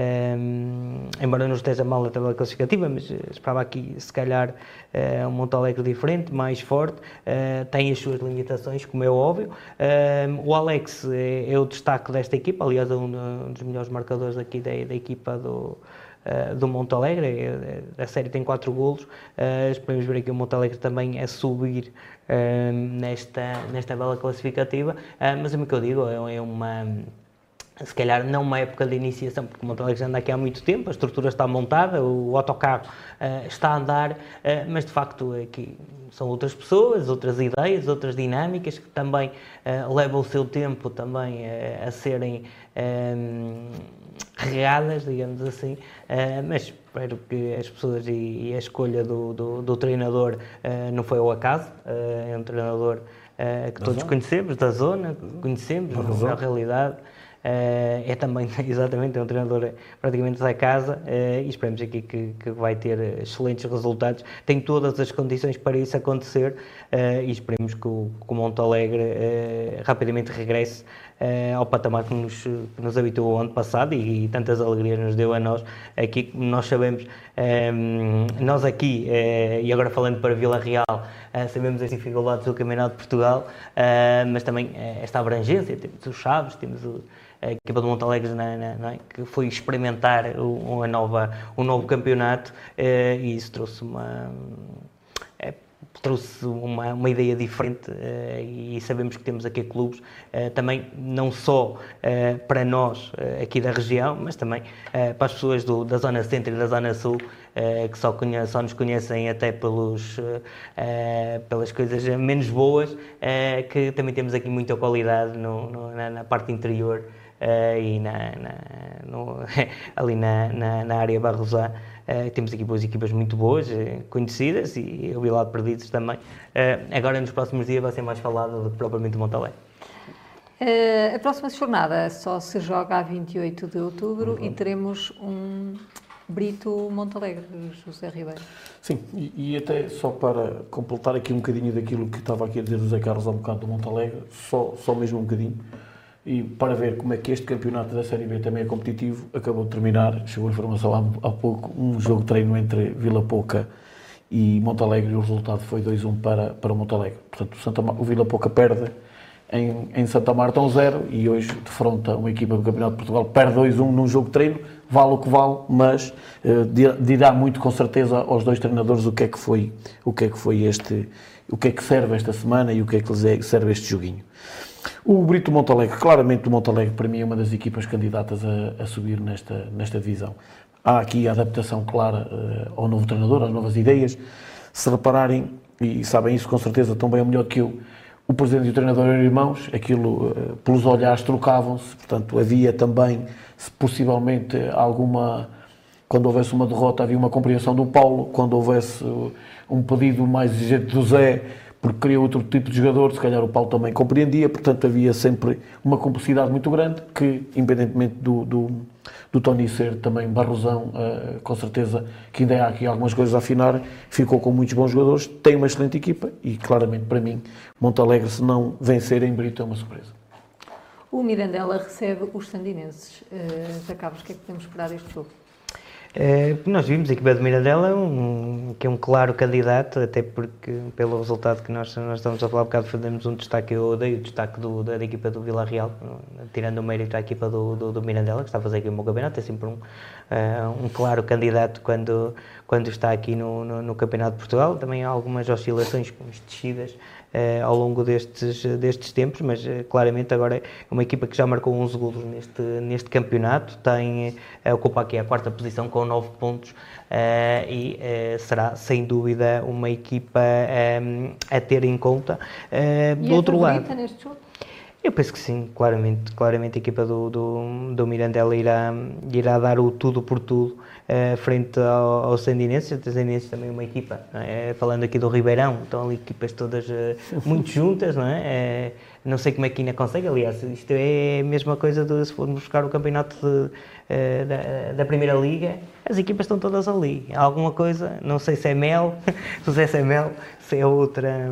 Speaker 2: um, embora não esteja mal na tabela classificativa, mas esperava aqui se calhar uh, um Montalegre diferente, mais forte, uh, tem as suas limitações, como é óbvio. Uh, o Alex é, é o destaque desta equipa, aliás é um, um dos melhores marcadores aqui da, da equipa do Uh, do Montalegre. A série tem quatro golos, uh, esperemos ver aqui o Montalegre também a subir uh, nesta, nesta bela classificativa, uh, mas é o que eu digo, é, é uma, se calhar não uma época de iniciação, porque o Montalegre já anda aqui há muito tempo, a estrutura está montada, o autocarro uh, está a andar, uh, mas de facto aqui são outras pessoas, outras ideias, outras dinâmicas que também uh, levam o seu tempo também uh, a serem um, regadas, digamos assim, uh, mas espero que as pessoas e, e a escolha do, do, do treinador uh, não foi ao acaso, uh, é um treinador uh, que da todos zona. conhecemos, da zona, conhecemos, na realidade. Uh, é também, exatamente, é um treinador praticamente da casa, uh, e esperemos aqui que, que vai ter excelentes resultados. Tem todas as condições para isso acontecer, uh, e esperemos que o, que o Montalegre uh, rapidamente regresse uh, ao patamar que nos, que nos habituou o ano passado, e, e tantas alegrias nos deu a nós. Aqui, como nós sabemos, um, nós aqui, uh, e agora falando para Vila Real, uh, sabemos as dificuldades do Campeonato de Portugal, uh, mas também uh, esta abrangência, temos os Chaves, temos o a equipa do Montalegre, não é? Que foi experimentar o, a nova, o novo campeonato, eh, e isso trouxe uma... É, trouxe uma, uma ideia diferente uh, e sabemos que temos aqui clubes uh, também não só uh, para nós uh, aqui da região, mas também uh, para as pessoas do, da zona centro e da zona sul uh, que só, conhece, só nos conhecem até pelos, uh, uh, pelas coisas menos boas, uh, que também temos aqui muita qualidade no, no, na, na parte interior uh, e na, na, no, ali na, na, na área Barrosá. Uh, temos aqui boas equipas muito boas, uh, conhecidas, e o Vilar de Perdidos também. Uh, agora, nos próximos dias, vai ser mais falado do que propriamente o Montalegre.
Speaker 1: Uh, a próxima jornada só se joga a vinte e oito de outubro uhum. e teremos um Brito Montalegre, José Ribeiro.
Speaker 3: Sim, e, e até só para completar aqui um bocadinho daquilo que estava aqui a dizer o José Carlos há um bocado do Montalegre, só, só mesmo um bocadinho. E para ver como é que este campeonato da Série B também é competitivo, acabou de terminar, chegou a informação há, há pouco, um jogo de treino entre Vila Pouca e Montalegre, e o resultado foi dois a um para, para o Montalegre. Portanto, o, Santa, o Vila Pouca perde em, em Santa Marta um zero e hoje defronta uma equipa do Campeonato de Portugal, perde dois a um num jogo de treino, vale o que vale, mas uh, dirá muito com certeza aos dois treinadores o que é que foi, o que é que foi este, o que é que serve esta semana e o que é que lhes serve este joguinho. O Brito Montalegre, claramente o Montalegre para mim é uma das equipas candidatas a, a subir nesta, nesta divisão. Há aqui a adaptação clara uh, ao novo treinador, às novas ideias. Se repararem, e sabem isso com certeza tão bem ou melhor que eu, o presidente e o treinador eram irmãos, aquilo uh, pelos olhares trocavam-se, portanto havia também, se possivelmente, alguma... Quando houvesse uma derrota havia uma compreensão do Paulo, quando houvesse uh, um pedido mais exigente do Zé, porque queria outro tipo de jogador, se calhar o Paulo também compreendia, portanto havia sempre uma cumplicidade muito grande, que independentemente do, do, do Tony ser também barrosão, uh, com certeza que ainda há aqui algumas coisas a afinar, ficou com muitos bons jogadores, tem uma excelente equipa e claramente para mim, Montalegre, se não vencer em Brito, é uma surpresa.
Speaker 1: O Mirandela recebe os sandinenses. Uh, já Carlos, o que é que podemos esperar deste jogo?
Speaker 2: Uh, nós vimos a equipa do Mirandela, um, que é um claro candidato, até porque, pelo resultado que nós, nós estamos a falar, um bocado fazemos um destaque, eu odeio o destaque do, da, da equipa do Vila Real, tirando o mérito à equipa do, do, do Mirandela, que está a fazer aqui um bom campeonato, é sempre um, uh, um claro candidato quando, quando está aqui no, no, no Campeonato de Portugal. Também há algumas oscilações, com as descidas, Uh, ao longo destes, destes tempos, mas uh, claramente agora é uma equipa que já marcou onze golos neste, neste campeonato, tem, uh, ocupa aqui a quarta posição com nove pontos uh, e uh, será sem dúvida uma equipa um, a ter em conta. Uh,
Speaker 1: e
Speaker 2: do outro lado,
Speaker 1: neste jogo?
Speaker 2: Eu penso que sim, claramente, claramente a equipa do, do, do Mirandela irá, irá dar o tudo por tudo uh, frente ao, ao Sandinenses. O Sandinenses também é uma equipa, não é? Falando aqui do Ribeirão, estão ali equipas todas uh, muito juntas, não é? Uh, não sei como é que ainda consegue, aliás, isto é a mesma coisa de, se formos buscar o campeonato de, uh, da, da Primeira Liga, as equipas estão todas ali. Há alguma coisa, não sei se é mel, se é mel, se é outra...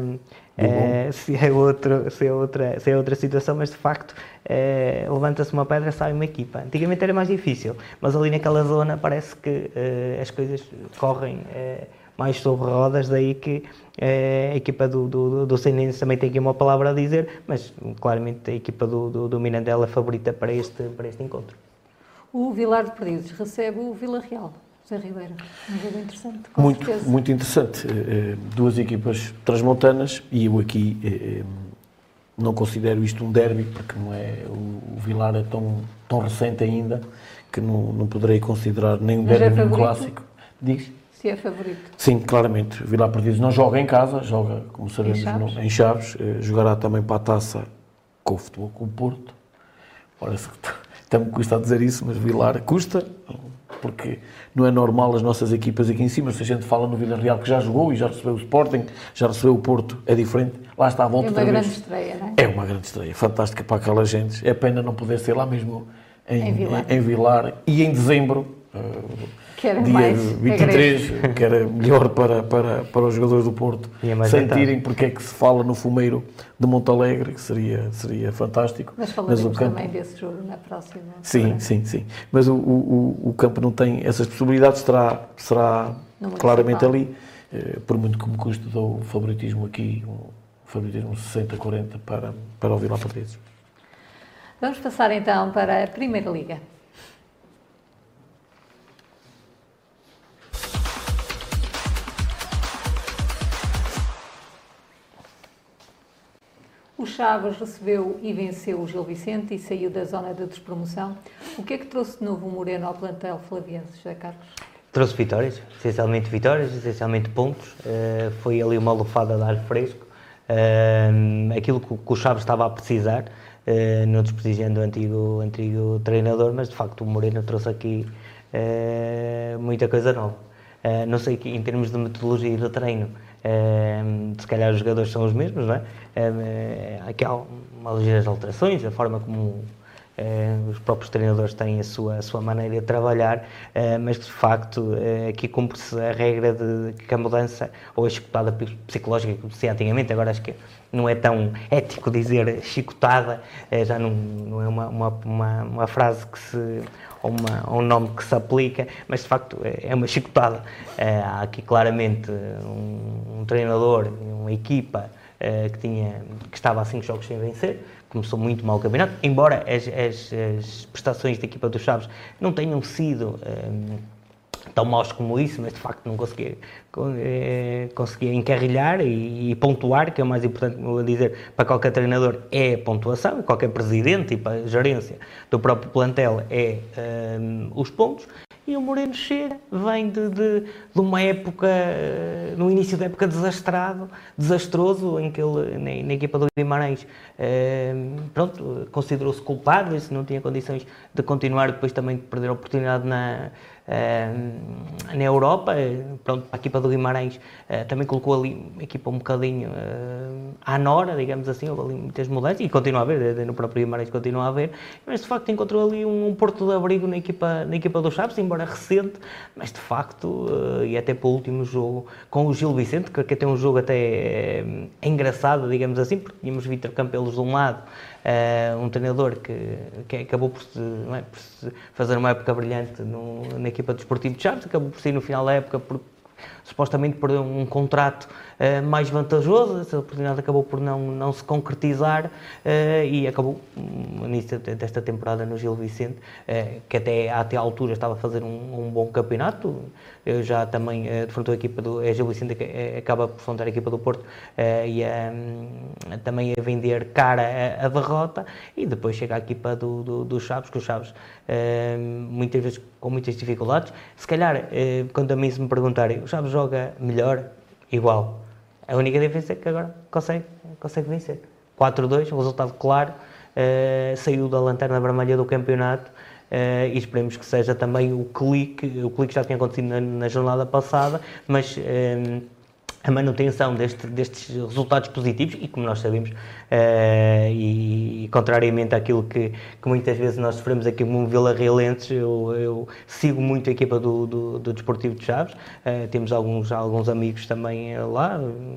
Speaker 2: Uh, se, é outro, se, é outra, se é outra situação, mas de facto uh, levanta-se uma pedra, sai uma equipa. Antigamente era mais difícil, mas ali naquela zona parece que uh, as coisas correm uh, mais sobre rodas, daí que uh, a equipa do, do, do Sandinenses também tem aqui uma palavra a dizer, mas claramente a equipa do, do, do Mirandela é favorita para este, para este encontro.
Speaker 1: O Vilar de Perdidos recebe o Vila Real. José Ribeiro, um jogo interessante, com
Speaker 3: muito,
Speaker 1: certeza. Muito
Speaker 3: interessante. Duas equipas transmontanas e eu aqui não considero isto um derby, porque não é, o Vilar é tão, tão recente ainda que não, não poderei considerar nem um
Speaker 1: Mas
Speaker 3: derby
Speaker 1: é
Speaker 3: nem um clássico. Diz?
Speaker 1: Se é favorito.
Speaker 3: Sim, claramente. O Vilar Perdidos não joga em casa, joga, como sabemos, em Chaves. No, em Chaves. Jogará também para a taça com o Futebol com o Porto. Parece que até me custa a dizer isso, mas o Vilar custa, porque não é normal as nossas equipas aqui em cima. Se a gente fala no Vila Real, que já jogou e já recebeu o Sporting, já recebeu o Porto, é diferente. Lá está a volta outra vez.
Speaker 1: É uma grande estreia, não é?
Speaker 3: É uma grande estreia, fantástica para aquela gente. É pena não poder ser lá mesmo em,
Speaker 1: em, Vilar.
Speaker 3: em, em Vilar e em dezembro,
Speaker 1: que era
Speaker 3: dia
Speaker 1: mais
Speaker 3: vinte e três, que era melhor para, para, para os jogadores do Porto sentirem porque é que se fala no fumeiro de Montalegre, que seria, seria fantástico.
Speaker 1: Mas falaremos
Speaker 3: Mas o campo...
Speaker 1: também desse jogo na próxima.
Speaker 3: Sim,
Speaker 1: semana.
Speaker 3: sim, sim. Mas o, o, o campo não tem essas possibilidades, será, será claramente ali, por muito que me custe, dou o favoritismo aqui, um favoritismo sessenta a quarenta para, para o Vilar Perdidos.
Speaker 1: Vamos passar então para a Primeira Liga. O Chaves recebeu e venceu o Gil Vicente e saiu da zona de despromoção. O que é que trouxe de novo o Moreno ao plantel flaviense, José Carlos?
Speaker 2: Trouxe vitórias, essencialmente vitórias, essencialmente pontos. Uh, foi ali uma lufada de ar fresco. Uh, aquilo que, que o Chaves estava a precisar, uh, não desprestigiando o antigo, antigo treinador, mas de facto o Moreno trouxe aqui uh, muita coisa nova. Uh, não sei que em termos de metodologia e de treino, uh, se calhar os jogadores são os mesmos, não é? Uh, aqui há uma ligeiras alterações, a forma como Uh, os próprios treinadores têm a sua, a sua maneira de trabalhar, uh, mas de facto uh, aqui cumpre-se a regra de que a mudança ou a chicotada psicológica, como se antigamente, agora acho que não é tão ético dizer chicotada, uh, já não, não é uma, uma, uma, uma frase que se, ou uma, um nome que se aplica, mas de facto é uma chicotada. Uh, há aqui claramente um, um treinador, uma equipa uh, que, tinha, que estava a cinco jogos sem vencer. Começou muito mal o campeonato, embora as, as, as prestações da equipa dos Chaves não tenham sido um, tão maus como isso, mas de facto não conseguia, conseguia encarrilhar e, e pontuar, que é o mais importante, vou dizer, para qualquer treinador é a pontuação, qualquer presidente e para a gerência do próprio plantel é um, os pontos. E o Moreno chega, vem de, de, de uma época, no início da época desastrado, desastroso, em que ele, na, na equipa do Guimarães, eh, pronto, considerou-se culpado, e se não tinha condições de continuar, depois também de perder a oportunidade na, eh, na Europa. Pronto, a equipa do Guimarães eh, também colocou ali a equipa um bocadinho eh, à nora, digamos assim, houve ali muitas mudanças, e continua a haver, no próprio Guimarães continua a haver, mas de facto encontrou ali um, um porto de abrigo na equipa, na equipa dos Chaves, embora recente, mas de facto, uh, e até para o último jogo com o Gil Vicente, que até um jogo até é, é engraçado, digamos assim, porque tínhamos Vítor Campelos de um lado, uh, um treinador que, que acabou por, se, não é, por se fazer uma época brilhante no, na equipa do Desportivo de Chaves, acabou por sair no final da época por supostamente perdeu um contrato uh, mais vantajoso, essa oportunidade acabou por não, não se concretizar uh, e acabou no início desta temporada no Gil Vicente, uh, que até, até à altura estava a fazer um, um bom campeonato. Eu já também uh, defrontou a equipa do é Gil Vicente, que acaba por defrontar a equipa do Porto uh, e um, também a vender cara a, a derrota, e depois chega a equipa do, do, do Chaves, que o Chaves uh, muitas vezes com muitas dificuldades. Se calhar, uh, quando a mim se me perguntarem, o Chaves joga melhor, igual. A única diferença é que agora consegue, consegue vencer. quatro a dois, um resultado claro, uh, saiu da lanterna vermelha do campeonato, uh, e esperemos que seja também o clique, o clique já tinha acontecido na, na jornada passada, mas uh, a manutenção deste, destes resultados positivos, e como nós sabemos, uh, e, e contrariamente àquilo que, que muitas vezes nós sofremos aqui como Vila Realenses, eu, eu sigo muito a equipa do, do, do Desportivo de Chaves, uh, temos alguns, alguns amigos também lá,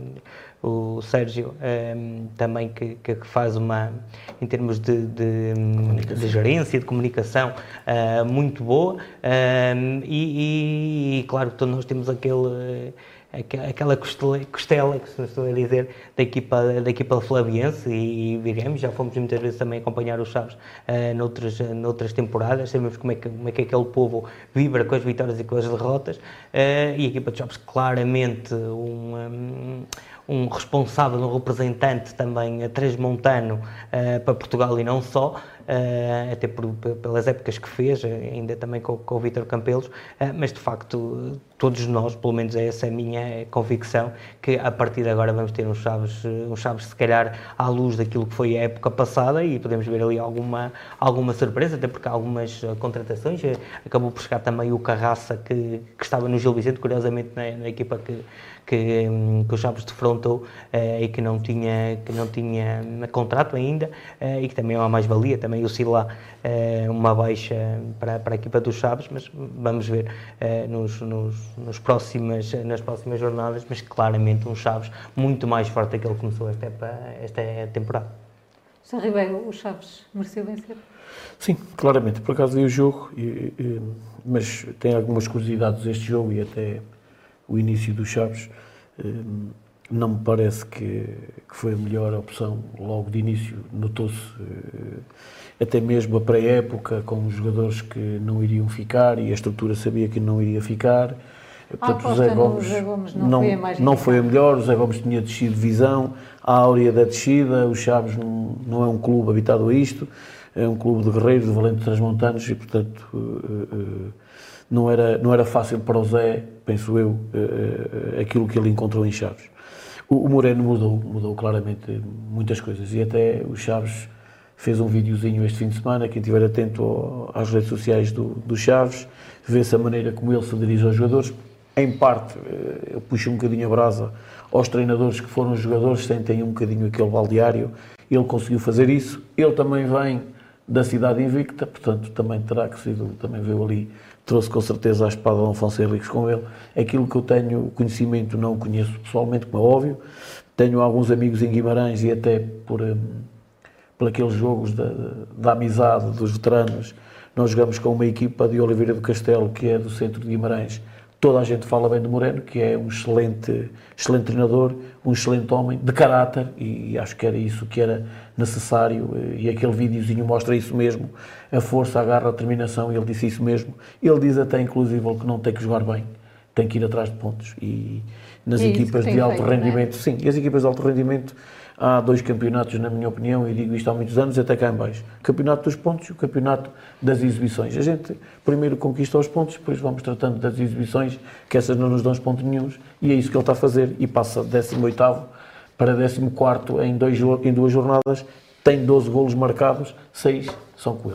Speaker 2: o Sérgio um, também que, que faz uma, em termos de, de, de gerência, de comunicação, uh, muito boa, um, e, e, e claro, todos nós temos aquele... aquela costela, costela que se estou a dizer, da equipa, da equipa flaviense, e, e viremos, já fomos muitas vezes também acompanhar os Chaves uh, noutras, noutras temporadas, sabemos como é, que, como é que aquele povo vibra com as vitórias e com as derrotas, uh, e a equipa de Chaves claramente um, um, um responsável, um representante também transmontano uh, para Portugal e não só, Uh, até por, pelas épocas que fez, ainda também com, com o Vítor Campelos, uh, mas de facto todos nós, pelo menos é essa a minha convicção, que a partir de agora vamos ter uns Chaves, uns Chaves se calhar à luz daquilo que foi a época passada, e podemos ver ali alguma, alguma surpresa, até porque há algumas contratações, acabou por chegar também o Carraça, que, que estava no Gil Vicente, curiosamente na, na equipa que, que, que o Chaves defrontou, uh, e que não tinha, que não tinha contrato ainda, uh, e que também é uma mais-valia, também o Silá, uh, uma baixa para, para a equipa dos Chaves, mas vamos ver uh, nos, nos, nos próximas, nas próximas jornadas, mas claramente um Chaves muito mais forte do que ele começou esta, esta temporada.
Speaker 1: Sr. Ribeiro, o Chaves mereceu vencer?
Speaker 3: Sim, claramente, por acaso vi o jogo, e, e, mas tem algumas curiosidades este jogo e até o início do Chaves. Um, não me parece que, que foi a melhor opção logo de início, notou-se uh, até mesmo a pré-época com os jogadores que não iriam ficar, e a estrutura sabia que não iria ficar, Portanto,
Speaker 1: a
Speaker 3: o Zé
Speaker 1: aposta
Speaker 3: Gomes,
Speaker 1: no Zé Gomes não,
Speaker 3: não,
Speaker 1: foi a mais
Speaker 3: não foi a
Speaker 1: indicada.
Speaker 3: melhor, o Zé Gomes tinha descido divisão, a áurea da descida, o Chaves não, não é um clube habitado a isto, é um clube de guerreiros, de valentes transmontanos e, portanto, uh, uh, não, era, não era fácil para o Zé, penso eu, uh, uh, aquilo que ele encontrou em Chaves. O, o Moreno mudou, mudou claramente muitas coisas e até o Chaves fez um videozinho este fim de semana, quem estiver atento ao, às redes sociais do, do Chaves, vê-se a maneira como ele se dirige aos jogadores. Em parte, eu puxo um bocadinho a brasa aos treinadores que foram jogadores, sentem um bocadinho aquele baldeário. Ele conseguiu fazer isso. Ele também vem da cidade invicta, portanto, também terá que sido, também veio ali, trouxe com certeza a espada de Afonso Henriques com ele. Aquilo que eu tenho conhecimento, não o conheço pessoalmente, como é óbvio. Tenho alguns amigos em Guimarães e até por... por aqueles jogos da, da amizade dos veteranos, nós jogamos com uma equipa de Oliveira do Castelo, que é do centro de Guimarães. Toda a gente fala bem do Moreno, que é um excelente, excelente treinador, um excelente homem, de caráter, e acho que era isso que era necessário, e aquele videozinho mostra isso mesmo, a força, a garra, a determinação, ele disse isso mesmo. Ele diz até, inclusive, que não tem que jogar bem, tem que ir atrás de pontos. E nas
Speaker 1: é
Speaker 3: equipas de alto
Speaker 1: feito,
Speaker 3: rendimento, sim, e as equipas de alto rendimento, há dois campeonatos, na minha opinião, e digo isto há muitos anos, até cá em baixo. O campeonato dos pontos e o campeonato das exibições. A gente primeiro conquista os pontos, depois vamos tratando das exibições, que essas não nos dão os pontos nenhuns, e é isso que ele está a fazer, e passa de décimo oitavo para décimo quarto em, dois, em duas jornadas, tem doze golos marcados, seis são com ele.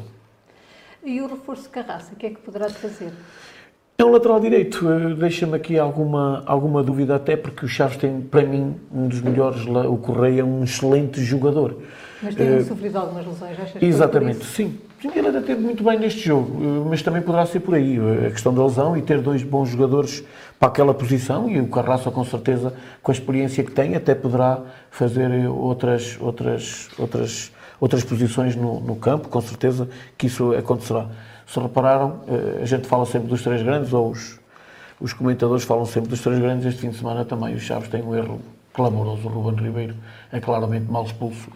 Speaker 1: E o reforço de Carraça, o que é que poderá fazer?
Speaker 3: É um lateral direito, deixa-me aqui alguma, alguma dúvida até, porque o Chaves tem, para mim, um dos melhores, o Correia é um excelente jogador.
Speaker 1: Mas tem
Speaker 3: uh,
Speaker 1: sofrido algumas lesões, achas que
Speaker 3: exatamente, sim. Sim, ele ainda teve muito bem neste jogo, mas também poderá ser por aí, a questão da lesão e ter dois bons jogadores para aquela posição, e o Carraça, com certeza, com a experiência que tem, até poderá fazer outras, outras, outras, outras posições no, no campo, com certeza que isso acontecerá. Se repararam, a gente fala sempre dos três grandes, ou os, os comentadores falam sempre dos três grandes, este fim de semana também o Chaves tem um erro clamoroso, o Ruben Ribeiro é claramente mal expulso,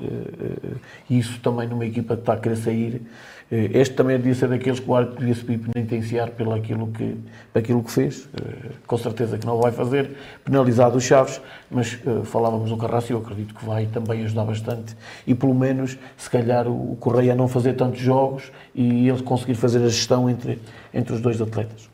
Speaker 3: e isso também numa equipa que está a querer sair. Este também devia ser daqueles que o árbitro devia se penitenciar pelo aquilo que, aquilo que fez, com certeza que não vai fazer, penalizado os Chaves, mas falávamos no Carraça e eu acredito que vai também ajudar bastante, e pelo menos, se calhar, o Correia não fazer tantos jogos e ele conseguir fazer a gestão entre, entre os dois atletas.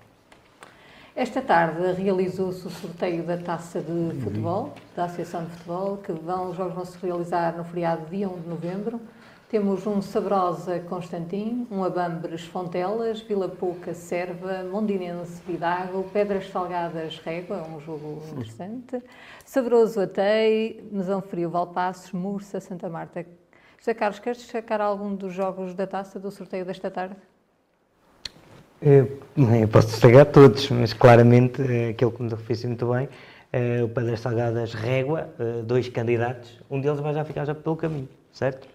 Speaker 1: Esta tarde realizou-se o sorteio da Taça de Futebol, da Associação de Futebol, que vão, os jogos vão se realizar no feriado dia um de novembro. Temos um Sabrosa Constantin, um Abambres Fontelas, Vila Pouca Serva, Mondinense Vidago, Pedras Salgadas Régua, um jogo interessante, Sabroso Atei, Mesão Frio Valpassos, Mursa, Santa Marta. José Carlos, queres destacar algum dos jogos da Taça do sorteio desta tarde?
Speaker 2: Eu, eu posso destacar todos, mas claramente aquele que me referi muito bem, é o Pedras Salgadas Régua, dois candidatos, um deles vai já ficar já pelo caminho, certo?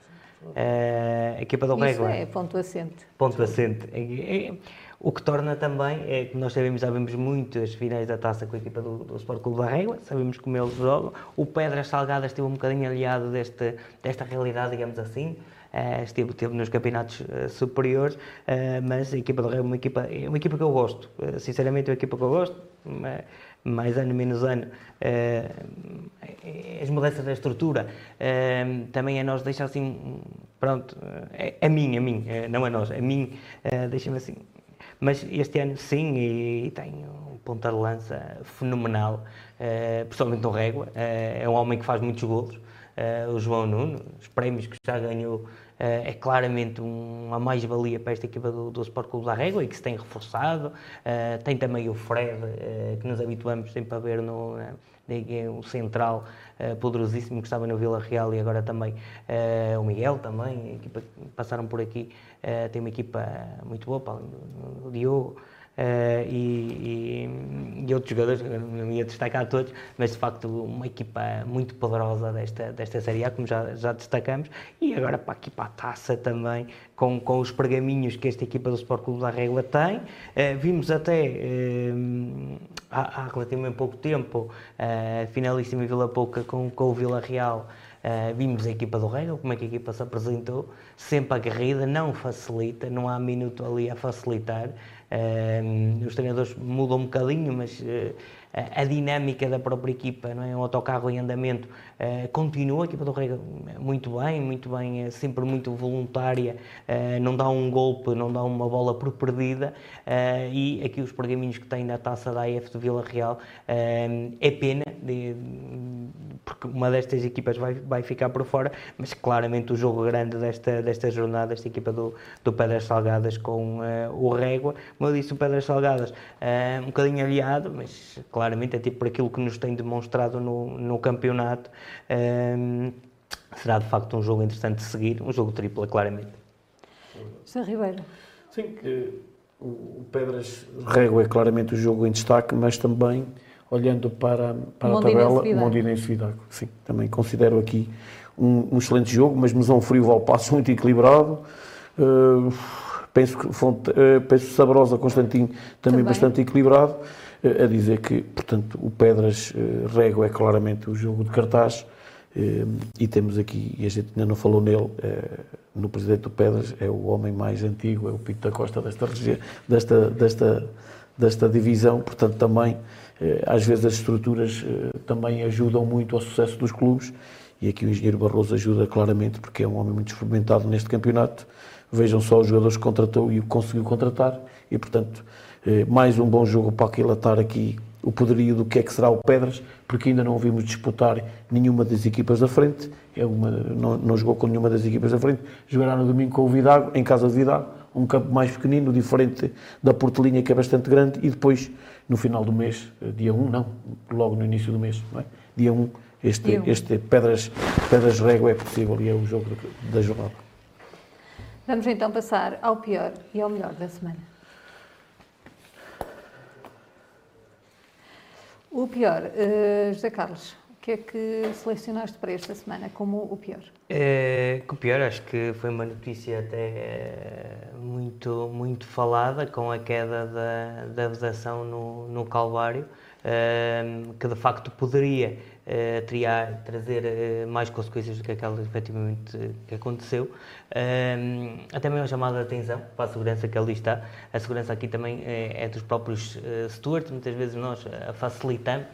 Speaker 2: A equipa do Régua.
Speaker 1: Isso é ponto assente.
Speaker 2: Ponto assente. É, é, o que torna também, é que nós sabemos, já vemos muito as finais da taça com a equipa do, do Sport Clube da Régua, sabemos como eles jogam. O Pedras Salgadas esteve um bocadinho aliado deste, desta realidade, digamos assim. Uh, esteve, esteve nos campeonatos uh, superiores, uh, mas a equipa do Régua é uma equipa, é uma equipa que eu gosto. Uh, sinceramente, é uma equipa que eu gosto. Uh, mais ano, menos ano, uh, as mudanças da estrutura, uh, também a nós deixa assim, pronto, é a mim, a mim, não a nós, a mim, uh, deixa-me assim. Mas este ano sim, e, e tem um ponta de lança fenomenal, uh, principalmente no Régua, uh, é um homem que faz muitos golos, uh, o João Nuno, os prémios que já ganhou, Uh, é claramente um, uma mais-valia para esta equipa do, do Sport Clube da Régua e que se tem reforçado. Uh, tem também o Fred, uh, que nos habituamos sempre a ver no uh, o central uh, poderosíssimo que estava no Vila Real, e agora também uh, o Miguel também, a equipa que passaram por aqui, uh, tem uma equipa muito boa, para além do, do Diogo. Uh, e, e, e outros jogadores, não ia destacar todos, mas de facto uma equipa muito poderosa desta, desta Série A, como já, já destacamos, e agora para aqui para a taça também, com, com os pergaminhos que esta equipa do Sport Clube da Régua tem. Uh, vimos até uh, há, há relativamente pouco tempo a uh, finalíssima Vila Pouca com, com o Vila Real. Uh, vimos a equipa do Régua, como é que a equipa se apresentou, sempre aguerrida, não facilita, não há minuto ali a facilitar. Uh, os treinadores mudam um bocadinho, mas uh, a, a dinâmica da própria equipa, não é? Um autocarro em andamento, uh, continua, a equipa do Rega muito bem, muito bem, é sempre muito voluntária, uh, não dá um golpe, não dá uma bola por perdida, uh, e aqui os pergaminhos que tem na taça da A F de Vila Real, uh, é pena, de, porque uma destas equipas vai, vai ficar por fora, mas claramente o jogo grande desta, desta jornada, esta equipa do, do Pedras Salgadas com uh, o Régua, como eu disse, o Pedras Salgadas uh, um bocadinho aliado, mas claramente é tipo por aquilo que nos tem demonstrado no, no campeonato, uh, será de facto um jogo interessante de seguir, um jogo tripla, claramente.
Speaker 1: José Ribeiro.
Speaker 3: Sim, o Pedras Régua é claramente o jogo em destaque, mas também olhando para, para a tabela, Mondinense Vidago. Sim, também considero aqui um, um excelente jogo, mas Mesão Frio Valpaços muito equilibrado. Uh, penso que Fonte, uh, penso Sabrosa Constantino também, também bastante equilibrado. Uh, a dizer que, portanto, o Pedras uh, Régua é claramente o jogo de cartaz. Uh, e temos aqui, e a gente ainda não falou nele, uh, no presidente do Pedras, é o homem mais antigo, é o Pinto da Costa desta região, desta, desta, desta divisão, portanto também às vezes as estruturas também ajudam muito ao sucesso dos clubes, e aqui o engenheiro Barroso ajuda claramente porque é um homem muito experimentado neste campeonato. Vejam só os jogadores que contratou e o que conseguiu contratar, e portanto mais um bom jogo para aquilatar aqui o poderio do que é que será o Pedras, porque ainda não o vimos disputar nenhuma das equipas da frente, é uma, não, não jogou com nenhuma das equipas da frente, jogará no domingo com o Vidago, em casa de Vidago, um campo mais pequenino, diferente da Portelinha, que é bastante grande, e depois, no final do mês, dia um, não, logo no início do mês, não é? Dia um, este, dia um. este Pedras, Pedras Régua é possível e é o jogo da jornada.
Speaker 1: Vamos então passar ao pior e ao melhor da semana. O pior, uh, José Carlos, o que é que selecionaste para esta semana como o pior?
Speaker 2: É, o pior, acho que foi uma notícia até muito, muito falada, com a queda da, da vedação no, no Calvário, uh, que de facto poderia uh, triar, trazer uh, mais consequências do que aquelas efetivamente uh, que aconteceu. Uh, até mesmo a chamada de atenção para a segurança que ali está. A segurança aqui também é, é dos próprios uh, stewards, muitas vezes nós a facilitamos,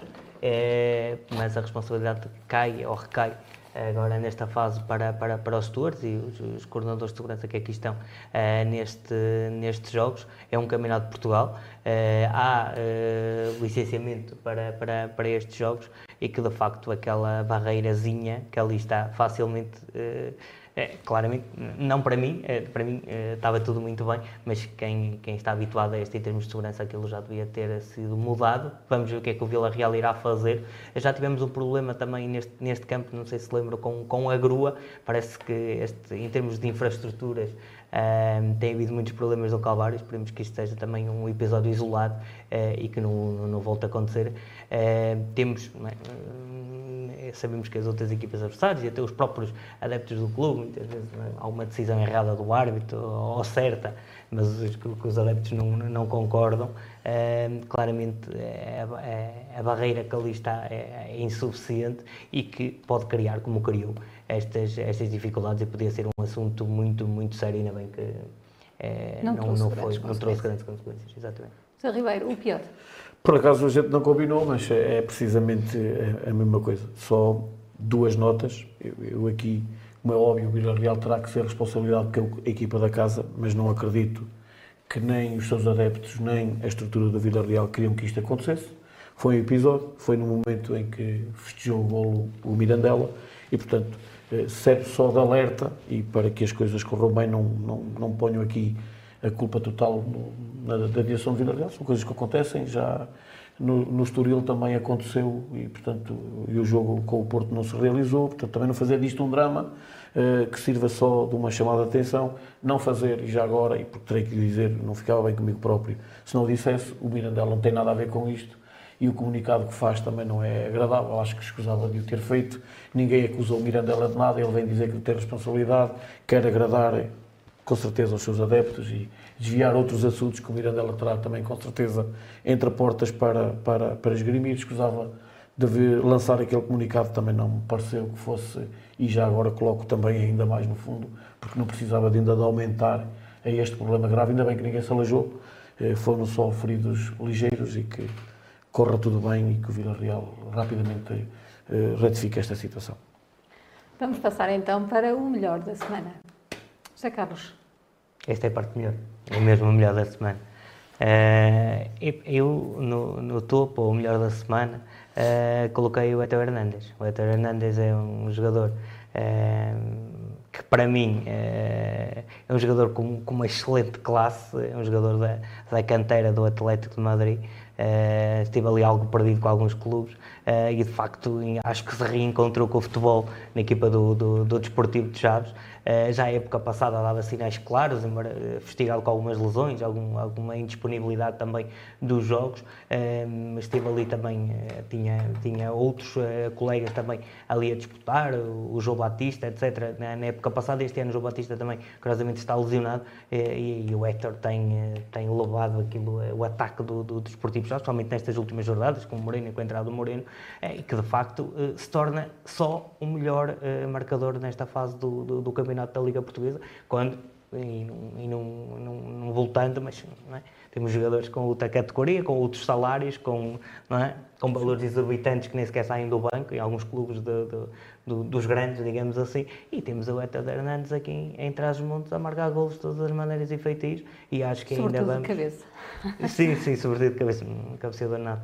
Speaker 2: é, mas a responsabilidade cai ou recai agora nesta fase para, para, para os stewards e os, os coordenadores de segurança que aqui estão uh, neste, nestes jogos. É um campeonato de Portugal, uh, há uh, licenciamento para, para, para estes jogos, e que de facto aquela barreirazinha que ali está facilmente, uh, é, claramente, não para mim, é, para mim é, estava tudo muito bem, mas quem, quem está habituado a este em termos de segurança, aquilo já devia ter sido mudado. Vamos ver o que é que o Vila Real irá fazer. Já tivemos um problema também neste, neste campo, não sei se lembram, com, com a grua. Parece que este, em termos de infraestruturas um, tem havido muitos problemas no Calvário. Esperemos que isto seja também um episódio isolado uh, e que não, não, não volte a acontecer. Uh, temos... Sabemos que as outras equipas adversárias e até os próprios adeptos do clube, muitas vezes há uma decisão errada do árbitro ou certa, mas os, que os adeptos não, não concordam. Uh, claramente é, é, a barreira que ali está é, é insuficiente e que pode criar, como criou, estas, estas dificuldades, e podia ser um assunto muito, muito sério, ainda bem que é, não, não, não, foi, não trouxe grandes consequências. Exatamente.
Speaker 1: José Ribeiro, o pior?
Speaker 3: Por acaso a gente não combinou, mas é precisamente a mesma coisa. Só duas notas. Eu, eu aqui, como é óbvio, o Vila Real terá que ser responsabilidade porque é a equipa da casa, mas não acredito que nem os seus adeptos, nem a estrutura do Vila Real queriam que isto acontecesse. Foi um episódio, foi no momento em que festejou o golo o Mirandela e, portanto, serve só de alerta, e para que as coisas corram bem, não, não, não ponho aqui a culpa total no, na, da direção de Vila Real. São coisas que acontecem, já no, no Estoril também aconteceu, e portanto e o jogo com o Porto não se realizou, portanto também não fazer disto um drama uh, que sirva só de uma chamada de atenção, não fazer, e já agora, e porque terei que lhe dizer, não ficava bem comigo próprio, se não o dissesse, o Mirandela não tem nada a ver com isto, e o comunicado que faz também não é agradável, acho que escusava de o ter feito, ninguém acusou o Mirandela de nada, ele vem dizer que tem responsabilidade, quer agradar com certeza aos seus adeptos e desviar outros assuntos que o Mirandela terá também com certeza entre portas para, para, para esgrimir. Escusava de ver, lançar aquele comunicado, também não me pareceu que fosse, e já agora coloco também ainda mais no fundo, porque não precisava de ainda de aumentar a este problema grave, ainda bem que ninguém se alejou, foram só feridos ligeiros e que corra tudo bem e que o Vila Real rapidamente retifique esta situação.
Speaker 1: Vamos passar então para o melhor da semana. José Carlos.
Speaker 2: Esta é a parte melhor, é mesmo o melhor da semana. Uh, eu, no, no topo, o melhor da semana, uh, coloquei o Héctor Hernández. O Héctor Hernández é um jogador uh, que, para mim, uh, é um jogador com, com uma excelente classe, é um jogador da, da canteira do Atlético de Madrid. Uh, esteve ali algo perdido com alguns clubes uh, e, de facto, acho que se reencontrou com o futebol na equipa do, do, do Desportivo de Chaves. Uh, já a época passada dava sinais claros, embora uh, fustigado com algumas lesões, algum, alguma indisponibilidade também dos jogos, uh, mas esteve ali também, uh, tinha, tinha outros uh, colegas também ali a disputar, o, o João Batista, etcétera. Na, na época passada, este ano o João Batista também, curiosamente, está lesionado uh, e, e o Héctor tem, uh, tem levado aquilo, uh, o ataque do, do Desportivo de Chaves, principalmente nestas últimas jornadas, com o Moreno e com a entrada do Moreno, uh, e que de facto uh, se torna só o melhor uh, marcador nesta fase do, do, do campeonato da Liga Portuguesa, quando, e não, e não, não, não voltando, mas não é? Temos jogadores com outra categoria, com outros salários, com, não é? Com valores exorbitantes que nem sequer saem do banco, em alguns clubes de, de, de, dos grandes, digamos assim, e temos o Héctor Hernández aqui em, em Trás-os-Montes a marcar golos de todas as maneiras e feitios, e acho que ainda vamos...
Speaker 1: Sobretudo de cabeça.
Speaker 2: Sim, sim, sobretudo de cabeça, um cabeceador nato.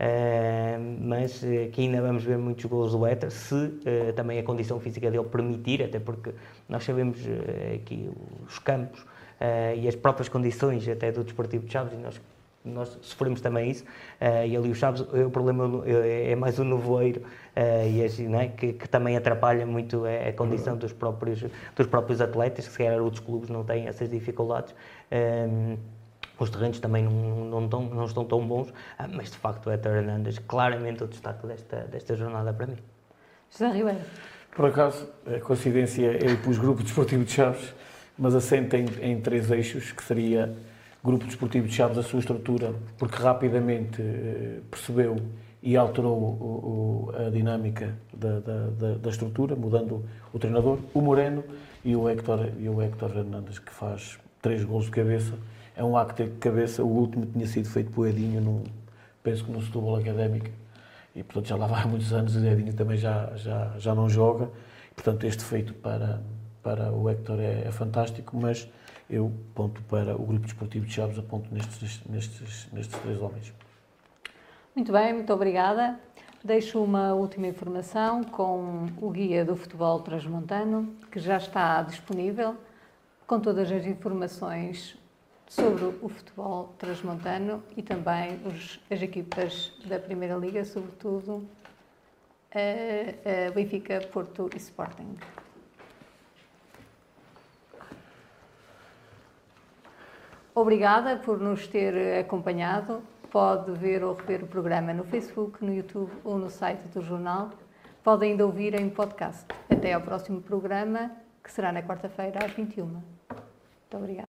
Speaker 2: Uh, mas uh, que ainda vamos ver muitos golos do Héctor, se uh, também a condição física dele permitir, até porque nós sabemos uh, aqui os campos uh, e as próprias condições até do Desportivo de Chaves, e nós, nós sofremos também isso, uh, e ali os Chaves, o problema é mais o nevoeiro, uh, e as, não é? que, que também atrapalha muito a, a condição dos próprios, dos próprios atletas, que se calhar outros clubes não têm essas dificuldades. Uh, Os terrenos também não, não, não, não estão tão bons, mas de facto o Héctor Hernández, claramente o destaque desta, desta jornada para mim.
Speaker 1: José Ribeiro.
Speaker 3: Por acaso, a coincidência, eu pus Grupo Desportivo de Chaves, mas assenta em, em três eixos, que seria Grupo Desportivo de Chaves, a sua estrutura, porque rapidamente eh, percebeu e alterou o, o, a dinâmica da, da, da, da estrutura, mudando o treinador, o Moreno e o Héctor, e o Héctor Hernández, que faz três golos de cabeça. É um acto de cabeça, o último tinha sido feito por Edinho, no, penso que no Setúbal Académico, e portanto já lá vai há muitos anos, e o Edinho também já, já, já não joga, e, portanto este feito para, para o Héctor é, é fantástico, mas eu ponto para o Grupo Desportivo de Chaves, aponto nestes, nestes, nestes três homens.
Speaker 1: Muito bem, muito obrigada. Deixo uma última informação com o Guia do Futebol Transmontano, que já está disponível, com todas as informações sobre o futebol transmontano e também os, as equipas da Primeira Liga, sobretudo a, a Benfica, Porto e Sporting. Obrigada por nos ter acompanhado. Pode ver ou rever o programa no Facebook, no YouTube ou no site do jornal. Pode ainda ouvir em podcast. Até ao próximo programa, que será na quarta-feira às vinte e uma. Muito obrigada.